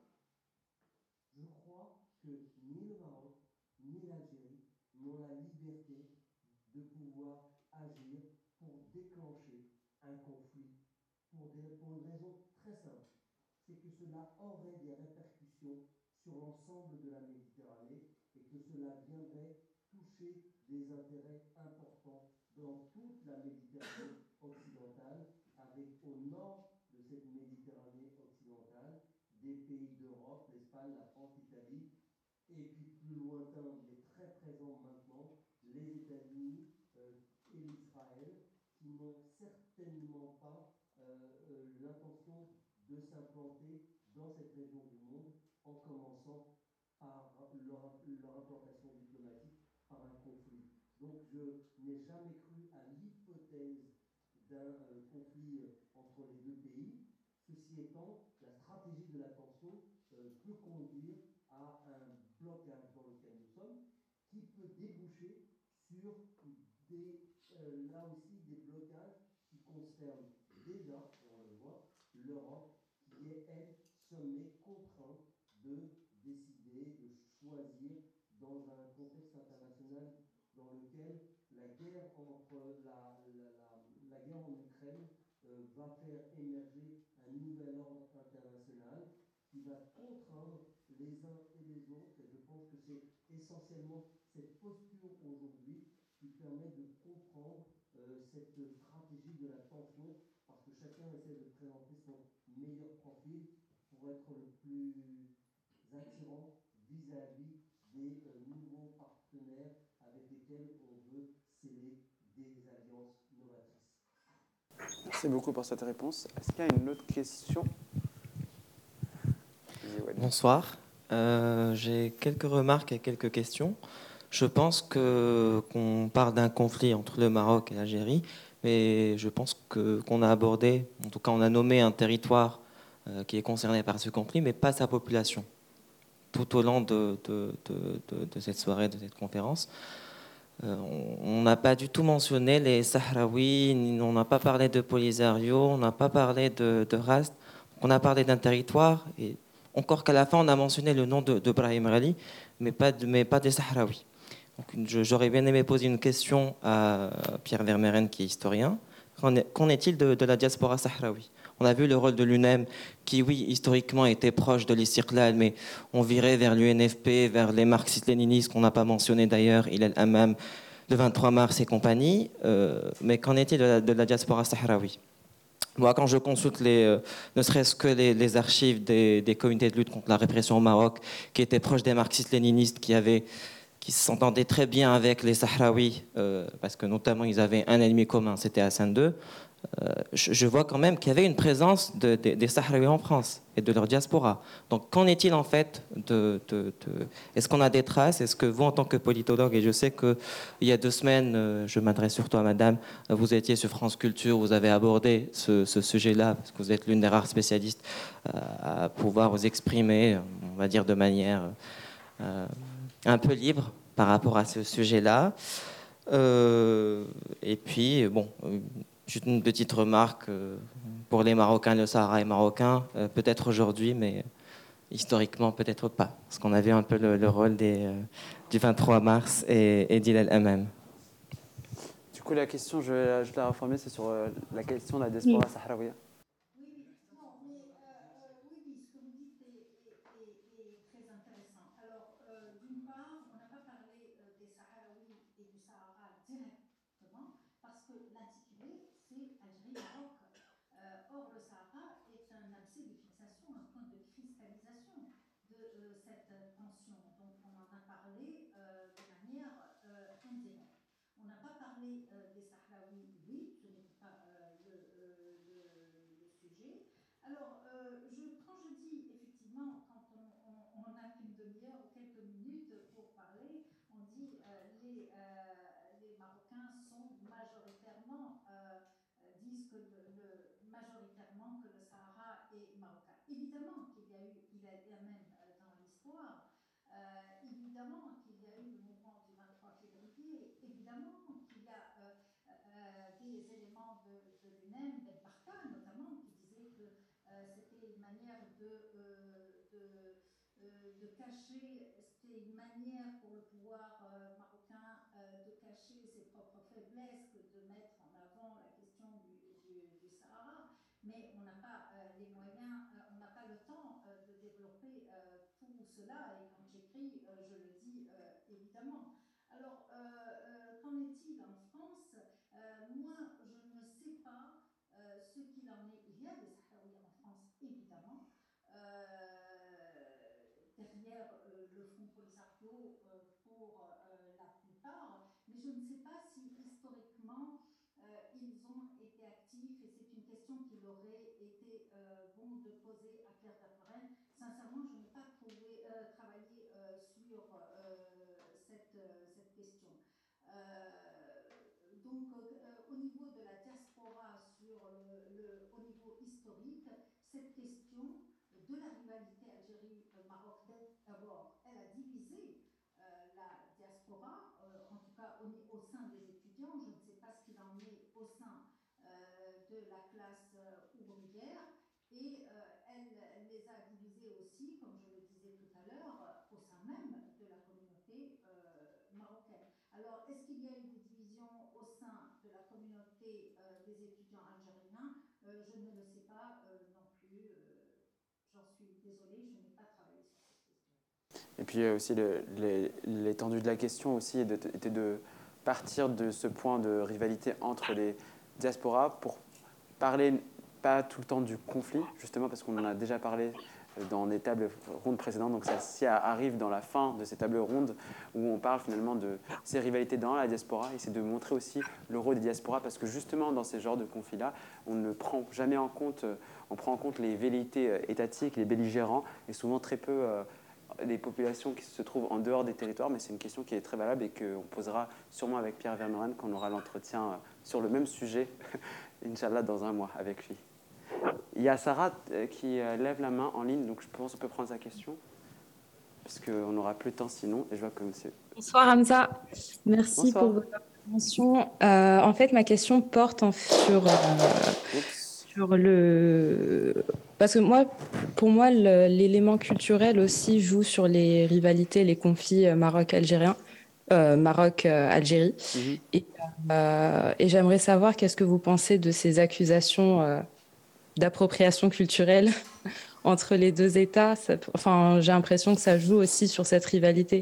je crois que ni le Maroc, ni l'Algérie n'ont la liberté de pouvoir agir pour déclencher un conflit pour, des, pour une raison très simple. C'est que cela aurait des répercussions sur l'ensemble de la Méditerranée et que cela viendrait toucher des intérêts importants dans toute la Méditerranée occidentale, avec au nord de cette Méditerranée occidentale des pays d'Europe, l'Espagne, la France, l'Italie, et puis plus lointain, mais très certainement pas euh, euh, l'intention de s'implanter dans cette région du monde en commençant par leur, leur implantation diplomatique par un conflit. Donc je n'ai jamais cru à l'hypothèse d'un euh, conflit euh, entre les deux pays. Ceci étant, la stratégie de la tension euh, peut conduire à un blocage dans lequel nous sommes, qui peut déboucher sur des, euh, là aussi des blocages qui concernent déjà, et on le voit, l'Europe qui est, elle, sommée, contrainte de décider, de choisir dans un contexte international dans lequel la guerre entre la, la, la, la guerre en Ukraine euh, va faire émerger un nouvel ordre international qui va contraindre les uns et les autres. Et je pense que c'est essentiellement cette posture aujourd'hui qui permet de comprendre euh, cette stratégie de la tension, parce que chacun essaie de présenter son meilleur profil pour être le plus attirant vis-à-vis des euh, nouveaux partenaires avec lesquels on veut sceller des alliances novatrices. Merci beaucoup pour cette réponse. Est-ce qu'il y a une autre question? Bonsoir. Euh, j'ai quelques remarques et quelques questions. Je pense que, qu'on parle d'un conflit entre le Maroc et l'Algérie, mais je pense que, qu'on a abordé, en tout cas on a nommé un territoire euh, qui est concerné par ce conflit, mais pas sa population, tout au long de, de, de, de, de cette soirée, de cette conférence. Euh, on n'a pas du tout mentionné les Sahraouis, on n'a pas parlé de Polisario, on n'a pas parlé de, de Rast, on a parlé d'un territoire, et encore qu'à la fin on a mentionné le nom de, de Brahim Ghali, mais pas, de, mais pas des Sahraouis. Donc, je, j'aurais bien aimé poser une question à Pierre Vermeren, qui est historien. Qu'en, est, qu'en est-il de, de la diaspora sahraoui? On a vu le rôle de l'U N E M, qui, oui, historiquement était proche de l'Istiqlal, mais on virait vers l'U N F P, vers les marxistes-léninistes, qu'on n'a pas mentionné d'ailleurs, Hilal Hammam, le vingt-trois mars et compagnie. Euh, mais qu'en est-il de la, de la diaspora sahraoui? Moi, quand je consulte les, euh, ne serait-ce que les, les archives des, des comités de lutte contre la répression au Maroc, qui étaient proches des marxistes-léninistes, qui avaient qui s'entendaient très bien avec les Sahraouis, euh, parce que notamment ils avaient un ennemi commun, c'était Hassan deux, euh, je, je vois quand même qu'il y avait une présence de, de, des Sahraouis en France et de leur diaspora. Donc qu'en est-il en fait de, de, de... Est-ce qu'on a des traces? Est-ce que vous, en tant que politologue, et je sais qu'il y a deux semaines, euh, je m'adresse surtout à madame, vous étiez sur France Culture, vous avez abordé ce, ce sujet-là, parce que vous êtes l'une des rares spécialistes euh, à pouvoir vous exprimer, on va dire de manière... Euh, un peu libre par rapport à ce sujet-là. Euh, et puis, bon, juste une petite remarque euh, pour les Marocains, le Sahara est marocain, euh, peut-être aujourd'hui, mais historiquement, peut-être pas. Parce qu'on avait un peu le, le rôle des, euh, du vingt-trois mars et, et d'Hilal Hammam. Du coup, la question, je vais, je vais la reformuler, c'est sur euh, la question de la diaspora oui. sahraouia. Oui, oui, non, mais euh, euh, oui, oui, ce que vous dites est, est, est, est très intéressant. Alors, euh, d'une part, on n'a pas parlé euh, des Sahraouis et du Sahara directement, parce que l'intitulé, c'est Algérie-Maroc. Euh, or, le Sahara est un abcès de fixation, un point de cristallisation de euh, cette tension. Donc, on en a parlé euh, de manière euh, indirecte. On n'a pas parlé euh, des Sahraouis, oui, ce n'était pas euh, le, euh, le, le, sujet. Alors, euh, je, quand je dis effectivement, quand on n'a qu'une demi-heure ou quelques minutes pour parler, on dit euh, les, euh, les Marocains sont majoritairement, euh, disent que le, le, majoritairement que le Sahara est marocain. Évidemment qu'il y a eu, il y a même euh, dans l'histoire, Euh, évidemment qu'il y a eu le mouvement du vingt-trois février, évidemment qu'il y a euh, euh, des éléments de, de l'U N E M, Ben Barka notamment, qui disait que euh, c'était une manière de, euh, de, euh, de cacher, c'était une manière pour le pouvoir euh, marocain euh, de cacher ses propres faiblesses que de mettre en avant la question du, du, du Sahara. Mais on n'a pas euh, les moyens, euh, on n'a pas le temps euh, de développer euh, tout cela. Et quand j'écris, euh, je le dis euh, évidemment. Alors, euh, euh, qu'en est-il en France? euh, Moi, je ne sais pas euh, ce qu'il en est. Il y a des Sahraouis en France, évidemment. Euh, derrière euh, le Front Polisario euh, pour euh, la plupart, mais je ne sais pas si historiquement euh, ils ont été actifs posée à Pierre Vermeuren. Sincèrement, je n'ai pas trouvé, euh, travaillé euh, sur euh, cette, euh, cette question. Euh, donc, euh, au niveau de la diaspora, sur le, le, au niveau historique, cette question de la rivalité Algérie-Maroc, d'abord, elle a divisé euh, la diaspora, euh, en tout cas au, au, sein des étudiants. Je ne sais pas ce qu'il en est au sein euh, de la classe euh, ouvrière. Et euh, elle, elle, les a divisés aussi, comme je le disais tout à l'heure, euh, au sein même de la communauté euh, marocaine. Alors, est-ce qu'il y a eu des divisions au sein de la communauté euh, des étudiants algériens? euh, Je ne le sais pas euh, non plus. Euh, J'en suis désolée, je n'ai pas travaillé sur cette question. Et puis euh, aussi, l'étendue de la question aussi était de partir de ce point de rivalité entre les diasporas pour parler pas tout le temps du conflit, justement parce qu'on en a déjà parlé dans des tables rondes précédentes. Donc ça arrive dans la fin de ces tables rondes où on parle finalement de ces rivalités dans la diaspora, et c'est de montrer aussi le rôle des diasporas, parce que justement dans ces genres de conflits-là, on ne prend jamais en compte, on prend en compte les velléités étatiques, les belligérants, et souvent très peu euh, les populations qui se trouvent en dehors des territoires. Mais c'est une question qui est très valable et qu'on posera sûrement avec Pierre Vermeuren quand on aura l'entretien sur le même sujet, Inch'Allah, dans un mois avec lui. Il y a Sarah qui lève la main en ligne, donc je pense qu'on peut prendre sa question, parce qu'on n'aura plus de temps sinon. Et je vois que monsieur... Bonsoir Hamza, merci Bonsoir. pour votre intervention. Euh, en fait, ma question porte en, sur, euh, sur le... Parce que moi, pour moi, l'élément culturel aussi joue sur les rivalités, les conflits Maroc-Algérien. Euh, Maroc-Algérie. Euh, mm-hmm. Et, euh, et j'aimerais savoir qu'est-ce que vous pensez de ces accusations euh, d'appropriation culturelle entre les deux États. Ça, enfin, j'ai l'impression que ça joue aussi sur cette rivalité.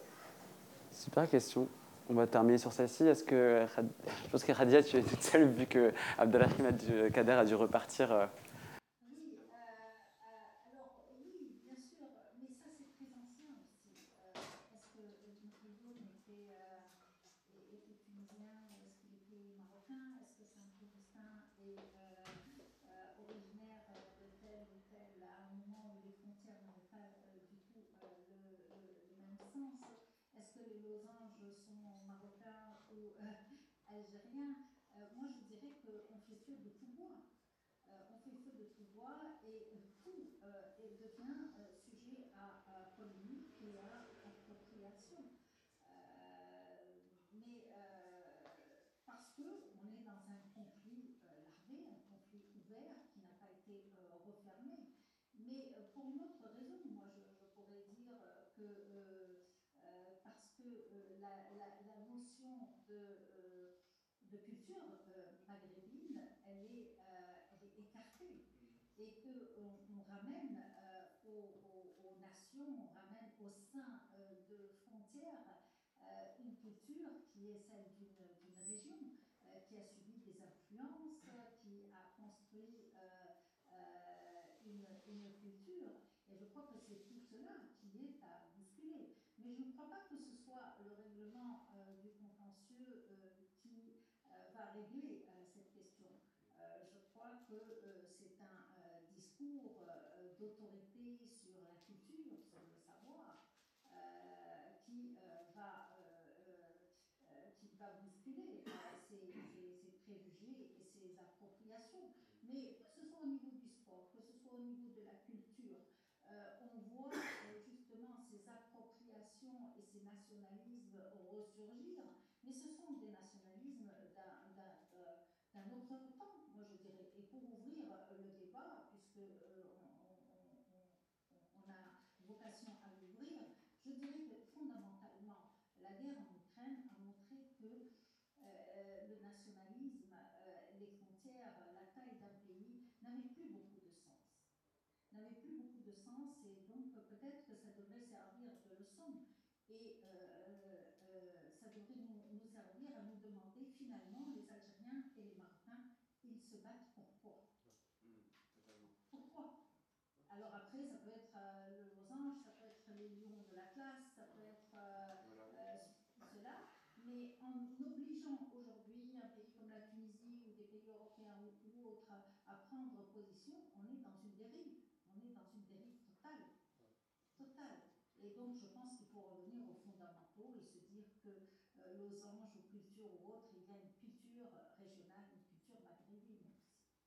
Super question. On va terminer sur celle-ci. Est-ce que, je pense que Khadia, tu es toute seule vu que Abdelrahim a dû, Kader a dû repartir. Euh... Oui, euh, euh, alors oui, bien sûr, mais ça c'est très ancien aussi. Euh, est-ce que Mokridoun était, euh, était tunisien ou est-ce qu'il était marocain? Est-ce que Saint-Augustin est euh, euh, originaire de tel ou tel à un moment où les frontières n'avaient pas euh, du tout euh, le, le, le même sens? Est-ce que les losanges sont marocains ou euh, algériens? euh, Moi, je dirais qu'on fait feu de tout bois. Euh, on fait feu de tout bois et euh, tout euh, et devient euh, sujet à, à polémique et à appropriation. Euh, mais euh, parce qu'on est dans un conflit euh, larvé, un conflit ouvert qui n'a pas été euh, refermé. Mais euh, pour une autre raison, moi je, je pourrais dire euh, que euh, euh, parce que euh, la, la, la notion de euh, de culture euh, maghrébine, elle est, euh, elle est écartée et qu'on on ramène euh, aux, aux, aux, nations, on ramène au sein euh, de frontières euh, une culture qui est celle d'une région, euh, qui a subi des influences, qui a construit euh, euh, une, une culture. Et je crois que c'est tout cela qui est à bousculer. Mais je ne crois pas que ce soit le règlement euh, du contentieux euh, qui euh, va régler euh, cette question. Euh, je crois que euh, c'est un euh, discours euh, d'autorité sur la culture, sur le savoir, euh, qui, euh, va, euh, euh, qui va bousculer euh, ces, ces, ces préjugés et ces appropriations. Mais que ce soit au niveau du sport, que ce soit au niveau de la culture, euh, on voit euh, justement ces appropriations et ces nationalismes ressurgir, mais ce sont des nationalismes d'un autre temps, moi je dirais. Et pour ouvrir le débat, puisque euh, on, on, on, on a vocation à l'ouvrir, je dirais que fondamentalement, la guerre en Ukraine a montré que euh, le nationalisme, euh, les frontières, la taille d'un pays n'avaient plus beaucoup de sens n'avait plus beaucoup de sens et donc peut-être que ça devrait servir de leçon et euh, euh, ça devrait nous, nous servir à nous demander finalement les Algériens et les Marocains, ils se battent pourquoi? Pourquoi? Alors après, ça peut être euh, le losange, ça peut être les lions de l'Atlas, ça peut être euh, euh, cela, mais en obligeant aujourd'hui un pays comme la Tunisie ou des pays européens ou, ou autres à, à prendre position, on est dans une dérive. totale. Et donc, je pense qu'il faut revenir aux fondamentaux et se dire que euh, losange ou culture ou autre, il y a une culture régionale, une culture maghrébine aussi.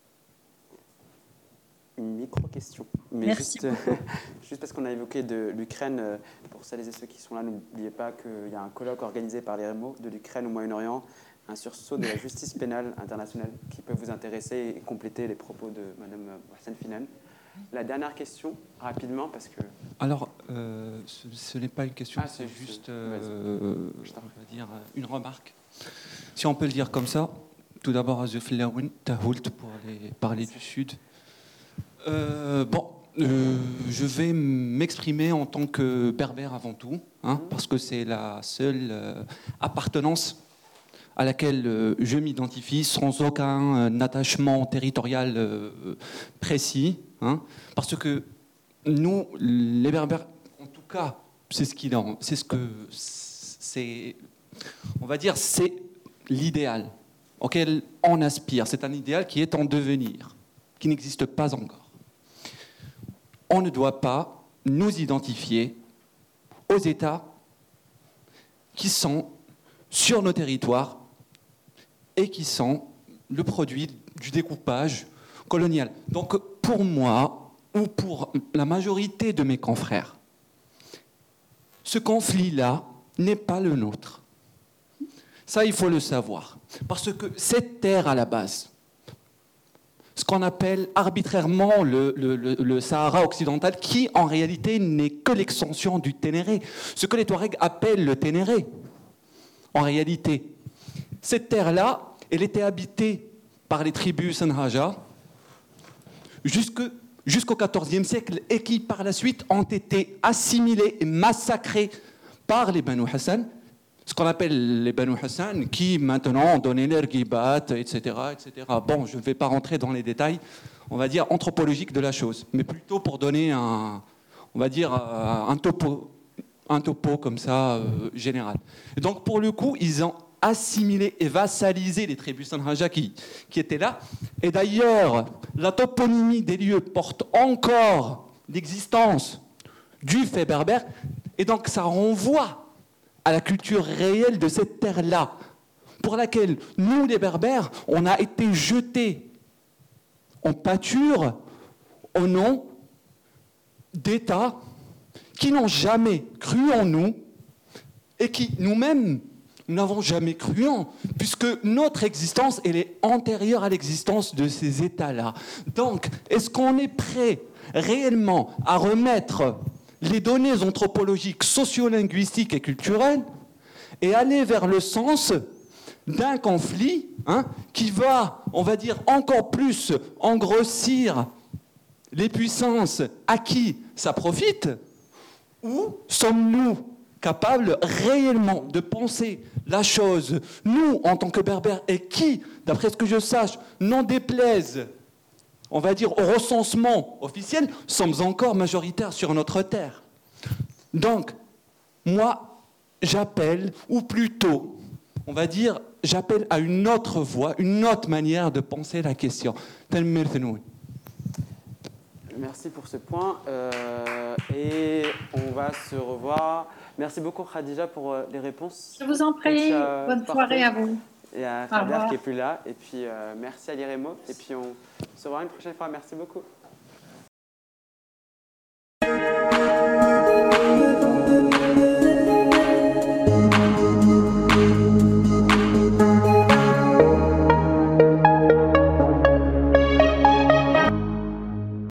Une micro-question. Mais Merci juste, juste parce qu'on a évoqué de l'Ukraine, euh, pour celles et ceux qui sont là, n'oubliez pas qu'il y a un colloque organisé par les R M O de l'Ukraine au Moyen-Orient, un sursaut de la justice pénale internationale qui peut vous intéresser et compléter les propos de Mme Mohsen Finan. La dernière question, rapidement, parce que... Alors, euh, ce, ce n'est pas une question, Ah, c'est c'est juste, euh, euh, on va dire, une remarque. Si on peut le dire comme ça, tout d'abord, Azuflawin, Tahoult, pour aller parler du Sud. Euh, bon, euh, je vais m'exprimer en tant que berbère avant tout, hein, parce que c'est la seule euh, appartenance à laquelle euh, je m'identifie sans aucun euh, attachement territorial euh, précis, hein, parce que nous, les berbères, en tout cas, c'est ce qu'il en, c'est ce que c'est, on va dire, c'est l'idéal auquel on aspire. C'est un idéal qui est en devenir, qui n'existe pas encore. On ne doit pas nous identifier aux États qui sont sur nos territoires et qui sont le produit du découpage colonial. Donc pour moi, ou pour la majorité de mes confrères, ce conflit-là n'est pas le nôtre. Ça, il faut le savoir. Parce que cette terre, à la base, ce qu'on appelle arbitrairement le, le, le, le Sahara occidental, qui en réalité n'est que l'extension du Ténéré. Ce que les Touaregs appellent le Ténéré, en réalité. Cette terre-là, elle était habitée par les tribus Sanhaja jusque, jusqu'au quatorzième siècle et qui, par la suite, ont été assimilées et massacrées par les Banu Hassan, ce qu'on appelle les Banu Hassan, qui maintenant ont donné leur ghibat, et cetera, et cetera. Bon, je ne vais pas rentrer dans les détails, on va dire, anthropologiques de la chose, mais plutôt pour donner un, on va dire, un topo, un topo comme ça, euh, général. Et donc, pour le coup, ils ont assimilé et vassalisé les tribus Sanhaja qui, qui étaient là. Et d'ailleurs, la toponymie des lieux porte encore l'existence du fait berbère, et donc ça renvoie à la culture réelle de cette terre-là, pour laquelle nous, les Berbères, on a été jetés en pâture au nom d'États qui n'ont jamais cru en nous et qui, nous-mêmes, nous n'avons jamais cru en, puisque notre existence, elle est antérieure à l'existence de ces États-là. Donc, est-ce qu'on est prêt réellement à remettre les données anthropologiques, sociolinguistiques et culturelles et aller vers le sens d'un conflit, hein, qui va, on va dire, encore plus engrossir les puissances à qui ça profite, ou sommes-nous capables réellement de penser la chose, nous, en tant que Berbères, et qui, d'après ce que je sache, n'en déplaise, on va dire, au recensement officiel, sommes encore majoritaires sur notre terre. Donc, moi, j'appelle, ou plutôt, on va dire, j'appelle à une autre voie, une autre manière de penser la question. Merci pour ce point. Euh, et on va se revoir. Merci beaucoup, Khadija, pour euh, les réponses. Je vous en prie. Euh, Bonne soirée à vous. Et à Faber qui n'est plus là. Et puis, euh, merci à l'I R M O. Et puis, on se revoit une prochaine fois. Merci beaucoup.